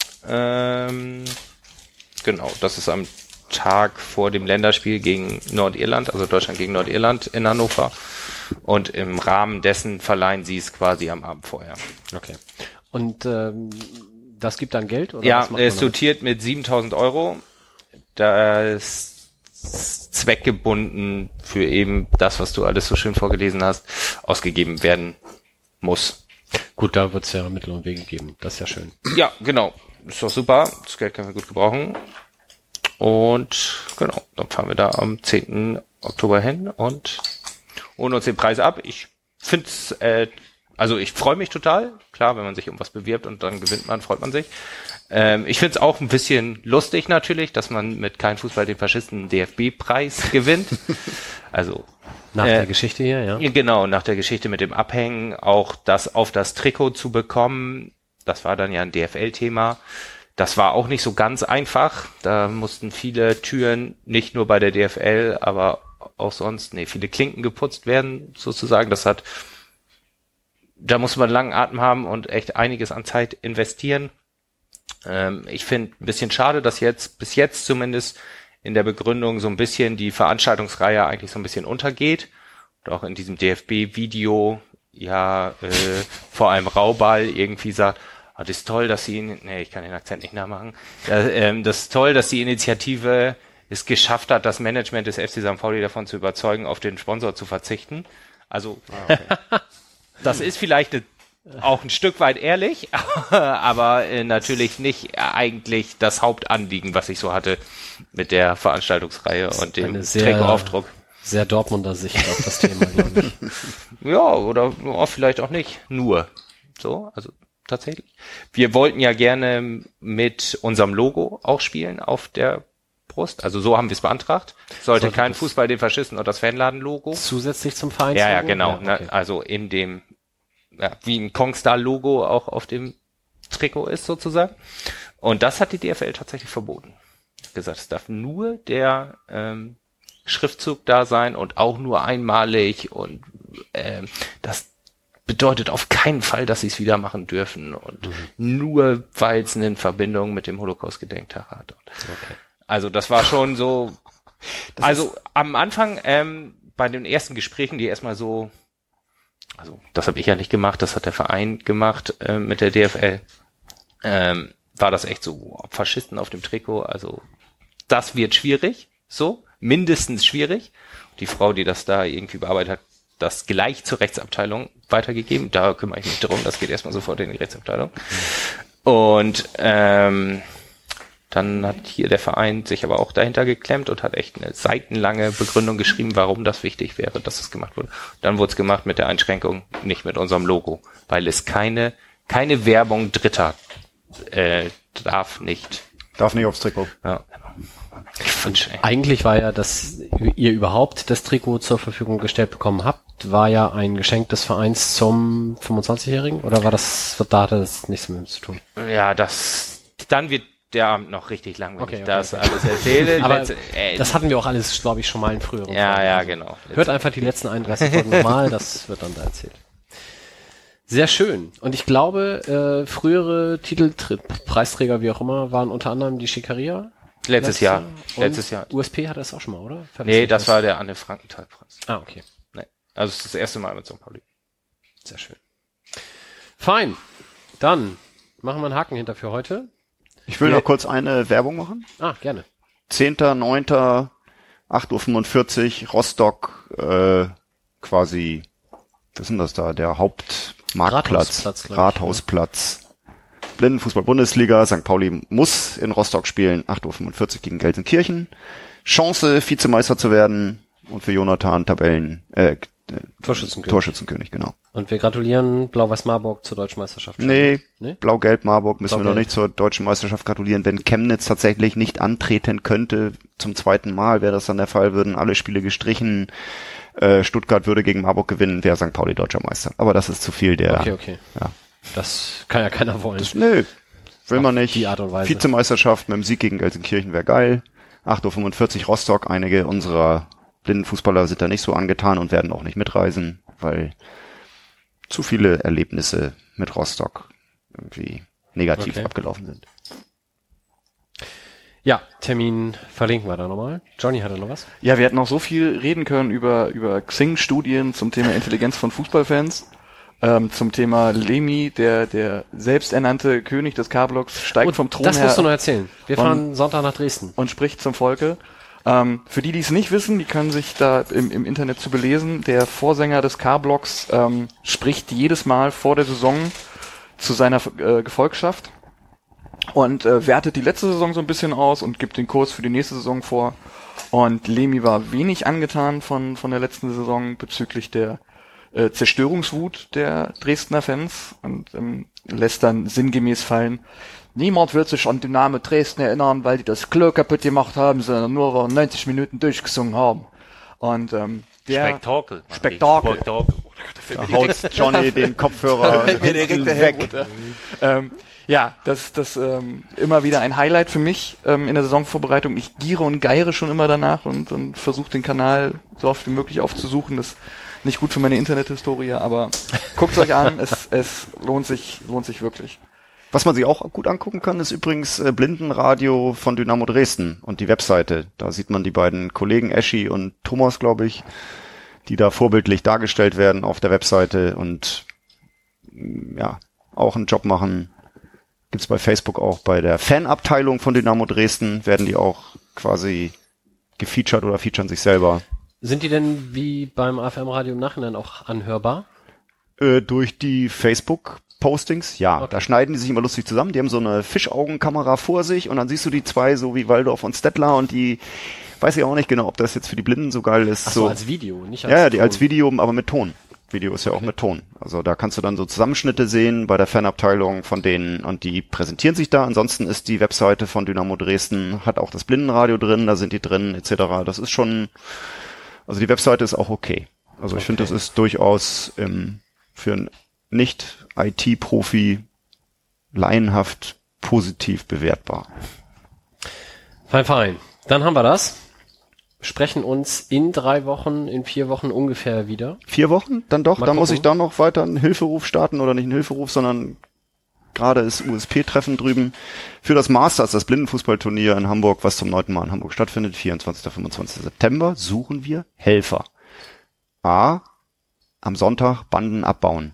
Genau, das ist am Tag vor dem Länderspiel gegen Nordirland, also Deutschland gegen Nordirland in Hannover. Und im Rahmen dessen verleihen sie es quasi am Abend vorher. Okay. Und das gibt dann Geld? Oder Ja, was macht man es damit? dotiert mit 7.000 Euro. Das zweckgebunden für eben das, was du alles so schön vorgelesen hast, ausgegeben werden muss. Gut, da wird's ja Mittel und Wege geben. Das ist ja schön. Ja, genau. Ist doch super. Das Geld können wir gut gebrauchen. Und genau, dann fahren wir da am 10. Oktober hin und holen uns den Preis ab. Ich find's, also ich freue mich total. Klar, wenn man sich um was bewirbt und dann gewinnt man, freut man sich. Ich find's auch ein bisschen lustig natürlich, dass man mit Kein Fußball den Faschisten DFB-Preis gewinnt. Also nach der Geschichte hier, ja. Genau, nach der Geschichte mit dem Abhängen, auch das auf das Trikot zu bekommen, das war dann ja ein DFL-Thema. Das war auch nicht so ganz einfach. Da mussten viele Türen, nicht nur bei der DFL, aber auch sonst, viele Klinken geputzt werden, sozusagen. Da muss man einen langen Atem haben und echt einiges an Zeit investieren. Ich finde ein bisschen schade, dass bis jetzt zumindest in der Begründung so ein bisschen die Veranstaltungsreihe eigentlich so ein bisschen untergeht. Und auch in diesem DFB-Video, vor allem Rauball irgendwie sagt, das ist toll, dass ich kann den Akzent nicht nachmachen. Das ist toll, dass die Initiative es geschafft hat, das Management des FC St. Pauli davon zu überzeugen, auf den Sponsor zu verzichten. Also, das ist vielleicht auch ein Stück weit ehrlich, aber natürlich nicht eigentlich das Hauptanliegen, was ich so hatte mit der Veranstaltungsreihe und dem Trikotaufdruck. Sehr Dortmunder Sicht auf das Thema, glaube ich. Ja, oder vielleicht auch nicht. Nur. So, also tatsächlich. Wir wollten ja gerne mit unserem Logo auch spielen auf der Brust. Also so haben wir es beantragt. Sollte kein Fußball den Faschisten oder das Fanladen-Logo. Zusätzlich zum Vereinslogo? Ja, genau. Ja, okay. Also in dem, wie ein Kongstar-Logo auch auf dem Trikot ist sozusagen. Und das hat die DFL tatsächlich verboten. Gesagt, es darf nur der Schriftzug da sein und auch nur einmalig und das bedeutet auf keinen Fall, dass sie es wieder machen dürfen und nur, weil es eine Verbindung mit dem Holocaust-Gedenktag hat. Okay. Also das war schon so, also am Anfang bei den ersten Gesprächen, die erstmal so, also das habe ich ja nicht gemacht, das hat der Verein gemacht mit der DFL, war das echt so, Faschisten auf dem Trikot, also das wird schwierig, so, mindestens schwierig. Die Frau, die das da irgendwie bearbeitet hat, das gleich zur Rechtsabteilung weitergegeben. Da kümmere ich mich drum, das geht erstmal sofort in die Rechtsabteilung. Und dann hat hier der Verein sich aber auch dahinter geklemmt und hat echt eine seitenlange Begründung geschrieben, warum das wichtig wäre, dass es gemacht wurde. Dann wurde es gemacht mit der Einschränkung, nicht mit unserem Logo, weil es keine Werbung Dritter darf nicht aufs Trikot. Ja. Eigentlich war ja, dass ihr überhaupt das Trikot zur Verfügung gestellt bekommen habt, war ja ein Geschenk des Vereins zum 25-Jährigen, oder da hatte das nichts mit zu tun? Ja, dann wird der Abend noch richtig lang, wenn ich das alles erzähle. Aber das hatten wir auch alles, glaube ich, schon mal in früheren Folgen. Ja, genau. Hört einfach die letzten 31 Folgen nochmal, das wird dann da erzählt. Sehr schön. Und ich glaube, frühere Preisträger, wie auch immer, waren unter anderem die Schickeria. Letztes Jahr. USP hatte das auch schon mal, oder? Nee, das war der Anne-Frankenthal-Preis. Ah, okay. Nee. Also es ist das erste Mal mit St. Pauli. Sehr schön. Fein. Dann machen wir einen Haken hinter für heute. Ich will noch kurz eine Werbung machen. Ah, gerne. 10.9. 8.45 Uhr, Rostock, quasi, was ist denn das da? Der Hauptmarktplatz. Rathausplatz. Blindenfußball-Bundesliga, St. Pauli muss in Rostock spielen, 8.45 Uhr gegen Gelsenkirchen. Chance, Vizemeister zu werden und für Jonathan Torschützenkönig, genau. Und wir gratulieren Blau-Weiß-Marburg zur Deutschen Meisterschaft. Nee? Blau-Gelb-Marburg müssen wir noch nicht zur Deutschen Meisterschaft gratulieren. Wenn Chemnitz tatsächlich nicht antreten könnte, zum zweiten Mal wäre das dann der Fall, würden alle Spiele gestrichen. Stuttgart würde gegen Marburg gewinnen, wäre St. Pauli Deutscher Meister. Aber das ist zu viel der... Okay. Ja. Das kann ja keiner wollen. Nö, will man nicht. Die Art und Weise. Vizemeisterschaft mit dem Sieg gegen Gelsenkirchen wäre geil. 8.45 Uhr Rostock. Einige unserer Blindenfußballer sind da nicht so angetan und werden auch nicht mitreisen, weil zu viele Erlebnisse mit Rostock irgendwie negativ abgelaufen sind. Ja, Termin verlinken wir da nochmal. Johnny hatte noch was? Ja, wir hätten noch so viel reden können über Xing-Studien zum Thema Intelligenz von Fußballfans. Zum Thema Lemi, der selbsternannte König des K-Blocks, steigt vom Thron her. Das musst du noch erzählen. Wir fahren Sonntag nach Dresden. Und spricht zum Volke. Für die es nicht wissen, die können sich da im Internet zu belesen. Der Vorsänger des K-Blocks spricht jedes Mal vor der Saison zu seiner Gefolgschaft und wertet die letzte Saison so ein bisschen aus und gibt den Kurs für die nächste Saison vor. Und Lemi war wenig angetan von der letzten Saison bezüglich der Zerstörungswut der Dresdner Fans und lässt dann sinngemäß fallen, niemand wird sich an Dynamo Dresden erinnern, weil die das Klo kaputt gemacht haben, sondern nur 90 Minuten durchgesungen haben. Und Spektakel. Da haut Johnny den Kopfhörer weg. Ja, das immer wieder ein Highlight für mich in der Saisonvorbereitung. Ich giere und geiere schon immer danach und versuche den Kanal so oft wie möglich aufzusuchen. Das ist nicht gut für meine Internethistorie, aber guckt euch an, es lohnt sich wirklich. Was man sich auch gut angucken kann, ist übrigens Blindenradio von Dynamo Dresden und die Webseite. Da sieht man die beiden Kollegen Eschi und Thomas, glaube ich, die da vorbildlich dargestellt werden auf der Webseite und ja, auch einen Job machen. Gibt's bei Facebook auch bei der Fanabteilung von Dynamo Dresden, werden die auch quasi gefeatured oder featuren sich selber. Sind die denn wie beim AFM-Radio im Nachhinein auch anhörbar? Durch die Facebook-Postings, ja. Okay. Da schneiden die sich immer lustig zusammen. Die haben so eine Fischaugenkamera vor sich und dann siehst du die zwei, so wie Waldorf und Stettler, und die, weiß ich auch nicht genau, ob das jetzt für die Blinden so geil ist. Ach so, als Video, nicht als Ja, die als Video, aber mit Ton. Video ist ja auch mit Ton. Also da kannst du dann so Zusammenschnitte sehen bei der Fanabteilung von denen und die präsentieren sich da. Ansonsten ist die Webseite von Dynamo Dresden, hat auch das Blindenradio drin, da sind die drin, etc. Das ist schon, also die Webseite ist auch okay. Also ich finde, das ist durchaus für einen Nicht-IT-Profi laienhaft positiv bewertbar. Fein. Dann haben wir das. Sprechen uns in 3 Wochen, in 4 Wochen ungefähr wieder. 4 Wochen? Dann doch. Dann muss ich da noch weiter einen Hilferuf starten, oder nicht einen Hilferuf, sondern gerade ist USP-Treffen drüben für das Masters, das Blindenfußballturnier in Hamburg, was zum 9. Mal in Hamburg stattfindet, 24. 25. September, suchen wir Helfer. A, am Sonntag Banden abbauen.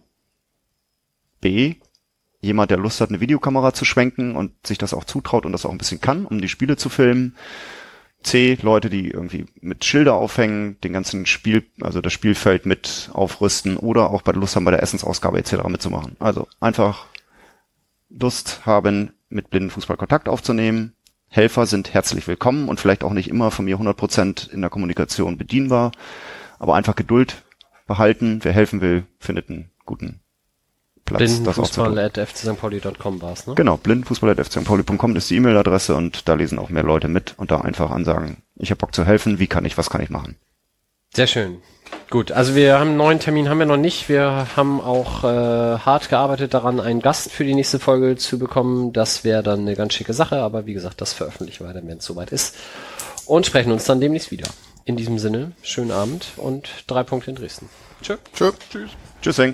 B, jemand, der Lust hat, eine Videokamera zu schwenken und sich das auch zutraut und das auch ein bisschen kann, um die Spiele zu filmen. C, Leute, die irgendwie mit Schilder aufhängen, den ganzen also das Spielfeld mit aufrüsten oder auch bei der Lust haben, bei der Essensausgabe etc. mitzumachen. Also einfach Lust haben, mit Blindenfußball Kontakt aufzunehmen. Helfer sind herzlich willkommen und vielleicht auch nicht immer von mir 100% in der Kommunikation bedienbar, aber einfach Geduld behalten. Wer helfen will, findet einen guten Platz. Blindenfußball@fcstpauli.com war's, ne? Genau, blindenfußball@fcstpauli.com ist die E-Mail-Adresse und da lesen auch mehr Leute mit und da einfach ansagen, ich habe Bock zu helfen, was kann ich machen? Sehr schön. Gut, also wir haben einen neuen Termin, haben wir noch nicht. Wir haben auch hart gearbeitet daran, einen Gast für die nächste Folge zu bekommen. Das wäre dann eine ganz schicke Sache, aber wie gesagt, das veröffentlichen wir dann, wenn es soweit ist. Und sprechen uns dann demnächst wieder. In diesem Sinne, schönen Abend und 3 Punkte in Dresden. Tschüss. Tschüss. Tschüssing.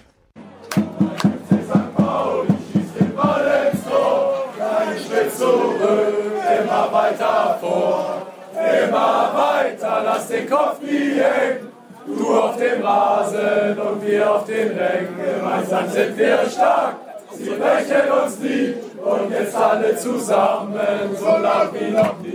Immer weiter vor, immer weiter, lass den Kopf nie hängen. Du auf dem Rasen und wir auf den Rängen. Gemeinsam sind wir stark, sie brechen uns nie. Und jetzt alle zusammen, so lang wie noch nie.